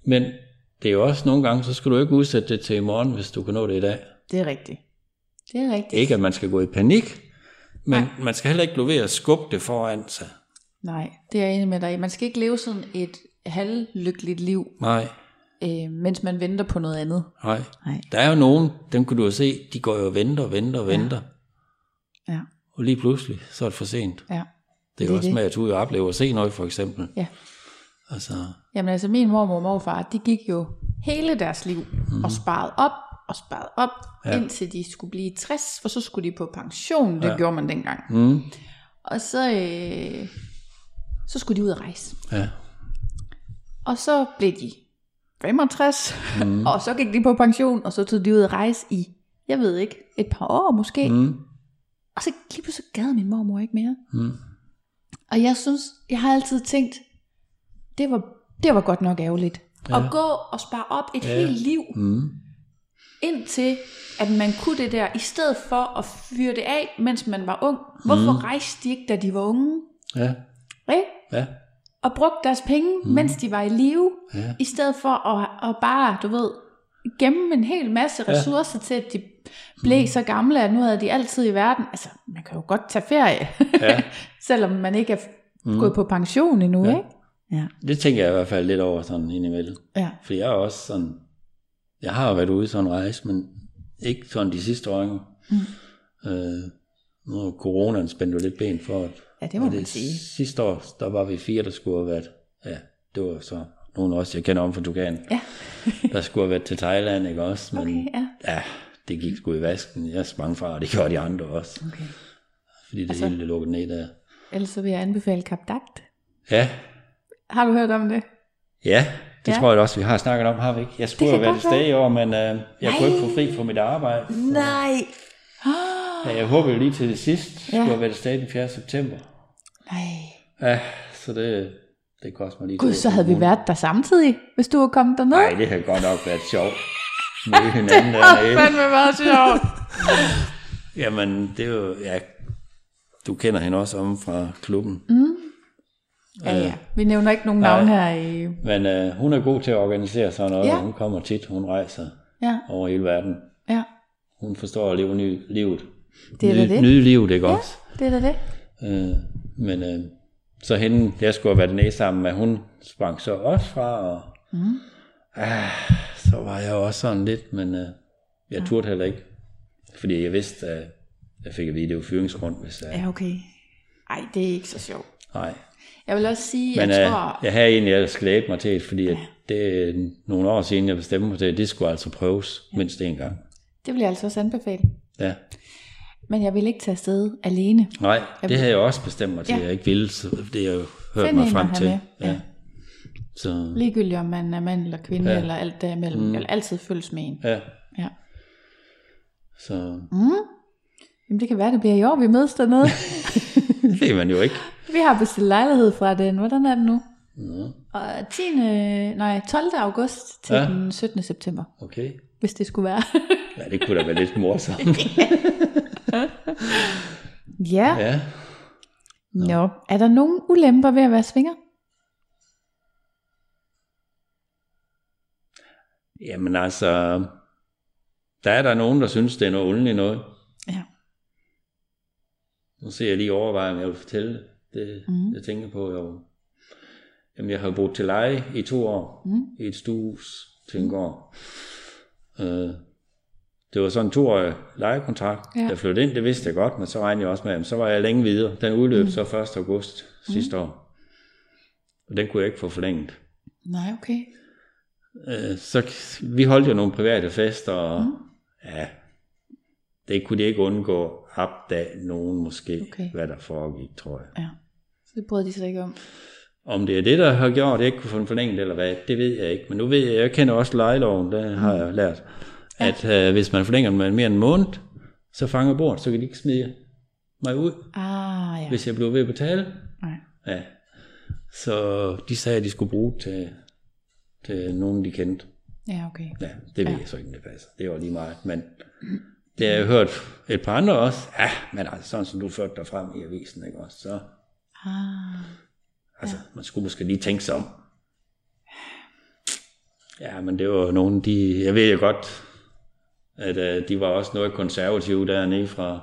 [SPEAKER 3] Men det er jo også nogle gange, så skal du ikke udsætte det til i morgen, hvis du kan nå det i dag.
[SPEAKER 2] Det er rigtigt. Det er rigtigt.
[SPEAKER 3] Ikke at man skal gå i panik, men man skal heller ikke love ved at skubbe det foran sig.
[SPEAKER 2] Nej, det er jeg enig med dig i. Man skal ikke leve sådan et halvlykkeligt liv,
[SPEAKER 3] Nej.
[SPEAKER 2] Mens man venter på noget andet.
[SPEAKER 3] Nej. Der er jo nogen, dem kunne du jo se, de går jo og venter.
[SPEAKER 2] Ja.
[SPEAKER 3] Og lige pludselig, så er det for sent.
[SPEAKER 2] Ja.
[SPEAKER 3] Det er jo også med, at du oplever at se noget, for eksempel.
[SPEAKER 2] Ja.
[SPEAKER 3] Altså.
[SPEAKER 2] Jamen altså, min mormor og morfar, de gik jo hele deres liv og sparede op, indtil de skulle blive 60, for så skulle de på pension. Det gjorde man dengang. Og så skulle de ud at rejse.
[SPEAKER 3] Ja.
[SPEAKER 2] Og så blev de 65, og så gik de på pension, og så tog de ud at rejse i, jeg ved ikke, et par år måske. Og så lige pludselig gad min mormor ikke mere. Og jeg synes, jeg har altid tænkt, det var godt nok ærgerligt. At gå og spare op et helt liv, indtil at man kunne det der, i stedet for at fyre det af, mens man var ung. Hvorfor rejste de ikke, da de var unge?
[SPEAKER 3] Ja. Ja.
[SPEAKER 2] Og brugte deres penge, mens de var i live, i stedet for at bare, du ved, gemme en hel masse ressourcer til, at de blev så gamle, at nu havde de altid i verden. Altså, man kan jo godt tage ferie, selvom man ikke er gået på pension endnu, ikke? Ja.
[SPEAKER 3] Det tænker jeg i hvert fald lidt over sådan indimellem. Ja. For jeg er også sådan, jeg har jo været ude i sådan en rejse, men ikke sådan de sidste år. Nu har coronaen spændt jo lidt ben for,
[SPEAKER 2] ja, det må man sige.
[SPEAKER 3] Sidste år, der var vi 4, der skulle have været, det var så nogle også, jeg kender om fra Tukan, der skulle have været til Thailand, ikke også? Men det gik sgu i vasken. Jeg sprang fra, og det gjorde de andre også. Okay. Fordi det hele det lukkede ned der.
[SPEAKER 2] Ellers så vil jeg anbefale Kap Dagt.
[SPEAKER 3] Ja.
[SPEAKER 2] Har du hørt om det?
[SPEAKER 3] Ja, det tror jeg også, vi har snakket om, har vi ikke? Jeg skulle have været et sted i år, men jeg kunne ikke få fri fra mit arbejde.
[SPEAKER 2] Nej.
[SPEAKER 3] Ja, jeg håber jo lige til det sidst, skulle have været et sted den 4. september.
[SPEAKER 2] Nej.
[SPEAKER 3] Ja, så det koster mig lige.
[SPEAKER 2] Gud, så havde vi været der samtidig, hvis du var kommet derned.
[SPEAKER 3] Nej, det havde godt nok været sjovt. Med hinanden
[SPEAKER 2] det har fandme været sjovt.
[SPEAKER 3] Jamen, det er jo, du kender hende også om fra klubben.
[SPEAKER 2] Ja. Vi nævner ikke nogen navn her i...
[SPEAKER 3] Men hun er god til at organisere sådan noget, og hun kommer tit, hun rejser over hele verden. Ja. Hun forstår at leve livet.
[SPEAKER 2] Det er det.
[SPEAKER 3] Nyde livet, ikke også?
[SPEAKER 2] Det er det.
[SPEAKER 3] Men så hende, jeg skulle have været nede sammen med, hun sprang så også fra, og så var jeg også sådan lidt, men jeg turde heller ikke, fordi jeg vidste, at jeg fik at vide, det var fyringsgrund. Hvis
[SPEAKER 2] ja, okay. Ej, det er ikke så sjovt.
[SPEAKER 3] Nej.
[SPEAKER 2] Jeg vil også sige,
[SPEAKER 3] men jeg tror... jeg havde egentlig ellers glædet mig til det, fordi det er nogle år siden, jeg bestemte mig til, at det skulle altså prøves mindst en gang.
[SPEAKER 2] Det vil jeg altså også anbefale.
[SPEAKER 3] Ja.
[SPEAKER 2] Men jeg vil ikke tage afsted alene.
[SPEAKER 3] Nej, det havde jeg også bestemt mig til, at jeg ikke ville, så det har jeg jo hørt mig frem til. Ja.
[SPEAKER 2] Så... Ligegyldigt om man er mand eller kvinde, eller alt derimellem. Jeg vil altid følges med en.
[SPEAKER 3] Ja.
[SPEAKER 2] Så... Jamen det kan være, det bliver i år, vi mødes dernede.
[SPEAKER 3] Det ved man jo ikke.
[SPEAKER 2] Vi har bestilt lejlighed fra den, hvordan er det nu? Og 12. august til den 17. september.
[SPEAKER 3] Okay.
[SPEAKER 2] Hvis det skulle være.
[SPEAKER 3] Ja, det kunne da være lidt morsomt.
[SPEAKER 2] Ja. Nå, er der nogen ulemper ved at være swinger?
[SPEAKER 3] Jamen altså, der er der nogen, der synes, det er noget underligt noget.
[SPEAKER 2] Ja.
[SPEAKER 3] Nu ser jeg lige overveje, om jeg vil fortælle det. Jeg tænker på, jamen jeg har boet til leje i 2 år, i et stuehus til en gård. Det var sådan en 2-årig lejekontrakt. Jeg flyttede ind, det vidste jeg godt, men så regnede jeg også med, så var jeg længe videre. Den udløb så 1. august sidste år. Og den kunne jeg ikke få forlænget.
[SPEAKER 2] Nej, okay.
[SPEAKER 3] Så vi holdt jo nogle private fester, og det kunne de ikke undgå opdage nogen måske, hvad der foregik, tror jeg.
[SPEAKER 2] Ja, så det brød de sig ikke om.
[SPEAKER 3] Om det er det, der har gjort, at jeg ikke kunne få den forlænget, eller hvad, det ved jeg ikke. Men nu ved jeg kender også lejeloven, det har jeg lært, at hvis man forlænger den med mere end en måned, så fanger bordet, så kan de ikke smide mig ud, hvis jeg blev ved at betale.
[SPEAKER 2] Nej.
[SPEAKER 3] Ja. Så de sagde, at de skulle bruge til nogen, de kendte.
[SPEAKER 2] Ja, okay.
[SPEAKER 3] Ja, det ved jeg så ikke, om det passer. Det var lige meget, men det har jeg hørt et par andre også. Ja, men altså sådan som du førte dig frem i avisen, ikke også? Så, altså, man skulle måske lige tænke sig om. Ja, men det var nogle, jeg ved jo godt, at de var også noget konservative dernede fra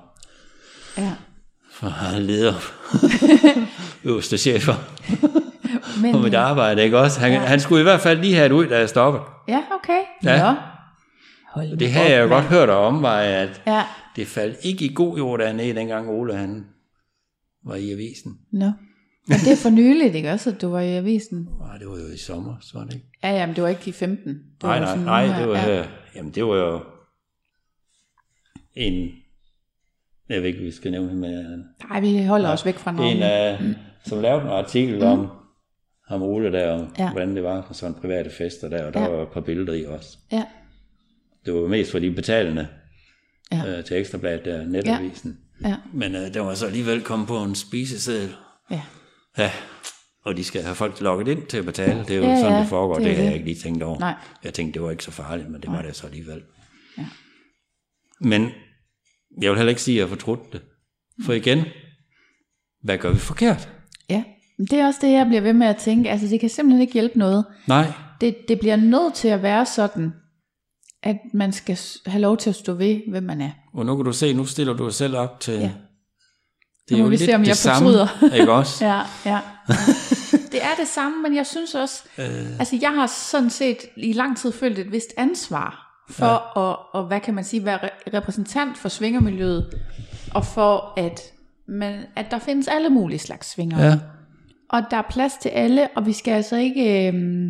[SPEAKER 3] leder, øverste chefer på mit arbejde, ikke også? Han skulle i hvert fald lige have det ud, da jeg stoppede.
[SPEAKER 2] Ja, okay.
[SPEAKER 3] Ja. Det havde jeg jo godt hørt om, at det faldt ikke i god jord dernede, dengang Ole han var i avisen.
[SPEAKER 2] Nå. Men det er for nyligt, ikke også, at du var i avisen?
[SPEAKER 3] Nej, det var jo i sommer, så var det ikke?
[SPEAKER 2] Ja, men det var ikke i 15.
[SPEAKER 3] Nej, det var her. Jamen, det var jo jeg ved ikke, vi skal nævne med.
[SPEAKER 2] Nej, vi holder os væk fra navnet.
[SPEAKER 3] Som lavede en artikel om Ole der, og hvordan det var på sådan private fester der, og der var et par billeder i også. Ja. Det var mest for de betalende til Ekstrabladet der, netavisen. Ja. Men der var så alligevel kommet på en spiseseddel. Ja, og de skal have folk logget ind til at betale. Det er jo sådan, det foregår. Det har jeg ikke lige tænkt over. Nej. Jeg tænkte, det var ikke så farligt, men det var det så alligevel. Ja. Men jeg vil heller ikke sige, at jeg har fortrudt det. For igen, hvad gør vi forkert? Ja,
[SPEAKER 2] det er også det, jeg bliver ved med at tænke. Altså, det kan simpelthen ikke hjælpe noget.
[SPEAKER 3] Nej.
[SPEAKER 2] Det bliver nødt til at være sådan, at man skal have lov til at stå ved, hvem man er.
[SPEAKER 3] Og nu kan du se, nu stiller du dig selv op til...
[SPEAKER 2] Ja.
[SPEAKER 3] Det er jo lidt se, om det jeg samme, ikke også?
[SPEAKER 2] Ja. Det er det samme, men jeg synes også, altså jeg har sådan set i lang tid følt et vist ansvar for at hvad kan man sige, være repræsentant for svingermiljøet, og for at der findes alle mulige slags svinger. Ja. Og der er plads til alle, og vi skal altså ikke,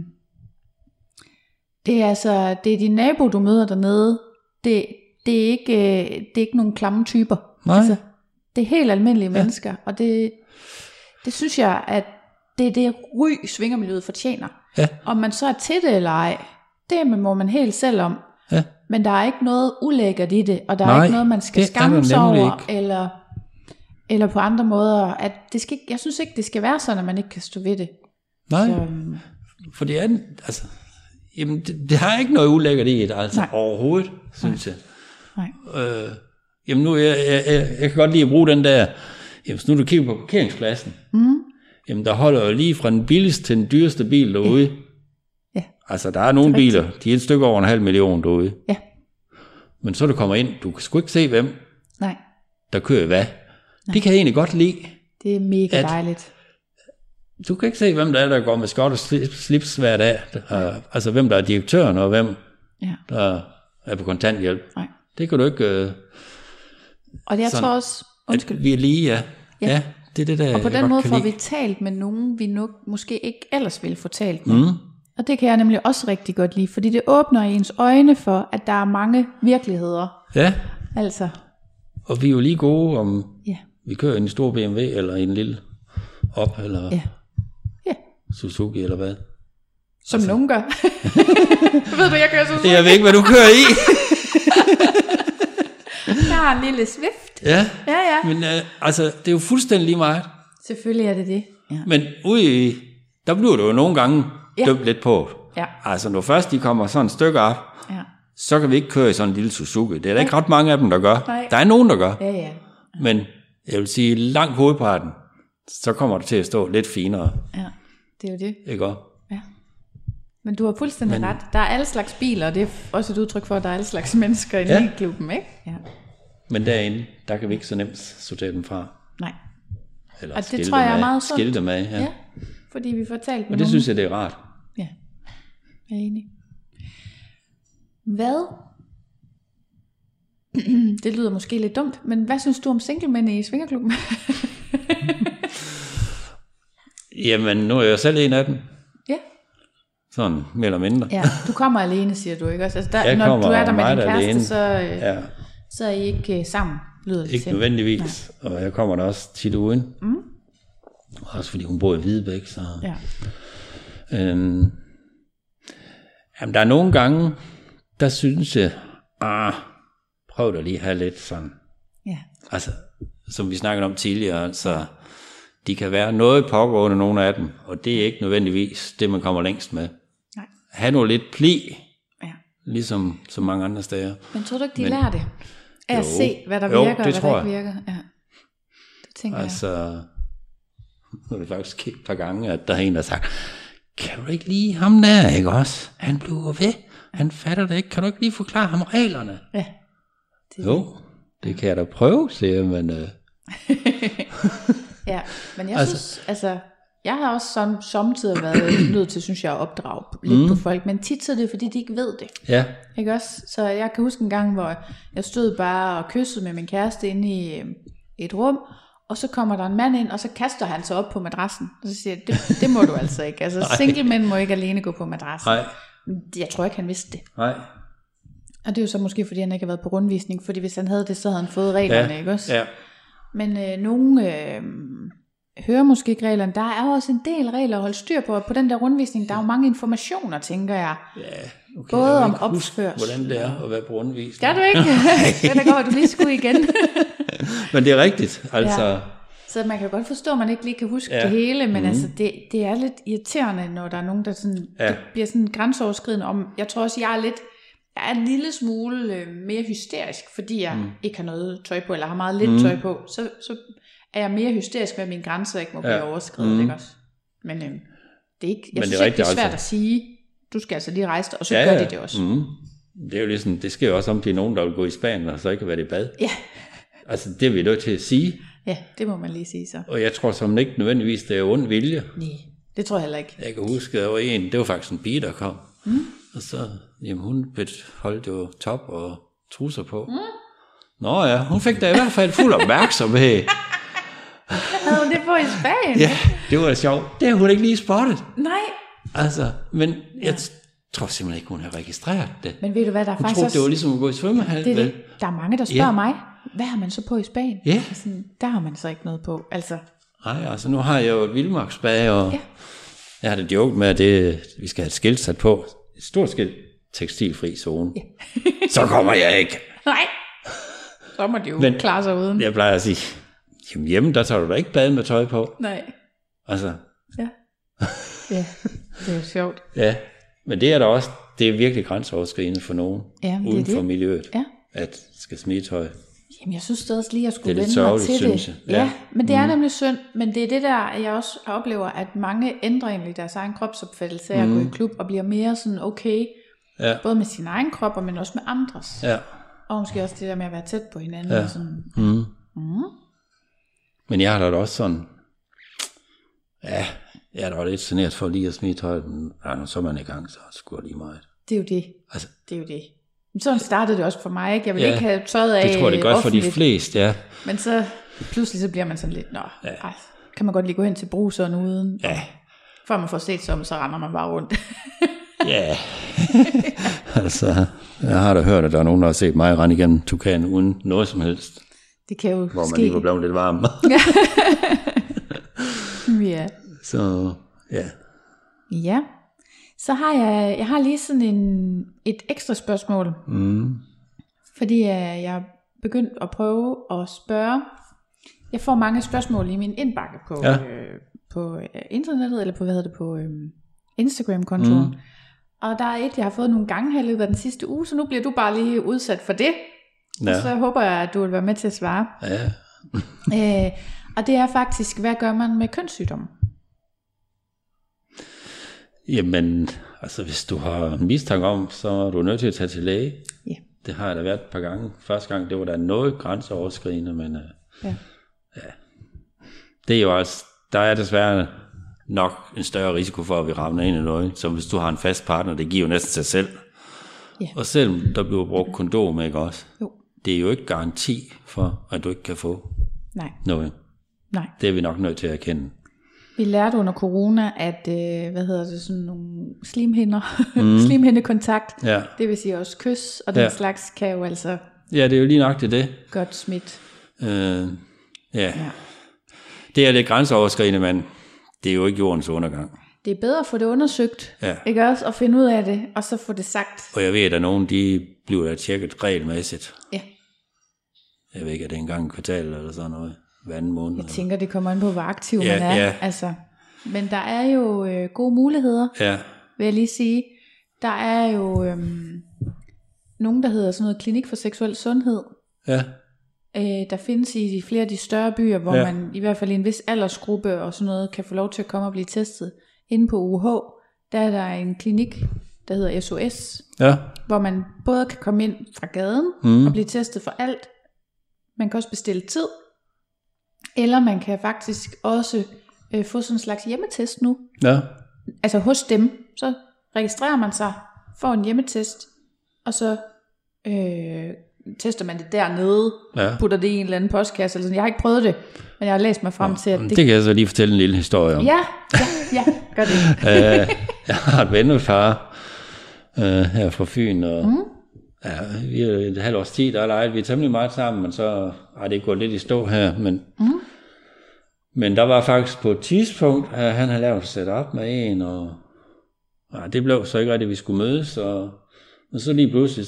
[SPEAKER 2] det er din nabo, du møder dernede, det er ikke nogen klamme typer.
[SPEAKER 3] Nej. Altså,
[SPEAKER 2] det er helt almindelige mennesker, og det synes jeg, at det er det ry svingermiljøet fortjener. Ja. Om man så er til det eller ej, det må man helt selv om. Ja. Men der er ikke noget ulækkert i det, og der er ikke noget, man skal skamme sig over, eller på andre måder. At jeg synes ikke, det skal være sådan, at man ikke kan stå ved det.
[SPEAKER 3] Nej, for det er altså, jamen, det har ikke noget ulækkert i det, altså overhovedet, synes jeg. Nej. Jamen nu, jeg kan godt lide at bruge den der, jamen nu du kigger på parkeringspladsen, jamen der holder jo lige fra den billigste til den dyreste bil derude. Ja. Altså der er nogle biler, de er et stykke over 500.000 derude. Ja. Men så du kommer ind, du kan sgu ikke se hvem, der kører hvad. Nej. Det kan jeg egentlig godt lide.
[SPEAKER 2] Det er mega dejligt.
[SPEAKER 3] Du kan ikke se, hvem der går med skjort og slips hver dag. Altså hvem der er direktøren, og hvem der er på kontanthjælp. Nej. Det kan du ikke... Og det jeg tror også... Undskyld. At vi er lige, ja, det er det, der...
[SPEAKER 2] Og på den måde får vi talt med nogen, vi nu måske ikke ellers ville få talt med. Og det kan jeg nemlig også rigtig godt lide, fordi det åbner ens øjne for, at der er mange virkeligheder. Ja. Altså.
[SPEAKER 3] Og vi er jo lige gode, om vi kører i en stor BMW, eller i en lille op, eller Suzuki, eller hvad.
[SPEAKER 2] Som nogen gør. Ved du, jeg kører Suzuki?
[SPEAKER 3] Jeg ved ikke, hvad du kører i.
[SPEAKER 2] Jeg har en lille Swift.
[SPEAKER 3] Ja. Men altså, det er jo fuldstændig lige meget.
[SPEAKER 2] Selvfølgelig er det. Ja.
[SPEAKER 3] Men ude i, der bliver du jo nogle gange dømt lidt på. Ja. Altså, når først de kommer sådan et stykke op, så kan vi ikke køre i sådan en lille Suzuki. Det er der ikke ret mange af dem, der gør. Nej. Der er nogen, der gør. Ja. Men jeg vil sige, langt hovedparten, så kommer det til at stå lidt finere. Ja,
[SPEAKER 2] det er jo det.
[SPEAKER 3] Ikke også? Ja.
[SPEAKER 2] Men du har fuldstændig ret. Der er alle slags biler, og det er også et udtryk for, at der er alle slags mennesker i klubben, ikke? Ja.
[SPEAKER 3] Men derinde, der kan vi ikke så nemt sortere dem fra.
[SPEAKER 2] Nej.
[SPEAKER 3] Eller
[SPEAKER 2] og det tror jeg er meget sundt.
[SPEAKER 3] Skilte dem af,
[SPEAKER 2] ja. Fordi vi får talt med nogen.
[SPEAKER 3] Og det synes jeg, det er rart.
[SPEAKER 2] Ja, jeg er enig. Hvad? Det lyder måske lidt dumt, men hvad synes du om singlemænd i svingerklubben?
[SPEAKER 3] Jamen, nu er jeg selv en af dem. Ja. Sådan, mere eller mindre.
[SPEAKER 2] Ja, du kommer alene, siger du, ikke også? Altså når du er der med din kæreste, så er I ikke sammen, lyder det
[SPEAKER 3] ikke nødvendigvis, og jeg kommer der også tit uden. Også fordi hun bor i Hvidebæk, så... Ja. Jamen, der er nogle gange, der synes jeg, prøv da lige at have lidt sådan, altså, som vi snakkede om tidligere, så de kan være noget pågående, nogle af dem, og det er ikke nødvendigvis det, man kommer længst med. Nej. Ha' nu lidt pli, ligesom så mange andre steder.
[SPEAKER 2] Men tror du ikke, de lærer det? Af at se, hvad der virker, og hvad der ikke virker? Ja, det tænker
[SPEAKER 3] jeg. Nu er det faktisk et par gange, at der er en, der har sagt, kan du ikke lige ham der, ikke også? Han bliver ved. Han fatter det ikke. Kan du ikke lige forklare ham reglerne?
[SPEAKER 2] Ja.
[SPEAKER 3] Jo, det kan jeg da prøve, siger jeg, men...
[SPEAKER 2] Ja, men jeg synes, altså, jeg har også samtidig været nødt til, synes jeg, at opdrage lidt på folk, men tit så er det, fordi de ikke ved det.
[SPEAKER 3] Ja.
[SPEAKER 2] Ikke også? Så jeg kan huske en gang, hvor jeg stod bare og kyssede med min kæreste inde i et rum, og så kommer der en mand ind, og så kaster han sig op på madrassen. Og så siger jeg, det må du altså ikke. Altså, single mænd må ikke alene gå på madrassen.
[SPEAKER 3] Nej.
[SPEAKER 2] Jeg tror ikke, han vidste det.
[SPEAKER 3] Nej.
[SPEAKER 2] Og det er jo så måske, fordi han ikke har været på rundvisning, fordi hvis han havde det, så havde han fået reglerne, ikke også?
[SPEAKER 3] Ja.
[SPEAKER 2] Men nogen hører måske ikke reglerne. Der er også en del regler at holde styr på den der rundvisning. Der er jo mange informationer, tænker jeg.
[SPEAKER 3] Ja, okay.
[SPEAKER 2] Både om opførsel.
[SPEAKER 3] Hvordan det er at være på rundvisning.
[SPEAKER 2] Gør du ikke? Det kan da godt, at du lige skulle igen.
[SPEAKER 3] Men det er rigtigt, altså...
[SPEAKER 2] Ja. Så man kan godt forstå, at man ikke lige kan huske det hele, men altså, det er lidt irriterende, når der er nogen, der sådan, det bliver sådan grænseoverskridende om. Jeg tror også, jeg er en lille smule mere hysterisk, fordi jeg ikke har noget tøj på, eller har meget lidt tøj på. Så er jeg mere hysterisk med, at mine grænser ikke må blive overskredet, ikke også? Men det er ikke, jeg synes ikke, det er svært at sige, du skal altså lige rejse dig, og så gør de det også.
[SPEAKER 3] Det er jo ligesom, det sker jo også om, til nogen, der vil gå i Spanien, og så ikke kan være i bad.
[SPEAKER 2] Ja.
[SPEAKER 3] Altså, det er vi nødt til at sige.
[SPEAKER 2] Ja, det må man lige sige så.
[SPEAKER 3] Og jeg tror som ikke nødvendigvis, det er ond vilje.
[SPEAKER 2] Nej, det tror jeg heller ikke.
[SPEAKER 3] Jeg kan huske, at der var det var faktisk en pige, der kom. Og så, jamen hun holdt jo top og trusser på. Nå ja, hun fik da i hvert fald fuld opmærksomhed.
[SPEAKER 2] Havde hun det på i Spanien?
[SPEAKER 3] Ja, det var da sjovt. Det har hun ikke lige spottet.
[SPEAKER 2] Nej.
[SPEAKER 3] Altså, men jeg tror simpelthen ikke, hun har registreret det.
[SPEAKER 2] Men ved du hvad, der er
[SPEAKER 3] hun
[SPEAKER 2] faktisk
[SPEAKER 3] troede,
[SPEAKER 2] også...
[SPEAKER 3] det var ligesom at gå i svømmehal.
[SPEAKER 2] Der er mange, der spørger mig, hvad har man så på i Spanien?
[SPEAKER 3] Ja.
[SPEAKER 2] Sådan, der har man så ikke noget på, altså.
[SPEAKER 3] Nej, altså nu har jeg jo et vildmarksbad, og jeg har det joket med, at vi skal have et skilt sat på. Et stort skilt, tekstilfri zone. Ja. Så kommer jeg ikke.
[SPEAKER 2] Nej, så må de jo klare sig uden.
[SPEAKER 3] Jeg plejer at sige, jamen hjemme, der tager du da ikke bad med tøj på.
[SPEAKER 2] Nej.
[SPEAKER 3] Altså.
[SPEAKER 2] Ja. Ja, det er jo sjovt.
[SPEAKER 3] Ja, men det er der også, det er virkelig grænseoverskridende for nogen, uden for miljøet, at skal smide tøj.
[SPEAKER 2] Jamen jeg synes det også lige, at jeg skulle
[SPEAKER 3] vende mig til
[SPEAKER 2] det. Ja, men det er nemlig synd, men det er det der, jeg også oplever, at mange ændrer egentlig deres egen kropsopfattelse af at gå i klub, og bliver mere sådan okay, både med sin egen krop, men også med andres.
[SPEAKER 3] Ja.
[SPEAKER 2] Og måske også det der med at være tæt på hinanden. Og sådan.
[SPEAKER 3] Men jeg har da også sådan, jeg er da lidt generet for lige at smide tøjet, men så er man i gang, så skur lige meget.
[SPEAKER 2] Det er jo det. Altså. Det er jo det. Men sådan startede det også for mig, ikke? Jeg vil ikke have tøjet af
[SPEAKER 3] det tror jeg, det er godt offentligt. For de fleste, ja.
[SPEAKER 2] Men så pludselig så bliver man sådan lidt, kan man godt lige gå hen til bruseren uden.
[SPEAKER 3] Ja.
[SPEAKER 2] Før man får set så render man bare rundt.
[SPEAKER 3] Ja. Altså, jeg har da hørt, at der er nogen, der har set mig rende igennem Tukan uden noget som helst.
[SPEAKER 2] Det kan jo
[SPEAKER 3] hvor man lige var blevet lidt varm.
[SPEAKER 2] Ja.
[SPEAKER 3] Så, ja.
[SPEAKER 2] Ja. Så har jeg har lige sådan et ekstra spørgsmål. Fordi jeg er begyndt at prøve at spørge. Jeg får mange spørgsmål i min indbakke på internettet, eller på, på Instagram-kontoen. Og der er et, jeg har fået nogle gange her i løbet af den sidste uge, så nu bliver du bare lige udsat for det. Ja. Og så håber jeg, at du vil være med til at svare. Ja. Og det er faktisk, hvad gør man med kønssygdomme?
[SPEAKER 3] Jamen, altså hvis du har en mistanke om, så er du nødt til at tage til læge.
[SPEAKER 2] Ja.
[SPEAKER 3] Det har jeg da været et par gange. Første gang, det var da noget grænseoverskridende, men det er jo altså, der er desværre nok en større risiko for, at vi rammer ind i noget, som hvis du har en fast partner, det giver jo næsten sig selv. Ja. Og selvom der bliver brugt kondom, ikke også? Jo. Det er jo ikke garanti for, at du ikke kan få noget. Nej. Det er vi nok nødt til at erkende.
[SPEAKER 2] Vi lærte under corona, at sådan nogle slimhinder, slimhindekontakt, det vil sige også kys, og den slags kan jo altså...
[SPEAKER 3] Ja, det er jo lige nok det.
[SPEAKER 2] Godt smidt.
[SPEAKER 3] Det er lidt grænseoverskridende, men det er jo ikke jordens undergang.
[SPEAKER 2] Det er bedre at få det undersøgt, ikke også? Og finde ud af det, og så få det sagt.
[SPEAKER 3] Og jeg ved, at der nogen, de bliver tjekket regelmæssigt. Ja. Jeg ved ikke, at det er en gang i kvartalet eller sådan noget. Hver anden måned.
[SPEAKER 2] Jeg tænker, det kommer an på, hvor aktiv man er. Ja. Altså, men der er jo gode muligheder, vil jeg lige sige. Der er jo nogen, der hedder sådan noget klinik for seksuel sundhed. Ja. Der findes i flere af de større byer, hvor man i hvert fald i en vis aldersgruppe og sådan noget, kan få lov til at komme og blive testet inde på UH. der er der en klinik, der hedder SOS,
[SPEAKER 3] Ja.
[SPEAKER 2] hvor man både kan komme ind fra gaden og blive testet for alt. Man kan også bestille tid, eller man kan faktisk også få sådan en slags hjemmetest nu.
[SPEAKER 3] Ja.
[SPEAKER 2] Altså hos dem, så registrerer man sig, får en hjemmetest, og så tester man det dernede, putter det i en eller anden postkasse. Eller sådan. Jeg har ikke prøvet det, men jeg har læst mig frem til, at
[SPEAKER 3] det kan jeg så lige fortælle en lille historie om.
[SPEAKER 2] Ja, gør det.
[SPEAKER 3] Jeg har et vennefar her fra Fyn, og vi er et halvt års tid, der er lejet. Vi er temmelig meget sammen, men så har det gået lidt i stå her. Men der var faktisk på et tidspunkt, at han havde lavet setup med en, og det blev så ikke rigtigt, at vi skulle mødes, og så lige pludselig,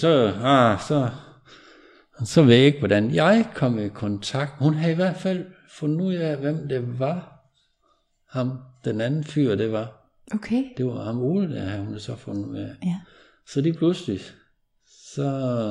[SPEAKER 3] så ved jeg ikke, hvordan jeg kom i kontakt. Hun havde i hvert fald fundet ud af, hvem det var. Ham, den anden fyr, det var.
[SPEAKER 2] Okay.
[SPEAKER 3] Det var ham Ole, der havde hun så fundet ud af.
[SPEAKER 2] Ja.
[SPEAKER 3] Så lige pludselig, så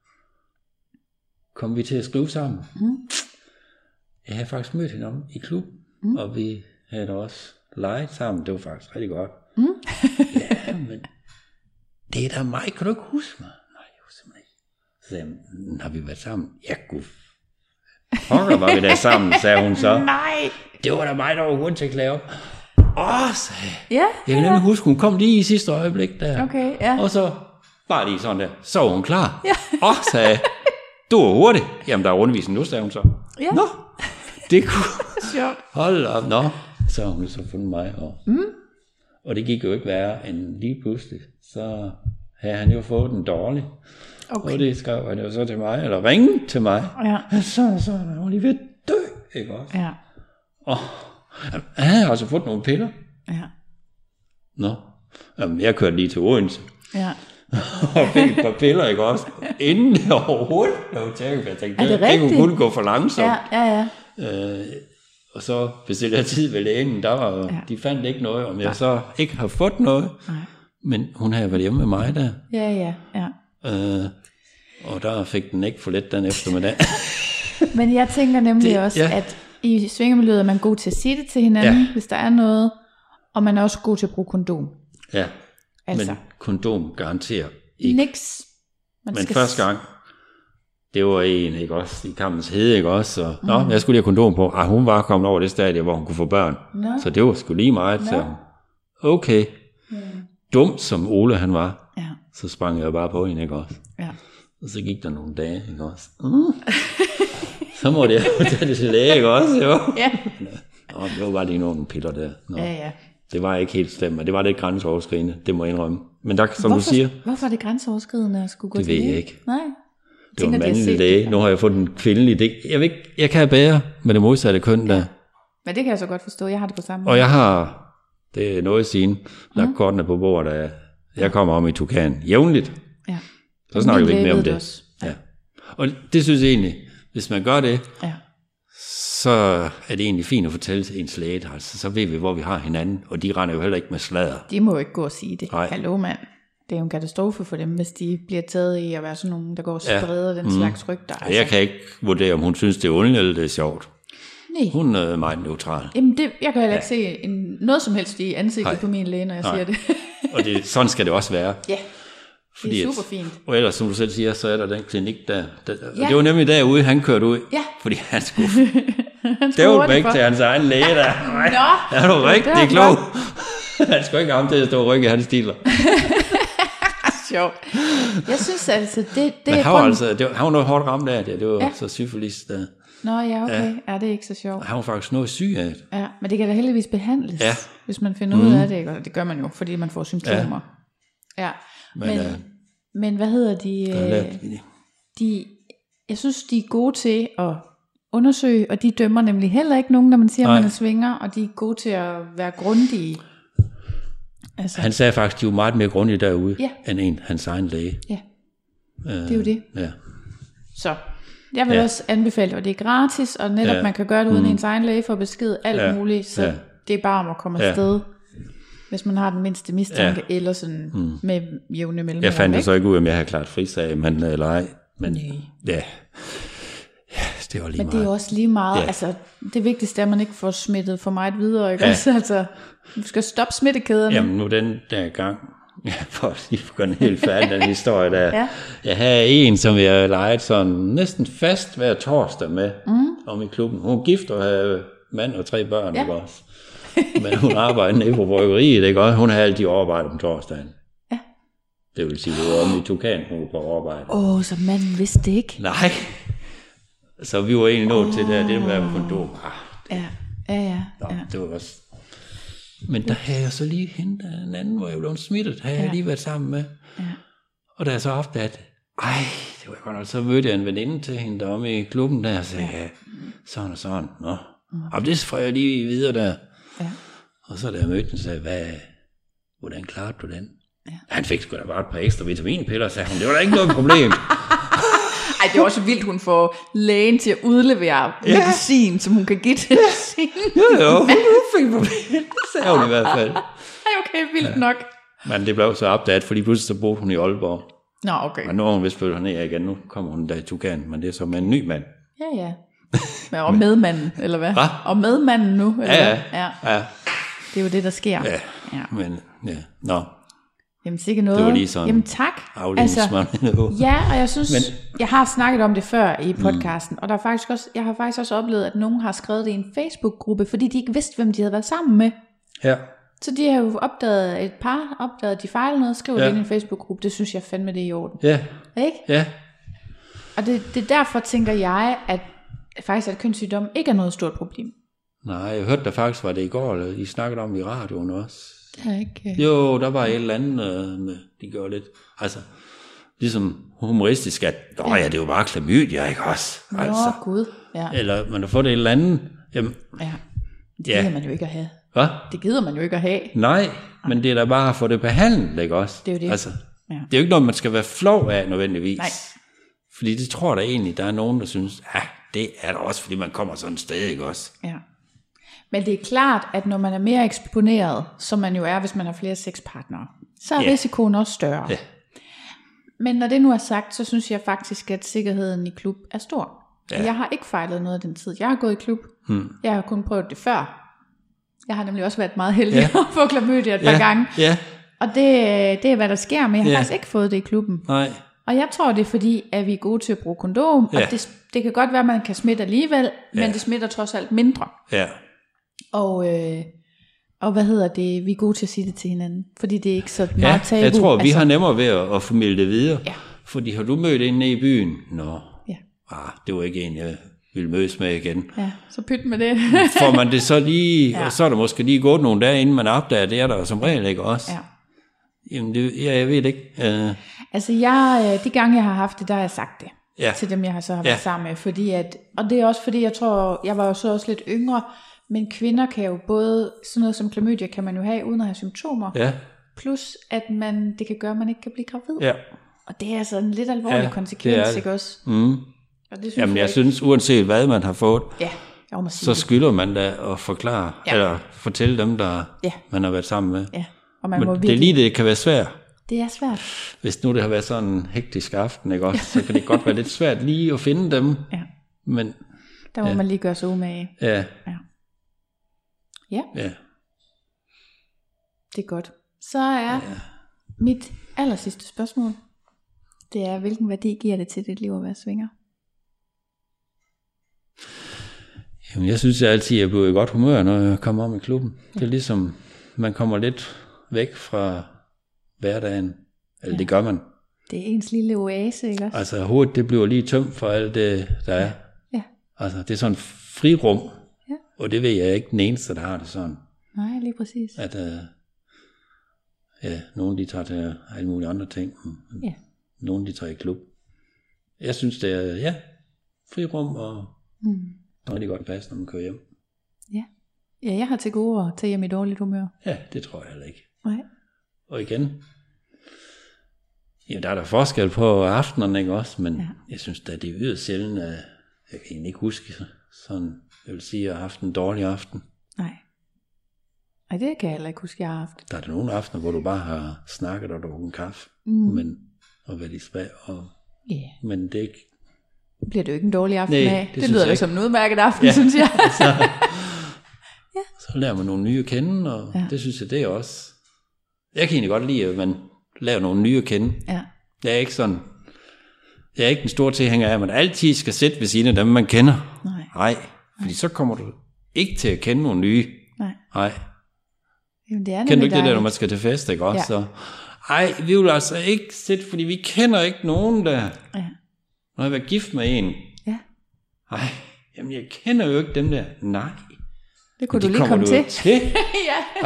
[SPEAKER 3] kom vi til at skrive sammen. Jeg havde faktisk mødt hende om i klub, og vi havde da også leget sammen. Det var faktisk rigtig godt. Ja, men det er da mig. Kan du ikke huske mig? Nej, jeg husker mig ikke. Så sagde jeg, har vi været sammen? Ja, gud. Pokker var vi der sammen, sagde hun så.
[SPEAKER 2] Nej.
[SPEAKER 3] Det var da mig, der var grund til at klage op. Sagde
[SPEAKER 2] jeg.
[SPEAKER 3] Jeg kan nemlig huske, hun kom lige i sidste øjeblik der.
[SPEAKER 2] Okay, ja.
[SPEAKER 3] Og så bare lige sådan der, så var hun klar. Sagde jeg, du var hurtig. Jamen, der er rundvisning nu, sagde hun så.
[SPEAKER 2] Ja.
[SPEAKER 3] Nå, det kunne...
[SPEAKER 2] Sjovt.
[SPEAKER 3] Hold op, nå. Så har hun så fundet mig. Og det gik jo ikke værre end lige pludselig. Så havde han jo fået den dårlig. Okay. Og det skrev han jo så til mig, eller ringe til mig.
[SPEAKER 2] Ja.
[SPEAKER 3] Så var hun lige ved at dø, ikke også?
[SPEAKER 2] Ja.
[SPEAKER 3] Og han havde altså fået nogle piller.
[SPEAKER 2] Ja.
[SPEAKER 3] Nå, jamen, jeg kørte lige til Odense.
[SPEAKER 2] Ja.
[SPEAKER 3] Og fik et par piller, ikke også? Inden jeg overhovedet blev tænkt, jeg tænkte, det kunne kun gå for langsomt.
[SPEAKER 2] Ja.
[SPEAKER 3] Og så bestilte jeg tid ved lægen, de fandt ikke noget, om jeg så ikke har fået noget. Nej. Men hun havde været hjemme med mig der.
[SPEAKER 2] Ja.
[SPEAKER 3] Og der fik den ikke for let den eftermiddag. Men
[SPEAKER 2] jeg tænker nemlig også, at i svingermiljøet er man god til at sige det til hinanden, hvis der er noget, og man er også god til at bruge kondom. Ja, altså.
[SPEAKER 3] Men kondom garanterer ikke.
[SPEAKER 2] Niks.
[SPEAKER 3] Men første gang, det var en, ikke også, i kampens hede, ikke også, og jeg skulle lige have kondom på. Hun var kommet over det stadie, hvor hun kunne få børn. Så det var sgu lige meget, så okay. Dumt som Ole han var, så sprang jeg bare på hende, ikke også. Ja. Og så gik der nogle dage, ikke også. Så måtte jeg jo tage det til læge, ikke også, jo. Ja. Og det var bare lige nogle piller der. Ja. Det var ikke helt slemt, men det var lidt grænseoverskridende, det må jeg indrømme. Men der, som du siger...
[SPEAKER 2] Hvorfor er det grænseoverskridende at skulle gå til læge?
[SPEAKER 3] Det ved jeg ikke.
[SPEAKER 2] Nej.
[SPEAKER 3] Det var en mandlig læge. Nu har jeg fået den kvindelige. Jeg kan bære med det modsatte køn der.
[SPEAKER 2] Men det kan jeg så godt forstå. Jeg har det på samme måde.
[SPEAKER 3] Og jeg har, det er noget siden, lagt kortene på bordet, at jeg kommer om i Tukan jævnligt. Ja. Så snakker vi ikke mere om det. Ja. Og det synes jeg egentlig, hvis man gør det, så er det egentlig fint at fortælle til ens læge. Altså, så ved vi, hvor vi har hinanden, og de render jo heller ikke med sladder.
[SPEAKER 2] De må jo ikke gå og sige det. Hallo mand. Det er jo en katastrofe for dem, hvis de bliver taget i at være sådan nogen, der går og spreder den slags rygter. Altså.
[SPEAKER 3] Jeg kan ikke vurdere, om hun synes, det er ondt, eller det er sjovt.
[SPEAKER 2] Nej.
[SPEAKER 3] Hun er meget neutral.
[SPEAKER 2] Jamen jeg kan heller ikke se noget som helst i ansigtet på min læge, når jeg siger det.
[SPEAKER 3] Og sådan skal det også være.
[SPEAKER 2] Ja, fordi det er super fint.
[SPEAKER 3] Og ellers, som du selv siger, så er der den klinik der. Og det var nemlig derude, han kørte ud. Ja. Fordi han skulle dævle ikke til hans egen læge der. Nej, er du rigtig klog? Han skulle ikke have ham til at stå og rykke i hans stiler.
[SPEAKER 2] Sjovt. Jeg synes altså, det
[SPEAKER 3] men
[SPEAKER 2] er
[SPEAKER 3] han var noget hårdt ramt af det. Det var så syfilis der.
[SPEAKER 2] Nå ja, okay. Ja, det er ikke så sjovt.
[SPEAKER 3] Han var faktisk noget syg af det.
[SPEAKER 2] Ja, men det kan da heldigvis behandles, hvis man finder ud af det. Og det gør man jo, fordi man får symptomer. Ja. Men hvad hedder de? Jeg synes, de er gode til at undersøge, og de dømmer nemlig heller ikke nogen, når man siger, at man er svinger, og de er gode til at være grundige. Altså. Han
[SPEAKER 3] sagde faktisk, at de var meget mere grundige derude, end hans egen læge.
[SPEAKER 2] Ja, det er jo det.
[SPEAKER 3] Ja.
[SPEAKER 2] Så jeg vil også anbefale, og det er gratis, og netop man kan gøre det uden ens egen læge for besked, alt muligt, så det er bare om at komme afsted, hvis man har den mindste mistanke, eller sådan med jævne mellemrum.
[SPEAKER 3] Jeg fandt det så ikke ud, om jeg havde klart frisag, men eller ej. Men det var lige
[SPEAKER 2] Men
[SPEAKER 3] meget.
[SPEAKER 2] det er også lige meget,
[SPEAKER 3] Ja.
[SPEAKER 2] altså det vigtigste er, at man ikke får smittet for meget videre, ikke? Altså, du skal stoppe smittekæderne.
[SPEAKER 3] Jamen nu den der gang, for at lige få den helt færdig, den historie der.
[SPEAKER 2] Ja.
[SPEAKER 3] Jeg havde en, som jeg legede sådan næsten fast hver torsdag med om i klubben. Hun er gift og havde mand og 3 børn, ikke også? Men hun arbejder nede på bryggeriet, ikke også? Hun havde altid arbejde om torsdagen.
[SPEAKER 2] Ja.
[SPEAKER 3] Det vil sige, at det var om i Tukan, hun var på arbejde.
[SPEAKER 2] Så manden vidste det ikke.
[SPEAKER 3] Nej. Så vi var egentlig nået til det med kondom.
[SPEAKER 2] Ja.
[SPEAKER 3] Det var også... Men der havde jeg så lige hende en anden, hvor jeg blev smittet, havde jeg lige været sammen med.
[SPEAKER 2] Ja.
[SPEAKER 3] Og da jeg så opdagede, at det var godt nok, så mødte jeg en veninde til hende deromme i klubben der, og sagde, sådan og sådan. Nå, og det får jeg lige videre der.
[SPEAKER 2] Ja.
[SPEAKER 3] Og så da jeg mødte hende, sagde hvordan klarede du den? Ja. Han fik sgu da bare et par ekstra vitaminpiller, sagde hun, det var da ikke noget problem.
[SPEAKER 2] Ej, det er også vildt, hun får lægen til at udlevere medicin, som hun kan give til sin.
[SPEAKER 3] Jo, hun fik problem. Det sagde hun i hvert fald.
[SPEAKER 2] Ej, okay, vildt nok.
[SPEAKER 3] Men det blev så opdaget, fordi pludselig så boede hun i Aalborg.
[SPEAKER 2] Nå, okay.
[SPEAKER 3] Og nu har hun vist flyttet herned igen. Nu kommer hun der i Tukan, men det er så med en ny mand.
[SPEAKER 2] Ja. Men og medmanden, eller hvad?
[SPEAKER 3] Hva?
[SPEAKER 2] Og medmanden nu, eller
[SPEAKER 3] Ja.
[SPEAKER 2] hvad? Ja. Det er jo det, der sker.
[SPEAKER 3] Ja. Men nå.
[SPEAKER 2] Jamen sikkert noget.
[SPEAKER 3] Det var lige sådan.
[SPEAKER 2] Jamen tak. Ja, og jeg synes, jeg har snakket om det før i podcasten, og der er faktisk også, jeg har faktisk også oplevet, at nogen har skrevet det i en Facebook-gruppe, fordi de ikke vidste, hvem de havde været sammen med.
[SPEAKER 3] Ja.
[SPEAKER 2] Så de har jo opdaget, at de fejlede noget, skriver det i en Facebook-gruppe. Det synes jeg fandme, det er i orden.
[SPEAKER 3] Ja.
[SPEAKER 2] Ikke?
[SPEAKER 3] Ja.
[SPEAKER 2] Og det er derfor, tænker jeg, at faktisk at kønssygdom ikke er noget stort problem.
[SPEAKER 3] Nej, jeg hørte der faktisk, var det i går, eller I snakkede om i radioen også.
[SPEAKER 2] Det er ikke...
[SPEAKER 3] Jo, der var et eller andet, med, de gjorde lidt, altså, ligesom humoristisk, at, det er jo bare klamydia, ikke også? Altså.
[SPEAKER 2] Gud, ja.
[SPEAKER 3] Eller man har fået et eller andet, jamen,
[SPEAKER 2] det gider man jo ikke at have.
[SPEAKER 3] Hvad?
[SPEAKER 2] Det gider man jo ikke at have.
[SPEAKER 3] Nej, men det er da bare at få det behandlet, ikke også?
[SPEAKER 2] Det er jo det.
[SPEAKER 3] Altså, det er jo ikke noget, man skal være flov af nødvendigvis.
[SPEAKER 2] Nej.
[SPEAKER 3] Fordi det tror der egentlig, der er nogen, der synes, det er der også, fordi man kommer sådan et sted, ikke også?
[SPEAKER 2] Ja. Men det er klart, at når man er mere eksponeret, som man jo er, hvis man har flere sexpartnere, så er risikoen også større.
[SPEAKER 3] Ja.
[SPEAKER 2] Men når det nu er sagt, så synes jeg faktisk, at sikkerheden i klub er stor.
[SPEAKER 3] Ja.
[SPEAKER 2] Jeg har ikke fejlet noget af den tid. Jeg har gået i klub. Jeg har kun prøvet det før. Jeg har nemlig også været meget heldig at få klamydia et par gange.
[SPEAKER 3] Ja.
[SPEAKER 2] Og det er, hvad der sker, men jeg har faktisk ikke fået det i klubben.
[SPEAKER 3] Nej.
[SPEAKER 2] Og jeg tror, det er fordi, at vi er gode til at bruge kondom. Og det kan godt være, at man kan smitte alligevel, men det smitter trods alt mindre.
[SPEAKER 3] Ja.
[SPEAKER 2] Og hvad hedder det, vi er gode til at sige det til hinanden, fordi det er ikke så meget tabu.
[SPEAKER 3] Jeg tror, vi har nemmere ved at formidle det videre.
[SPEAKER 2] Ja.
[SPEAKER 3] Fordi har du mødt en nede i byen? Nå,
[SPEAKER 2] Ja.
[SPEAKER 3] Det var ikke en, jeg ville mødes med igen.
[SPEAKER 2] Ja, så pyt med det.
[SPEAKER 3] Får man det så lige, og så er der måske lige gået nogle dage, inden man opdager, det er der som regel ikke også.
[SPEAKER 2] Ja.
[SPEAKER 3] Jamen, jeg ved det ikke.
[SPEAKER 2] Altså, de gange, jeg har haft det, der har jeg sagt det til dem, jeg har så har været sammen med. Fordi og det er også fordi, jeg tror, jeg var jo så også lidt yngre, men kvinder kan jo både, sådan noget som klamydia kan man jo have, uden at have symptomer.
[SPEAKER 3] Ja.
[SPEAKER 2] Plus, at det kan gøre, at man ikke kan blive gravid.
[SPEAKER 3] Ja.
[SPEAKER 2] Og det er altså en lidt alvorlig konsekvens, ikke også?
[SPEAKER 3] Mm.
[SPEAKER 2] Og det synes
[SPEAKER 3] Jamen, jeg synes, uanset hvad man har fået, så skylder man da at forklare, eller fortælle dem, der man har været sammen med.
[SPEAKER 2] Ja. Og man
[SPEAKER 3] men
[SPEAKER 2] må
[SPEAKER 3] det er lige det kan være svært.
[SPEAKER 2] Det er svært.
[SPEAKER 3] Hvis nu det har været sådan en hektisk aften, ikke også, så kan det godt være lidt svært lige at finde dem.
[SPEAKER 2] Ja.
[SPEAKER 3] Men
[SPEAKER 2] der må man lige gøre sig umage.
[SPEAKER 3] Ja.
[SPEAKER 2] Det er godt. Så er mit allersidste spørgsmål. Det er, hvilken værdi giver det til dit liv at være swinger?
[SPEAKER 3] Jamen, jeg synes altid, at jeg bliver i godt humør, når jeg kommer om i klubben. Det er ligesom, man kommer lidt væk fra hverdagen. Eller det gør man.
[SPEAKER 2] Det er ens lille oase, ikke også?
[SPEAKER 3] Altså, hovedet det bliver lige tømt for alt det, der er.
[SPEAKER 2] Ja.
[SPEAKER 3] Altså, det er sådan frirum.
[SPEAKER 2] Ja.
[SPEAKER 3] Og det ved jeg ikke den eneste, der har det sådan.
[SPEAKER 2] Nej, lige præcis.
[SPEAKER 3] At nogen de tager til alle mulige andre ting. Nogen de tager i klub. Jeg synes, det er, frirum og rigtig godt plads, når man kører hjem.
[SPEAKER 2] Ja, jeg har til gode at tage hjem i dårligt humør.
[SPEAKER 3] Ja, det tror jeg heller ikke.
[SPEAKER 2] Nej.
[SPEAKER 3] Og igen, der er der forskel på aftenerne, ikke også? Men jeg synes da, det er yderst sjældent, at jeg kan egentlig ikke huske sådan, jeg vil sige, at jeg har haft en dårlig aften.
[SPEAKER 2] Nej. Ej, det kan jeg heller ikke huske, jeg har haft.
[SPEAKER 3] Der er nogle aftener, hvor du bare har snakket og drukket en kaffe, men og været i spag, men det er ikke,
[SPEAKER 2] bliver det jo ikke en dårlig aften
[SPEAKER 3] Nej,
[SPEAKER 2] af.
[SPEAKER 3] det
[SPEAKER 2] Det lyder jo
[SPEAKER 3] synes
[SPEAKER 2] som en udmærket aften, synes jeg.
[SPEAKER 3] Så lærer man nogle nye at kende, og det synes jeg, det er også... Jeg kan egentlig godt lide, at man lærer nogle nye at kende.
[SPEAKER 2] Ja.
[SPEAKER 3] Jeg er ikke den store tilhænger af, at man altid skal sætte ved siden af dem, man kender. Nej, fordi så kommer du ikke til at kende nogle nye. Nej.
[SPEAKER 2] Jamen, det er
[SPEAKER 3] kender du ikke det der, når man skal til fest, ikke også? Ja. Så, vi vil altså ikke sætte, fordi vi kender ikke nogen, der... Ja. Når jeg var gift med en. Ja. Jamen jeg kender jo ikke dem der. Nej.
[SPEAKER 2] Det kunne du lige komme til.
[SPEAKER 3] Ja.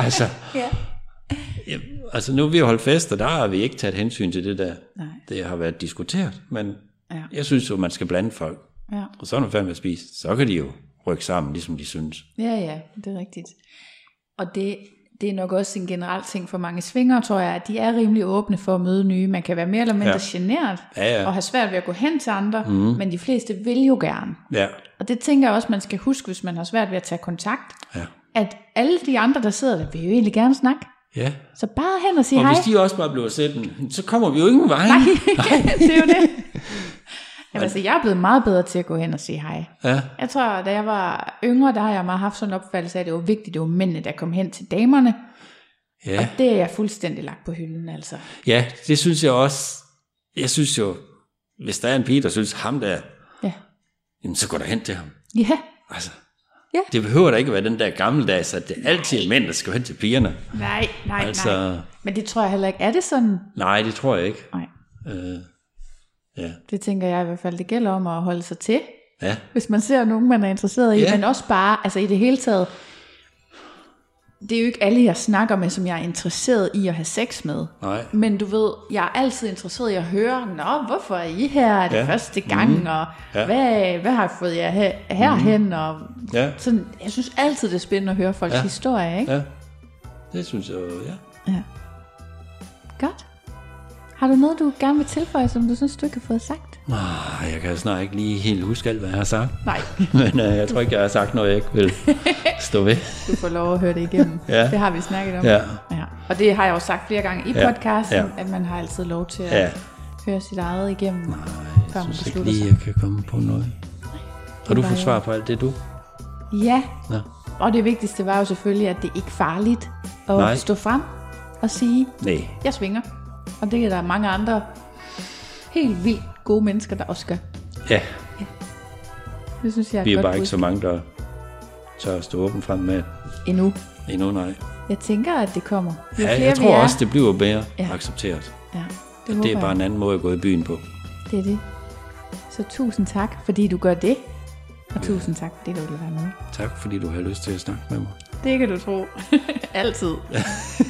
[SPEAKER 3] Altså nu har vi jo holdt fest, og der har vi ikke taget hensyn til det der. Nej. Det har været diskuteret, men jeg synes jo, man skal blande folk. Ja. Og så når man færdig med at spise, så kan de jo rykke sammen, ligesom de synes. Ja,
[SPEAKER 2] det er rigtigt. Og det er nok også en generel ting for mange swingere, tror jeg, at de er rimelig åbne for at møde nye. Man kan være mere eller mindre genert og have svært ved at gå hen til andre, men de fleste vil jo gerne. Ja. Og det tænker jeg også, man skal huske, hvis man har svært ved at tage kontakt, at alle de andre, der sidder der, vil jo egentlig gerne snakke. Ja. Så bare hen og sige hej.
[SPEAKER 3] Og hvis de også bare bliver sætten, så kommer vi jo ingen vej.
[SPEAKER 2] Nej, det er jo det. Jamen, altså, jeg er blevet meget bedre til at gå hen og sige hej. Ja. Jeg tror, da jeg var yngre, der har jeg meget haft sådan en opfattelse af, at det var vigtigt, det var mændene, der kom hen til damerne. Ja. Og det er jeg fuldstændig lagt på hylden, altså.
[SPEAKER 3] Ja, det synes jeg også. Jeg synes jo, hvis der er en pige, der synes ham der, jamen, så går der hen til ham.
[SPEAKER 2] Ja.
[SPEAKER 3] Altså, det behøver da ikke at være den der gammeldags, at det altid er mænd, der skal hen til pigerne.
[SPEAKER 2] Nej. Men det tror jeg heller ikke. Er det sådan?
[SPEAKER 3] Nej, det tror jeg ikke.
[SPEAKER 2] Nej. Det tænker jeg i hvert fald, det gælder om at holde sig til. Ja. Hvis man ser nogen, man er interesseret i, men også bare, altså i det hele taget, det er jo ikke alle, jeg snakker med, som jeg er interesseret i at have sex med. Nej. Men du ved, jeg er altid interesseret i at høre, hvorfor er I her? Er det første gang? Og hvad har jeg fået jer herhen? Og sådan, jeg synes altid, det er spændende at høre folks historie, ikke?
[SPEAKER 3] Ja, det synes jeg, ja.
[SPEAKER 2] Godt. Har du noget, du gerne vil tilføje, som du synes, du ikke har fået sagt?
[SPEAKER 3] Jeg kan snart ikke lige helt huske alt, hvad jeg har sagt.
[SPEAKER 2] Nej.
[SPEAKER 3] Men jeg tror ikke, jeg har sagt noget, jeg ikke vil stå ved.
[SPEAKER 2] Du får lov at høre det igennem. Det har vi snakket om. Ja. Og det har jeg også sagt flere gange i podcasten, at man har altid lov til at høre sit eget igennem.
[SPEAKER 3] Jeg synes ikke lige, jeg kan komme på noget. Har du fået svar på alt det, du?
[SPEAKER 2] Ja. Og det vigtigste var jo selvfølgelig, at det ikke er farligt at stå frem og sige, jeg svinger. Og det er der mange andre helt vildt gode mennesker, der også gør. Ja. Det synes jeg
[SPEAKER 3] vi er bare ikke så mange, der tør at stå åben frem med.
[SPEAKER 2] Endnu,
[SPEAKER 3] nej.
[SPEAKER 2] Jeg tænker, at det kommer.
[SPEAKER 3] Jeg tror også, det bliver bedre accepteret. Ja, det er bare en anden måde at gå i byen på.
[SPEAKER 2] Det er det. Så tusind tak, fordi du gør det. Og tusind tak, fordi du vil være med.
[SPEAKER 3] Tak, fordi du har lyst til at snakke med mig.
[SPEAKER 2] Det kan du tro. Altid.